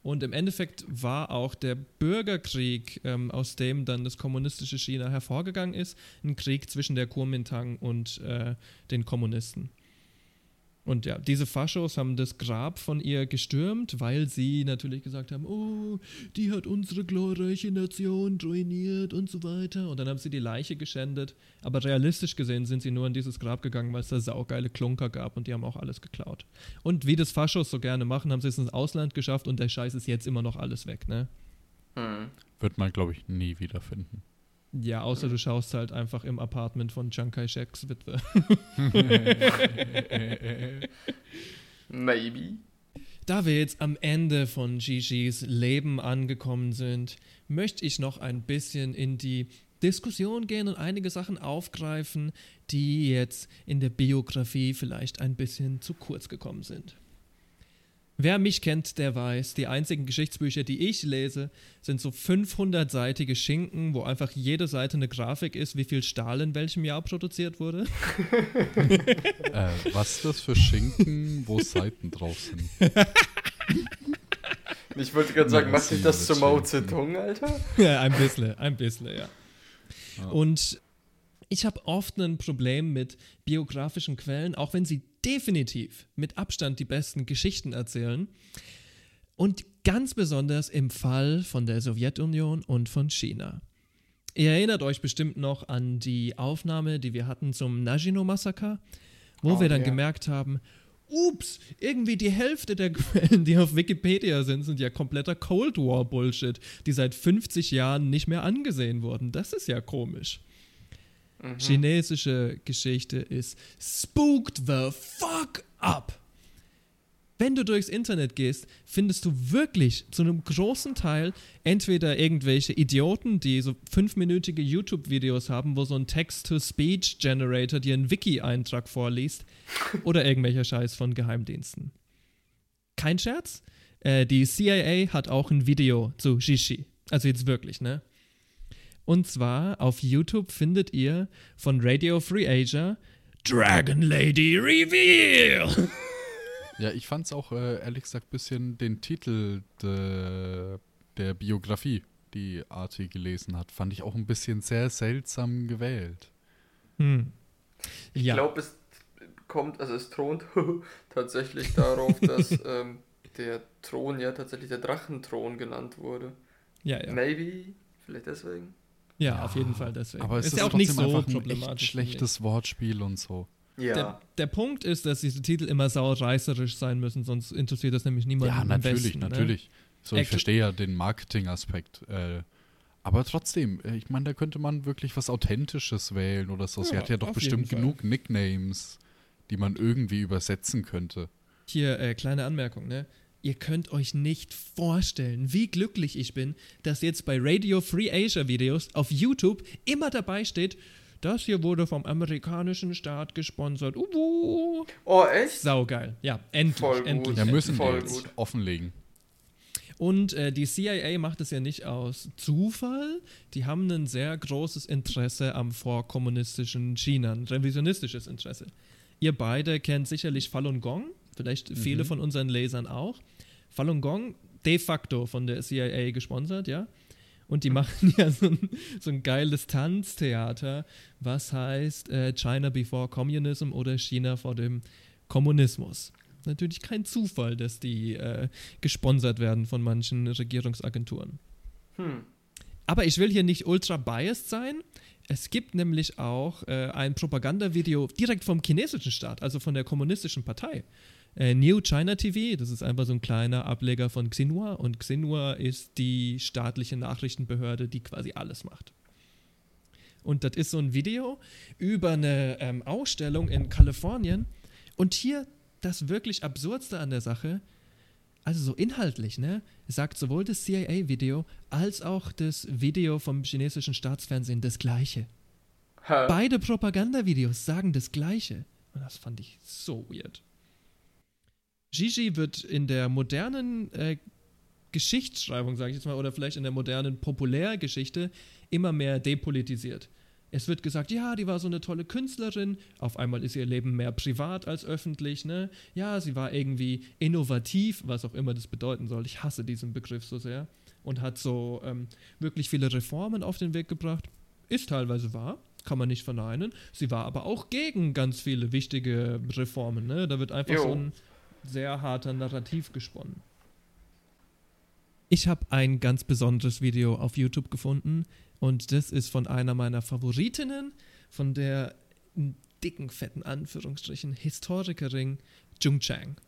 Und im Endeffekt war auch der Bürgerkrieg, ähm, aus dem dann das kommunistische China hervorgegangen ist, ein Krieg zwischen der Kuomintang und äh, den Kommunisten. Und ja, diese Faschos haben das Grab von ihr gestürmt, weil sie natürlich gesagt haben, oh, die hat unsere glorreiche Nation ruiniert und so weiter. Und dann haben sie die Leiche geschändet. Aber realistisch gesehen sind sie nur in dieses Grab gegangen, weil es da saugeile Klunker gab und die haben auch alles geklaut. Und wie das Faschos so gerne machen, haben sie es ins Ausland geschafft und der Scheiß ist jetzt immer noch alles weg, ne? Hm. Wird man, glaube ich, nie wiederfinden. Ja, außer du schaust halt einfach im Apartment von Chiang Kai-sheks Witwe. Maybe. Da wir jetzt am Ende von Gigi's Leben angekommen sind, möchte ich noch ein bisschen in die Diskussion gehen und einige Sachen aufgreifen, die jetzt in der Biografie vielleicht ein bisschen zu kurz gekommen sind. Wer mich kennt, der weiß, die einzigen Geschichtsbücher, die ich lese, sind so fünfhundertseitige Schinken, wo einfach jede Seite eine Grafik ist, wie viel Stahl in welchem Jahr produziert wurde. äh, was ist das für Schinken, wo Seiten drauf sind? Ich wollte gerade sagen, macht sich das zu Mao Zedong, Alter? Ja, ein bisschen, ein bisschen, ja. ja. Und ich habe oft ein Problem mit biografischen Quellen, auch wenn sie definitiv mit Abstand die besten Geschichten erzählen. Und ganz besonders im Fall von der Sowjetunion und von China. Ihr erinnert euch bestimmt noch an die Aufnahme, die wir hatten zum Nagino-Massaker, wo oh, wir dann ja. gemerkt haben, ups, irgendwie die Hälfte der Quellen, die auf Wikipedia sind, sind ja kompletter Cold War Bullshit, die seit fünfzig Jahren nicht mehr angesehen wurden. Das ist ja komisch. Mhm. Chinesische Geschichte ist spooked the fuck up. Wenn du durchs Internet gehst, findest du wirklich zu einem großen Teil entweder irgendwelche Idioten, die so fünfminütige YouTube-Videos haben, wo so ein Text-to-Speech-Generator dir einen Wiki-Eintrag vorliest, oder irgendwelcher Scheiß von Geheimdiensten. Kein Scherz, äh, die C I A hat auch ein Video zu Xi. Also jetzt wirklich, ne? Und zwar auf YouTube findet ihr von Radio Free Asia Dragon Lady Reveal. Ja, ich fand's auch, äh, ehrlich gesagt, ein bisschen den Titel de, der Biografie, die Arti gelesen hat, fand ich auch ein bisschen sehr seltsam gewählt. Hm. Ich Ja. glaube, es kommt, also es thront tatsächlich darauf, dass ähm, der Thron ja tatsächlich der Drachenthron genannt wurde. Ja, ja. Maybe, vielleicht deswegen. Ja, auf jeden Fall deswegen. Aber es ist, ist ja auch nicht so einfach ein problematisch. echt schlechtes Wortspiel und so. Ja. Der, der Punkt ist, dass diese Titel immer saureißerisch sein müssen, sonst interessiert das nämlich niemanden Ja, im natürlich, Westen, natürlich. Ne? So, ich Erkl- verstehe ja den Marketingaspekt. Äh, aber trotzdem, äh, ich meine, da könnte man wirklich was Authentisches wählen oder so. Sie Ja, hat ja doch auf bestimmt jeden Fall. genug Nicknames, die man irgendwie übersetzen könnte. Hier, äh, kleine Anmerkung, ne? Ihr könnt euch nicht vorstellen, wie glücklich ich bin, dass jetzt bei Radio Free Asia Videos auf YouTube immer dabei steht, das hier wurde vom amerikanischen Staat gesponsert. Uhu. Oh, echt? Saugeil. Ja, endlich, Voll gut. endlich. Ja, müssen Voll wir jetzt gut. offenlegen. Und äh, die C I A macht es ja nicht aus Zufall. Die haben ein sehr großes Interesse am vorkommunistischen China, ein revisionistisches Interesse. Ihr beide kennt sicherlich Falun Gong, vielleicht Mhm. viele von unseren Lesern auch. Falun Gong, de facto von der C I A gesponsert, ja. Und die machen ja so ein, so ein geiles Tanztheater, was heißt äh, China Before Communism oder China vor dem Kommunismus. Natürlich kein Zufall, dass die äh, gesponsert werden von manchen Regierungsagenturen. Hm. Aber ich will hier nicht ultra biased sein. Es gibt nämlich auch äh, ein Propagandavideo direkt vom chinesischen Staat, also von der kommunistischen Partei. Äh, New China T V, das ist einfach so ein kleiner Ableger von Xinhua und Xinhua ist die staatliche Nachrichtenbehörde, die quasi alles macht. Und das ist so ein Video über eine ähm, Ausstellung in Kalifornien und hier das wirklich Absurdste an der Sache, also so inhaltlich, ne, sagt sowohl das C I A-Video als auch das Video vom chinesischen Staatsfernsehen das Gleiche. Hä? Beide Propagandavideos sagen das Gleiche. Und das fand ich so weird. Gigi wird in der modernen äh, Geschichtsschreibung, sage ich jetzt mal, oder vielleicht in der modernen Populärgeschichte immer mehr depolitisiert. Es wird gesagt, ja, die war so eine tolle Künstlerin. Auf einmal ist ihr Leben mehr privat als öffentlich, ne? Ja, sie war irgendwie innovativ, was auch immer das bedeuten soll. Ich hasse diesen Begriff so sehr. Und hat so ähm, wirklich viele Reformen auf den Weg gebracht. Ist teilweise wahr, kann man nicht verneinen. Sie war aber auch gegen ganz viele wichtige Reformen, ne? Da wird einfach jo. so ein sehr harter Narrativ gesponnen. Ich habe ein ganz besonderes Video auf YouTube gefunden und das ist von einer meiner Favoritinnen, von der in dicken, fetten Anführungsstrichen Historikerin Jung Chang.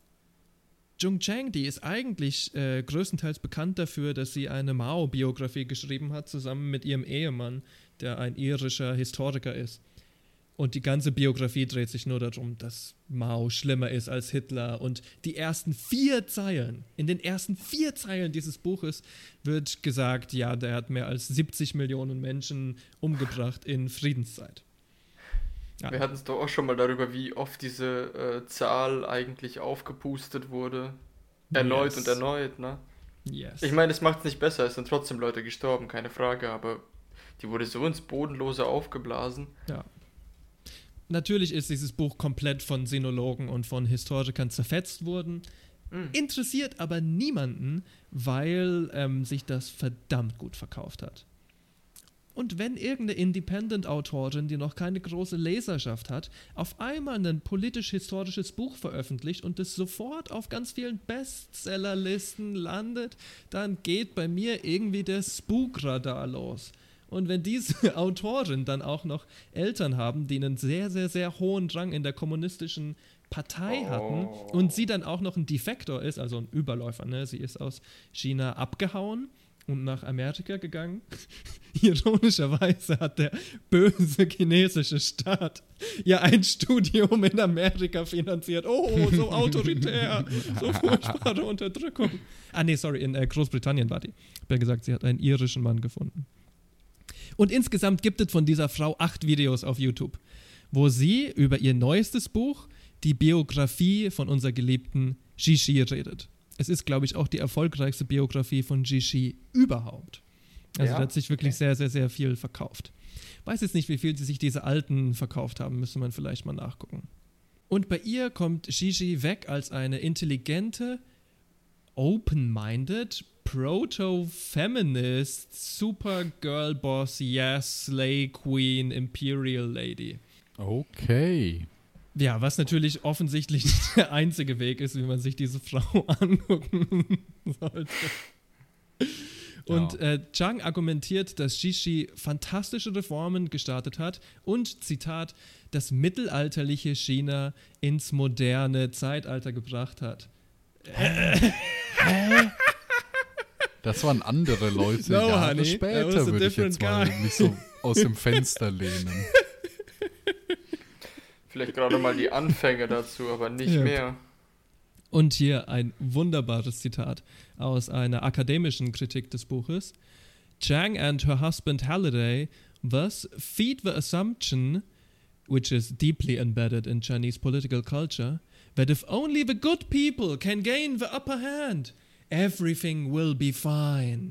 Jung Chang, die ist eigentlich äh, größtenteils bekannt dafür, dass sie eine Mao-Biografie geschrieben hat, zusammen mit ihrem Ehemann, der ein irischer Historiker ist. Und die ganze Biografie dreht sich nur darum, dass Mao schlimmer ist als Hitler. Und die ersten vier Zeilen, in den ersten vier Zeilen dieses Buches wird gesagt, ja, der hat mehr als siebzig Millionen Menschen umgebracht in Friedenszeit. Ja. Wir hatten es doch auch schon mal darüber, wie oft diese äh, Zahl eigentlich aufgepustet wurde. Erneut yes. und erneut, ne? Yes. Ich meine, es macht es nicht besser, es sind trotzdem Leute gestorben, keine Frage, aber die wurde so ins Bodenlose aufgeblasen. Ja. Natürlich ist dieses Buch komplett von Sinologen und von Historikern zerfetzt worden. Mhm. Interessiert aber niemanden, weil ähm, sich das verdammt gut verkauft hat. Und wenn irgendeine Independent-Autorin, die noch keine große Leserschaft hat, auf einmal ein politisch-historisches Buch veröffentlicht und es sofort auf ganz vielen Bestsellerlisten landet, dann geht bei mir irgendwie der Spookradar los. Und wenn diese Autoren dann auch noch Eltern haben, die einen sehr, sehr, sehr hohen Rang in der kommunistischen Partei oh. hatten und sie dann auch noch ein Defektor ist, also ein Überläufer, ne? Sie ist aus China abgehauen und nach Amerika gegangen. Ironischerweise hat der böse chinesische Staat ja ein Studium in Amerika finanziert. Oh, so autoritär, so furchtbare Unterdrückung. Ah nee, sorry, in äh, Großbritannien war die. Ich habe ja gesagt, sie hat einen irischen Mann gefunden. Und insgesamt gibt es von dieser Frau acht Videos auf YouTube, wo sie über ihr neuestes Buch, die Biografie von unserer geliebten Xi redet. Es ist, glaube ich, auch die erfolgreichste Biografie von Xi überhaupt. Also ja, da hat sich wirklich okay. sehr, sehr, sehr viel verkauft. Weiß jetzt nicht, wie viel sie sich diese alten verkauft haben, müsste man vielleicht mal nachgucken. Und bei ihr kommt Xi weg als eine intelligente, open-minded, Proto-Feminist, Supergirl-Boss, yes, Slay Queen, Imperial Lady. Okay. Ja, was natürlich offensichtlich nicht der einzige Weg ist, wie man sich diese Frau angucken sollte. Und ja. äh, Chang argumentiert, dass Xi fantastische Reformen gestartet hat und, Zitat, das mittelalterliche China ins moderne Zeitalter gebracht hat. Hä? Hä? Das waren andere Leute. No, Jahre honey, später würde ich jetzt mal guy. nicht so aus dem Fenster lehnen. Vielleicht gerade mal die Anfänge dazu, aber nicht ja. mehr. Und hier ein wunderbares Zitat aus einer akademischen Kritik des Buches. Chang and her husband Halliday thus feed the assumption, which is deeply embedded in Chinese political culture, that if only the good people can gain the upper hand, everything will be fine.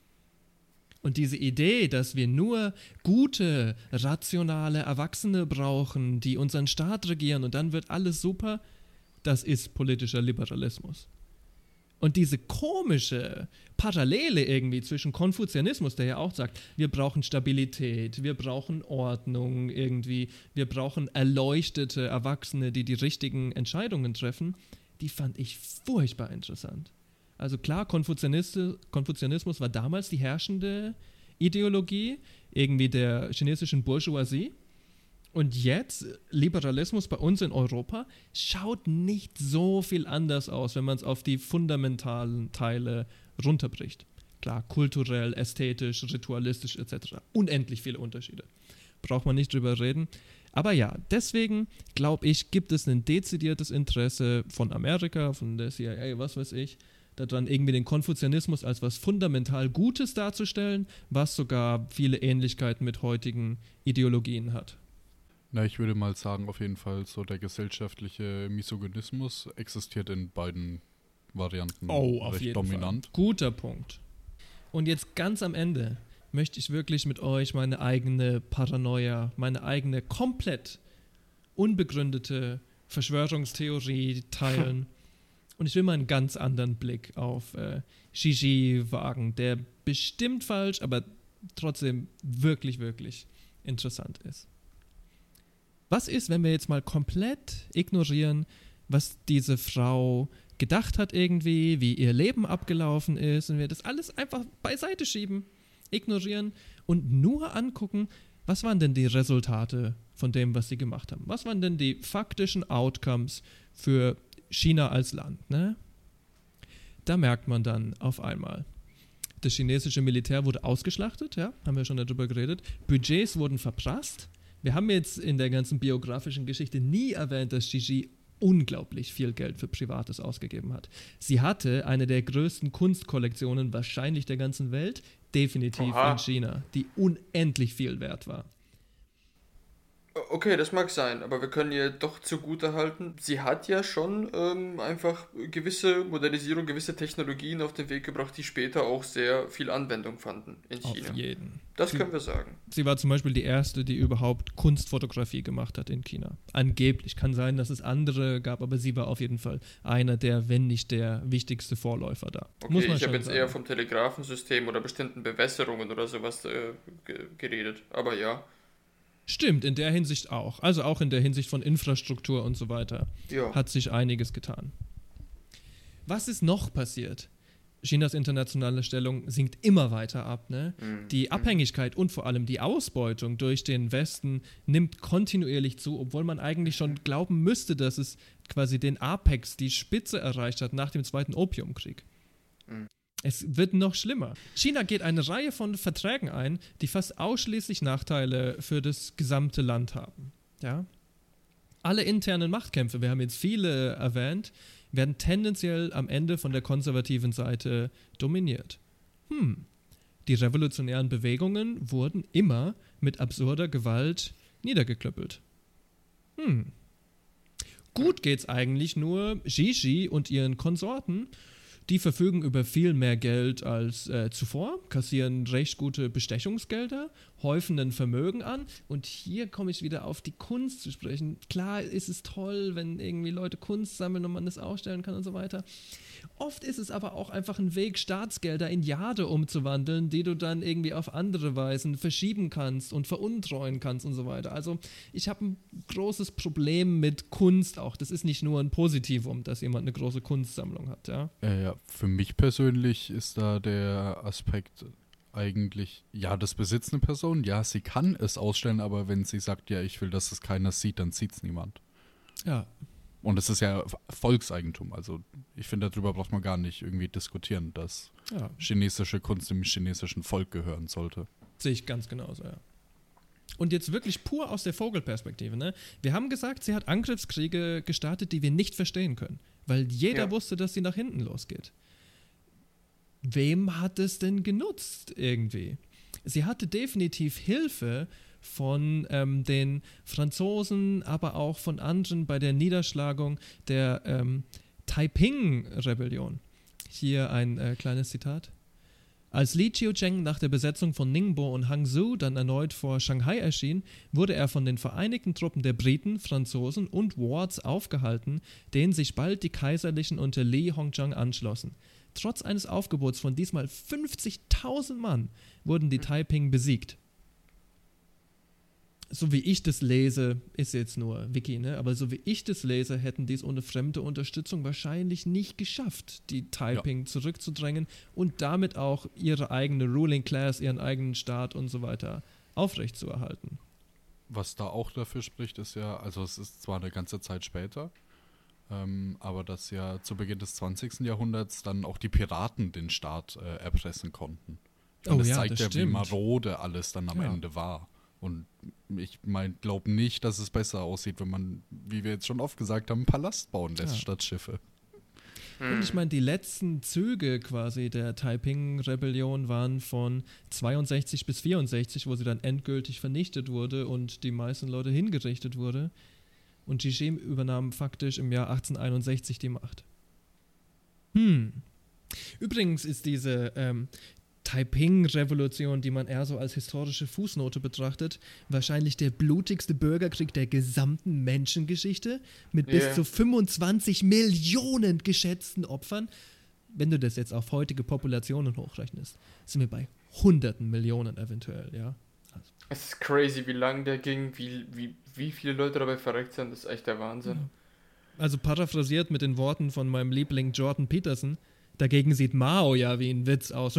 Und diese Idee, dass wir nur gute, rationale Erwachsene brauchen, die unseren Staat regieren und dann wird alles super, das ist politischer Liberalismus. Und diese komische Parallele irgendwie zwischen Konfuzianismus, der ja auch sagt, wir brauchen Stabilität, wir brauchen Ordnung irgendwie, wir brauchen erleuchtete Erwachsene, die die richtigen Entscheidungen treffen, die fand ich furchtbar interessant. Also klar, Konfuzianismus war damals die herrschende Ideologie, irgendwie der chinesischen Bourgeoisie. Und jetzt, Liberalismus bei uns in Europa, schaut nicht so viel anders aus, wenn man es auf die fundamentalen Teile runterbricht. Klar, kulturell, ästhetisch, ritualistisch et cetera. Unendlich viele Unterschiede. Braucht man nicht drüber reden. Aber ja, deswegen, glaube ich, gibt es ein dezidiertes Interesse von Amerika, von der C I A, was weiß ich, daran irgendwie den Konfuzianismus als was fundamental Gutes darzustellen, was sogar viele Ähnlichkeiten mit heutigen Ideologien hat. Na, ich würde mal sagen, auf jeden Fall so der gesellschaftliche Misogynismus existiert in beiden Varianten oh, auf recht jeden dominant. Fall. Guter Punkt. Und jetzt ganz am Ende möchte ich wirklich mit euch meine eigene Paranoia, meine eigene komplett unbegründete Verschwörungstheorie teilen. Und ich will mal einen ganz anderen Blick auf äh, Gigi wagen, der bestimmt falsch, aber trotzdem wirklich, wirklich interessant ist. Was ist, wenn wir jetzt mal komplett ignorieren, was diese Frau gedacht hat irgendwie, wie ihr Leben abgelaufen ist, und wir das alles einfach beiseite schieben, ignorieren und nur angucken, was waren denn die Resultate von dem, was sie gemacht haben? Was waren denn die faktischen Outcomes für China als Land, ne? Da merkt man dann auf einmal, das chinesische Militär wurde ausgeschlachtet, ja, haben wir schon darüber geredet. Budgets wurden verprasst. Wir haben jetzt in der ganzen biografischen Geschichte nie erwähnt, dass Gigi unglaublich viel Geld für Privates ausgegeben hat. Sie hatte eine der größten Kunstkollektionen wahrscheinlich der ganzen Welt, definitiv Oha. in China, die unendlich viel wert war. Okay, das mag sein, aber wir können ihr doch zugutehalten, sie hat ja schon ähm, einfach gewisse Modernisierung, gewisse Technologien auf den Weg gebracht, die später auch sehr viel Anwendung fanden in China. Auf jeden. Das sie, können wir sagen. Sie war zum Beispiel die erste, die überhaupt Kunstfotografie gemacht hat in China. Angeblich. Kann sein, dass es andere gab, aber sie war auf jeden Fall einer der, wenn nicht der wichtigste Vorläufer da. Okay, Muss man ich habe jetzt sagen. eher vom Telegrafensystem oder bestimmten Bewässerungen oder sowas äh, g- geredet, aber ja. Stimmt, in der Hinsicht auch. Also auch in der Hinsicht von Infrastruktur und so weiter ja. hat sich einiges getan. Was ist noch passiert? Chinas internationale Stellung sinkt immer weiter ab. Ne? Mhm. Die Abhängigkeit und vor allem die Ausbeutung durch den Westen nimmt kontinuierlich zu, obwohl man eigentlich schon glauben müsste, dass es quasi den Apex, die Spitze erreicht hat nach dem Zweiten Opiumkrieg. Mhm. Es wird noch schlimmer. China geht eine Reihe von Verträgen ein, die fast ausschließlich Nachteile für das gesamte Land haben. Ja? Alle internen Machtkämpfe, wir haben jetzt viele erwähnt, werden tendenziell am Ende von der konservativen Seite dominiert. Hm. Die revolutionären Bewegungen wurden immer mit absurder Gewalt niedergeklöppelt. Hm. Gut geht's eigentlich nur Gigi und ihren Konsorten. Die verfügen über viel mehr Geld als äh, zuvor, kassieren recht gute Bestechungsgelder, häufen ein Vermögen an. Und hier komme ich wieder auf die Kunst zu sprechen. Klar ist es toll, wenn irgendwie Leute Kunst sammeln und man das ausstellen kann und so weiter. Oft ist es aber auch einfach ein Weg, Staatsgelder in Jade umzuwandeln, die du dann irgendwie auf andere Weisen verschieben kannst und veruntreuen kannst und so weiter. Also ich habe ein großes Problem mit Kunst auch. Das ist nicht nur ein Positivum, dass jemand eine große Kunstsammlung hat. Ja, äh, ja für mich persönlich ist da der Aspekt eigentlich, ja, das besitzt eine Person, ja, sie kann es ausstellen, aber wenn sie sagt, ja, ich will, dass es keiner sieht, dann sieht es niemand. Ja. Und es ist ja Volkseigentum, also ich finde, darüber braucht man gar nicht irgendwie diskutieren, dass ja. chinesische Kunst dem chinesischen Volk gehören sollte. Sehe ich ganz genauso, ja. Und jetzt wirklich pur aus der Vogelperspektive, ne? Wir haben gesagt, sie hat Angriffskriege gestartet, die wir nicht verstehen können, weil jeder ja. wusste, dass sie nach hinten losgeht. Wem hat es denn genutzt irgendwie? Sie hatte definitiv Hilfe von ähm, den Franzosen, aber auch von anderen bei der Niederschlagung der ähm, Taiping-Rebellion. Hier ein äh, kleines Zitat. Als Li Qiucheng nach der Besetzung von Ningbo und Hangzhou dann erneut vor Shanghai erschien, wurde er von den vereinigten Truppen der Briten, Franzosen und Wards aufgehalten, denen sich bald die Kaiserlichen unter Li Hongzhang anschlossen. Trotz eines Aufgebots von diesmal fünfzigtausend Mann wurden die Taiping besiegt. So wie ich das lese, ist jetzt nur Wiki, ne? Aber so wie ich das lese, hätten die es ohne fremde Unterstützung wahrscheinlich nicht geschafft, die Taiping ja. zurückzudrängen und damit auch ihre eigene Ruling Class, ihren eigenen Staat und so weiter aufrechtzuerhalten. Was da auch dafür spricht, ist ja, also es ist zwar eine ganze Zeit später, ähm, aber dass ja zu Beginn des zwanzigsten Jahrhunderts dann auch die Piraten den Staat äh, erpressen konnten. Und oh, das ja, zeigt das ja, stimmt. wie marode alles dann am ja. Ende war. Und ich mein, glaube nicht, dass es besser aussieht, wenn man, wie wir jetzt schon oft gesagt haben, einen Palast bauen lässt ja. statt Schiffe. Und ich meine, die letzten Züge quasi der Taiping-Rebellion waren von zweiundsechzig bis vierundsechzig, wo sie dann endgültig vernichtet wurde und die meisten Leute hingerichtet wurde. Und Gigi übernahm faktisch im Jahr achtzehnhunderteinundsechzig die Macht. Hm. Übrigens ist diese, ähm, Taiping-Revolution, die man eher so als historische Fußnote betrachtet, wahrscheinlich der blutigste Bürgerkrieg der gesamten Menschengeschichte mit Yeah. bis zu fünfundzwanzig Millionen geschätzten Opfern. Wenn du das jetzt auf heutige Populationen hochrechnest, sind wir bei hunderten Millionen eventuell, ja. Also. Es ist crazy, wie lang der ging, wie, wie, wie viele Leute dabei verreckt sind, das ist echt der Wahnsinn. Also paraphrasiert mit den Worten von meinem Liebling Jordan Peterson, dagegen sieht Mao ja wie ein Witz aus.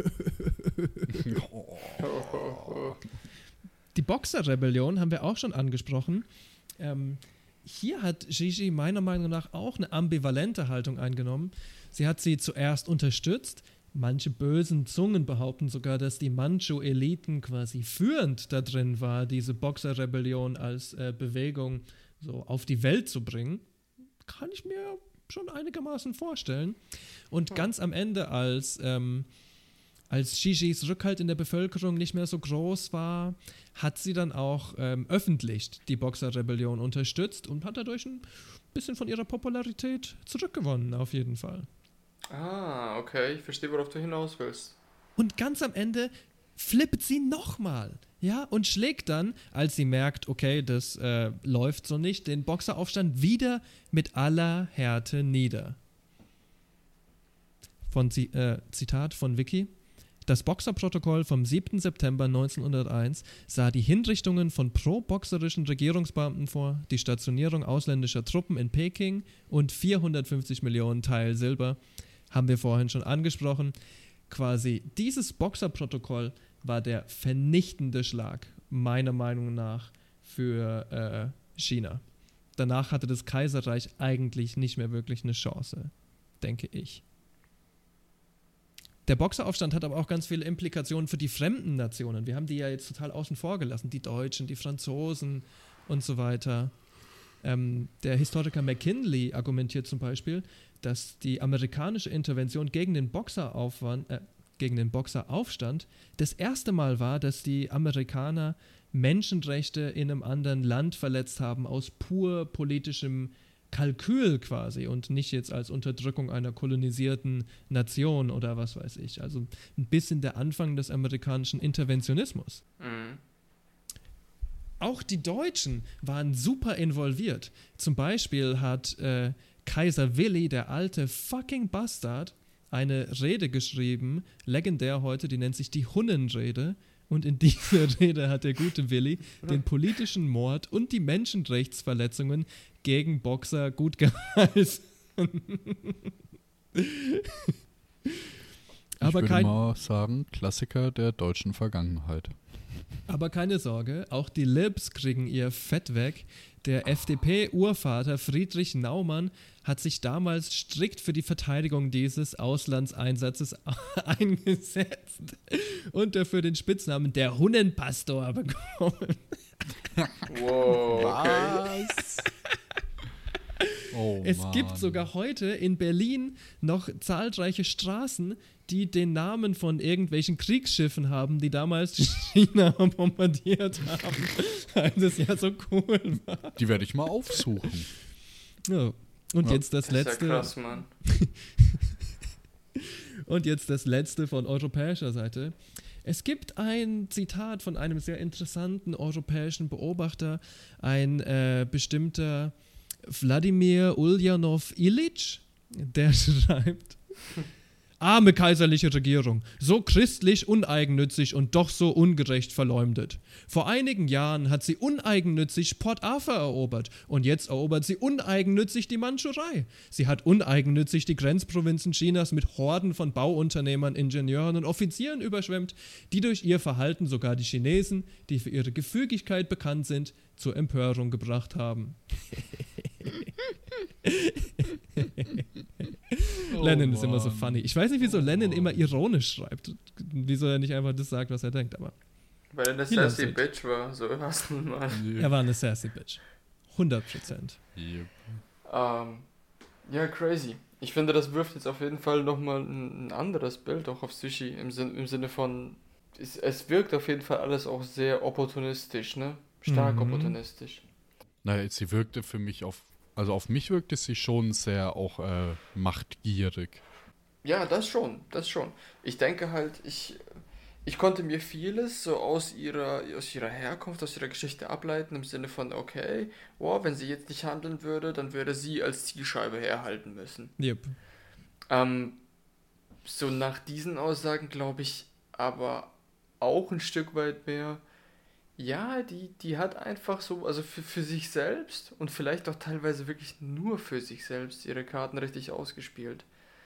Die Boxer-Rebellion haben wir auch schon angesprochen. Ähm, hier hat Gigi meiner Meinung nach auch eine ambivalente Haltung eingenommen. Sie hat sie zuerst unterstützt. Manche bösen Zungen behaupten sogar, dass die Manchu-Eliten quasi führend da drin war, diese Boxer-Rebellion als äh, Bewegung so auf die Welt zu bringen. Kann ich mir schon einigermaßen vorstellen. Und ganz am Ende, als, ähm, als Gigis Rückhalt in der Bevölkerung nicht mehr so groß war, hat sie dann auch ähm, öffentlich die Boxer-Rebellion unterstützt und hat dadurch ein bisschen von ihrer Popularität zurückgewonnen, auf jeden Fall. Ah, okay, ich verstehe, worauf du hinaus willst. Und ganz am Ende flippt sie nochmal, ja, und schlägt dann, als sie merkt, okay, das äh, läuft so nicht, den Boxeraufstand wieder mit aller Härte nieder. Von äh, Zitat von Vicky. Das Boxerprotokoll vom siebten September neunzehnhunderteins sah die Hinrichtungen von pro-boxerischen Regierungsbeamten vor, die Stationierung ausländischer Truppen in Peking und vierhundertfünfzig Millionen Teil Silber. Haben wir vorhin schon angesprochen. Quasi dieses Boxerprotokoll war der vernichtende Schlag, meiner Meinung nach, für äh, China. Danach hatte das Kaiserreich eigentlich nicht mehr wirklich eine Chance, denke ich. Der Boxeraufstand hat aber auch ganz viele Implikationen für die fremden Nationen. Wir haben die ja jetzt total außen vor gelassen. Die Deutschen, die Franzosen und so weiter. Ähm, der Historiker McKinley argumentiert zum Beispiel, dass die amerikanische Intervention gegen den Boxeraufwand, äh, gegen den Boxeraufstand das erste Mal war, dass die Amerikaner Menschenrechte in einem anderen Land verletzt haben, aus pur politischem Kalkül quasi und nicht jetzt als Unterdrückung einer kolonisierten Nation oder was weiß ich. Also ein bisschen der Anfang des amerikanischen Interventionismus. Mhm. Auch die Deutschen waren super involviert. Zum Beispiel hat äh, Kaiser Willi, der alte fucking Bastard, eine Rede geschrieben, legendär heute, die nennt sich die Hunnenrede. Und in dieser Rede hat der gute Willi den politischen Mord und die Menschenrechtsverletzungen gegen Boxer gut geheißen. Aber ich würde kein, mal sagen, Klassiker der deutschen Vergangenheit. Aber keine Sorge, auch die Libs kriegen ihr Fett weg. Der F D P-Urvater Friedrich Naumann hat sich damals strikt für die Verteidigung dieses Auslandseinsatzes eingesetzt und dafür den Spitznamen der Hunnenpastor bekommen. Wow, okay. Was? Oh, es Mann. gibt sogar heute in Berlin noch zahlreiche Straßen, die den Namen von irgendwelchen Kriegsschiffen haben, die damals China bombardiert haben, weil das ja so cool war. Die werde ich mal aufsuchen. Ja. Und ja. jetzt das, das letzte. Ist ja krass, Mann. Und jetzt das letzte von europäischer Seite. Es gibt ein Zitat von einem sehr interessanten europäischen Beobachter, ein äh, bestimmter Wladimir Ulyanov Ilitsch, der schreibt: Arme kaiserliche Regierung, so christlich uneigennützig und doch so ungerecht verleumdet. Vor einigen Jahren hat sie uneigennützig Port Arthur erobert und jetzt erobert sie uneigennützig die Mandschurei. Sie hat uneigennützig die Grenzprovinzen Chinas mit Horden von Bauunternehmern, Ingenieuren und Offizieren überschwemmt, die durch ihr Verhalten sogar die Chinesen, die für ihre Gefügigkeit bekannt sind, zur Empörung gebracht haben. Oh, Lennon ist Mann. immer so funny. Ich weiß nicht, wieso Lennon immer ironisch schreibt. Wieso er nicht einfach das sagt, was er denkt, aber... Weil er eine sassy Bitch war, so erstmal. Er war eine sassy Bitch. hundert Prozent. Yep. Ähm, ja, crazy. Ich finde, das wirft jetzt auf jeden Fall nochmal ein, ein anderes Bild auch auf Sushi, im, Sin- im Sinne von, es, es wirkt auf jeden Fall alles auch sehr opportunistisch, ne? Stark Mhm. opportunistisch. Naja, sie wirkte für mich auf, also auf mich wirkte sie schon sehr auch äh, machtgierig. Ja, das schon, das schon. Ich denke halt, ich, ich konnte mir vieles so aus ihrer, aus ihrer Herkunft, aus ihrer Geschichte ableiten, im Sinne von, okay, wow, wenn sie jetzt nicht handeln würde, dann würde sie als Zielscheibe herhalten müssen. Yep. Ähm, so nach diesen Aussagen glaube ich aber auch ein Stück weit mehr, ja, die, die hat einfach so, also für, für sich selbst und vielleicht auch teilweise wirklich nur für sich selbst ihre Karten richtig ausgespielt.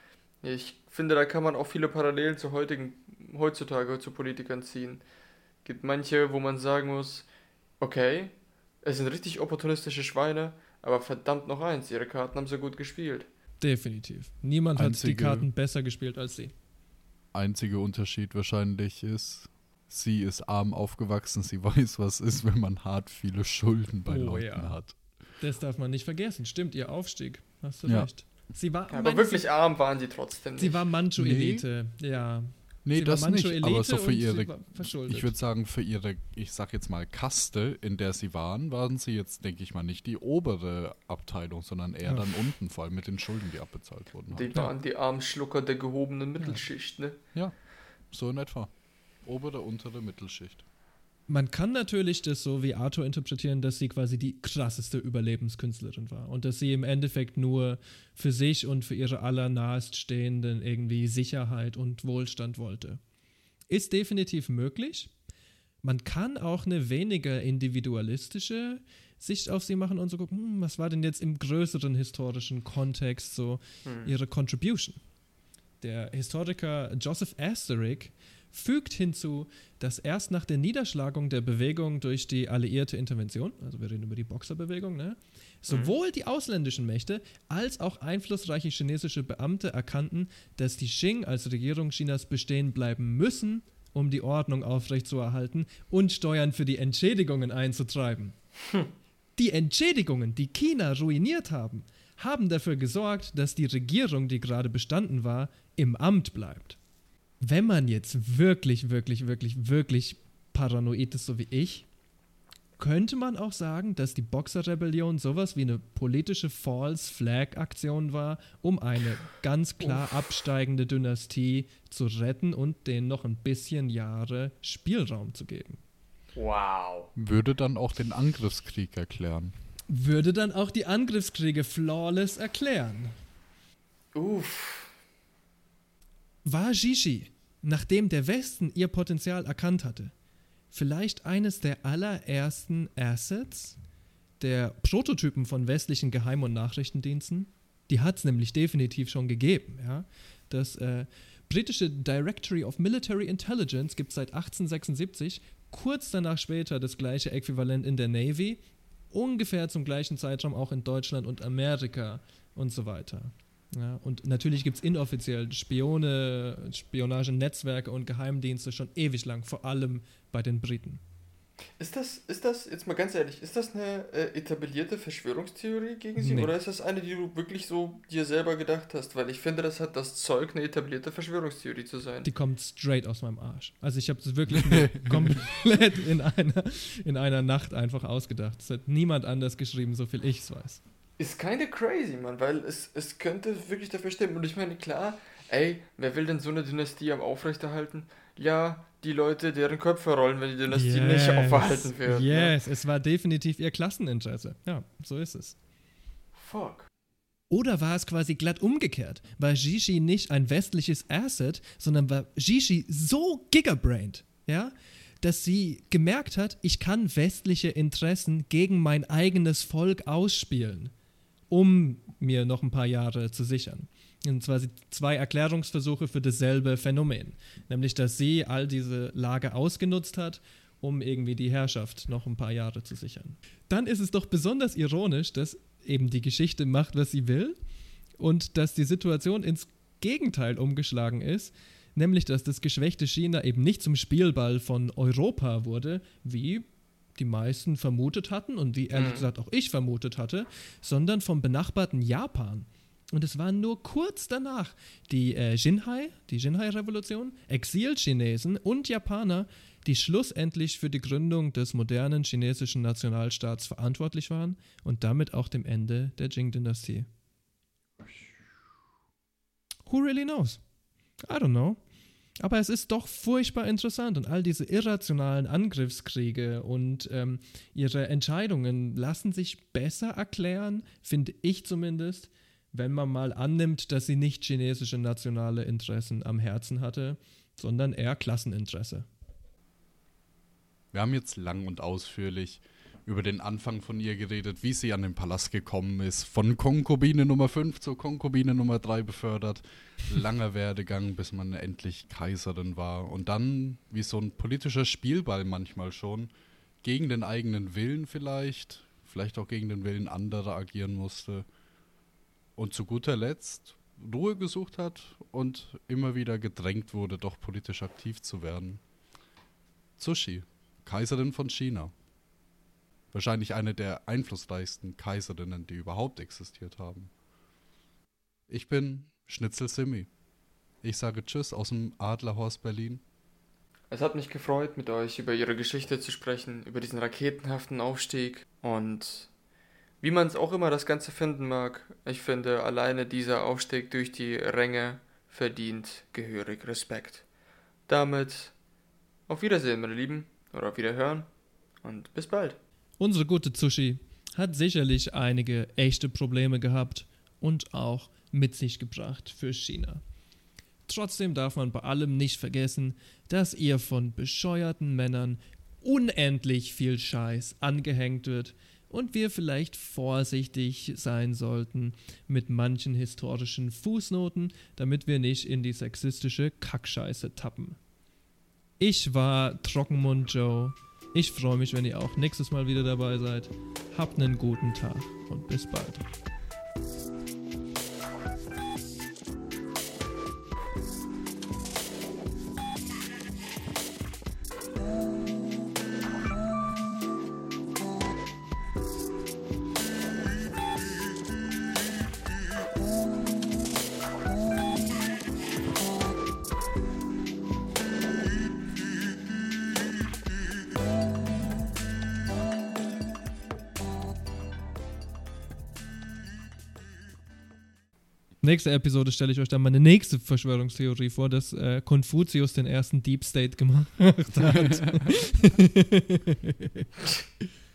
Ich finde, da kann man auch viele Parallelen zu heutigen, heutzutage zu Politikern ziehen. Gibt manche, wo man sagen muss, okay, es sind richtig opportunistische Schweine, aber verdammt noch eins, ihre Karten haben sie gut gespielt. Definitiv. Niemand Einzige, hat die Karten besser gespielt als sie. Einziger Unterschied wahrscheinlich ist, sie ist arm aufgewachsen, sie weiß, was ist, wenn man hart viele Schulden bei Oh, Leuten ja. hat. Das darf man nicht vergessen. Stimmt, ihr Aufstieg. Hast du Ja. recht. Sie war, Ja, aber wirklich arm waren sie trotzdem Sie nicht. war Manchu-Elite, ja. Nee, Sie das war nicht, Manchu-Elite aber so für und sie ihre, war verschuldet. ich würde sagen, für ihre, ich sag jetzt mal, Kaste, in der sie waren, waren sie jetzt, denke ich mal, nicht die obere Abteilung, sondern eher Ja. dann unten, vor allem mit den Schulden, die abbezahlt wurden. Die waren die armen Schlucker der gehobenen Mittelschicht, ne? Ja, so in etwa. Obere, untere Mittelschicht. Man kann natürlich das so wie Arthur interpretieren, dass sie quasi die krasseste Überlebenskünstlerin war und dass sie im Endeffekt nur für sich und für ihre allernaheststehenden irgendwie Sicherheit und Wohlstand wollte. Ist definitiv möglich. Man kann auch eine weniger individualistische Sicht auf sie machen und so gucken, hm, was war denn jetzt im größeren historischen Kontext so Hm. ihre Contribution? Der Historiker Joseph Asterisk fügt hinzu, dass erst nach der Niederschlagung der Bewegung durch die alliierte Intervention, also wir reden über die Boxerbewegung, ne, sowohl die ausländischen Mächte als auch einflussreiche chinesische Beamte erkannten, dass die Qing als Regierung Chinas bestehen bleiben müssen, um die Ordnung aufrechtzuerhalten und Steuern für die Entschädigungen einzutreiben. Hm. Die Entschädigungen, die China ruiniert haben, haben dafür gesorgt, dass die Regierung, die gerade bestanden war, im Amt bleibt. Wenn man jetzt wirklich, wirklich, wirklich, wirklich paranoid ist, so wie ich, könnte man auch sagen, dass die Boxerrebellion sowas wie eine politische False-Flag-Aktion war, um eine ganz klar absteigende Dynastie zu retten und denen noch ein bisschen Jahre Spielraum zu geben. Wow. Würde dann auch den Angriffskrieg erklären. Würde dann auch die Angriffskriege flawless erklären. Uff. War Cixi, nachdem der Westen ihr Potenzial erkannt hatte, vielleicht eines der allerersten Assets, der Prototypen von westlichen Geheim- und Nachrichtendiensten? Die hat es nämlich definitiv schon gegeben. Ja? Das äh, britische Directory of Military Intelligence gibt es seit achtzehnhundertsechsundsiebzig, kurz danach später das gleiche Äquivalent in der Navy, ungefähr zum gleichen Zeitraum auch in Deutschland und Amerika und so weiter. Ja, und natürlich gibt es inoffiziell Spione, Spionagenetzwerke und Geheimdienste schon ewig lang, vor allem bei den Briten. Ist das, ist das, jetzt mal ganz ehrlich, ist das eine äh, etablierte Verschwörungstheorie gegen sie? Nee. Oder ist das eine, die du wirklich so dir selber gedacht hast? Weil ich finde, das hat das Zeug, eine etablierte Verschwörungstheorie zu sein. Die kommt straight aus meinem Arsch. Also ich habe es wirklich mir komplett in einer, in einer Nacht einfach ausgedacht. Das hat niemand anders geschrieben, so viel ich es weiß. Ist keine crazy, Mann, weil es, es könnte wirklich dafür stimmen. Und ich meine, klar, ey, wer will denn so eine Dynastie am Aufrechterhalten? Ja, die Leute, deren Köpfe rollen, wenn die Dynastie Yes. nicht aufgehalten wird. Yes, ne? Es war definitiv ihr Klasseninteresse. Ja, so ist es. Fuck. Oder war es quasi glatt umgekehrt? War Cixi nicht ein westliches Asset, sondern war Cixi so gigabrained, ja, dass sie gemerkt hat, ich kann westliche Interessen gegen mein eigenes Volk ausspielen, um mir noch ein paar Jahre zu sichern. Und zwar zwei Erklärungsversuche für dasselbe Phänomen. Nämlich, dass sie all diese Lage ausgenutzt hat, um irgendwie die Herrschaft noch ein paar Jahre zu sichern. Dann ist es doch besonders ironisch, dass eben die Geschichte macht, was sie will und dass die Situation ins Gegenteil umgeschlagen ist, nämlich, dass das geschwächte China eben nicht zum Spielball von Europa wurde, wie die meisten vermutet hatten und wie ehrlich Mhm. gesagt auch ich vermutet hatte, sondern vom benachbarten Japan. Und es waren nur kurz danach die äh, Jinhai, die Jinhai-Revolution, Exilchinesen und Japaner, die schlussendlich für die Gründung des modernen chinesischen Nationalstaats verantwortlich waren und damit auch dem Ende der Qing-Dynastie. who really knows? I don't know. Aber es ist doch furchtbar interessant und all diese irrationalen Angriffskriege und ähm, ihre Entscheidungen lassen sich besser erklären, finde ich zumindest, wenn man mal annimmt, dass sie nicht chinesische nationale Interessen am Herzen hatte, sondern eher Klasseninteresse. Wir haben jetzt lang und ausführlich über den Anfang von ihr geredet, wie sie an den Palast gekommen ist, von Konkubine Nummer fünf zur Konkubine Nummer drei befördert, langer Werdegang, bis man endlich Kaiserin war und dann, wie so ein politischer Spielball manchmal schon, gegen den eigenen Willen vielleicht, vielleicht auch gegen den Willen anderer agieren musste und zu guter Letzt Ruhe gesucht hat und immer wieder gedrängt wurde, doch politisch aktiv zu werden. Cixi, Kaiserin von China. Wahrscheinlich eine der einflussreichsten Kaiserinnen, die überhaupt existiert haben. Ich bin Schnitzel Simi. Ich sage Tschüss aus dem Adlerhorst Berlin. Es hat mich gefreut, mit euch über ihre Geschichte zu sprechen, über diesen raketenhaften Aufstieg und wie man es auch immer das Ganze finden mag. Ich finde, alleine dieser Aufstieg durch die Ränge verdient gehörig Respekt. Damit auf Wiedersehen, meine Lieben, oder auf Wiederhören und bis bald. Unsere gute Cixi hat sicherlich einige echte Probleme gehabt und auch mit sich gebracht für China. Trotzdem darf man bei allem nicht vergessen, dass ihr von bescheuerten Männern unendlich viel Scheiß angehängt wird und wir vielleicht vorsichtig sein sollten mit manchen historischen Fußnoten, damit wir nicht in die sexistische Kackscheiße tappen. Ich war Trockenmund Joe. Ich freue mich, wenn ihr auch nächstes Mal wieder dabei seid. Habt einen guten Tag und bis bald. Nächste Episode stelle ich euch dann meine nächste Verschwörungstheorie vor, dass äh, Konfuzius den ersten Deep State gemacht hat.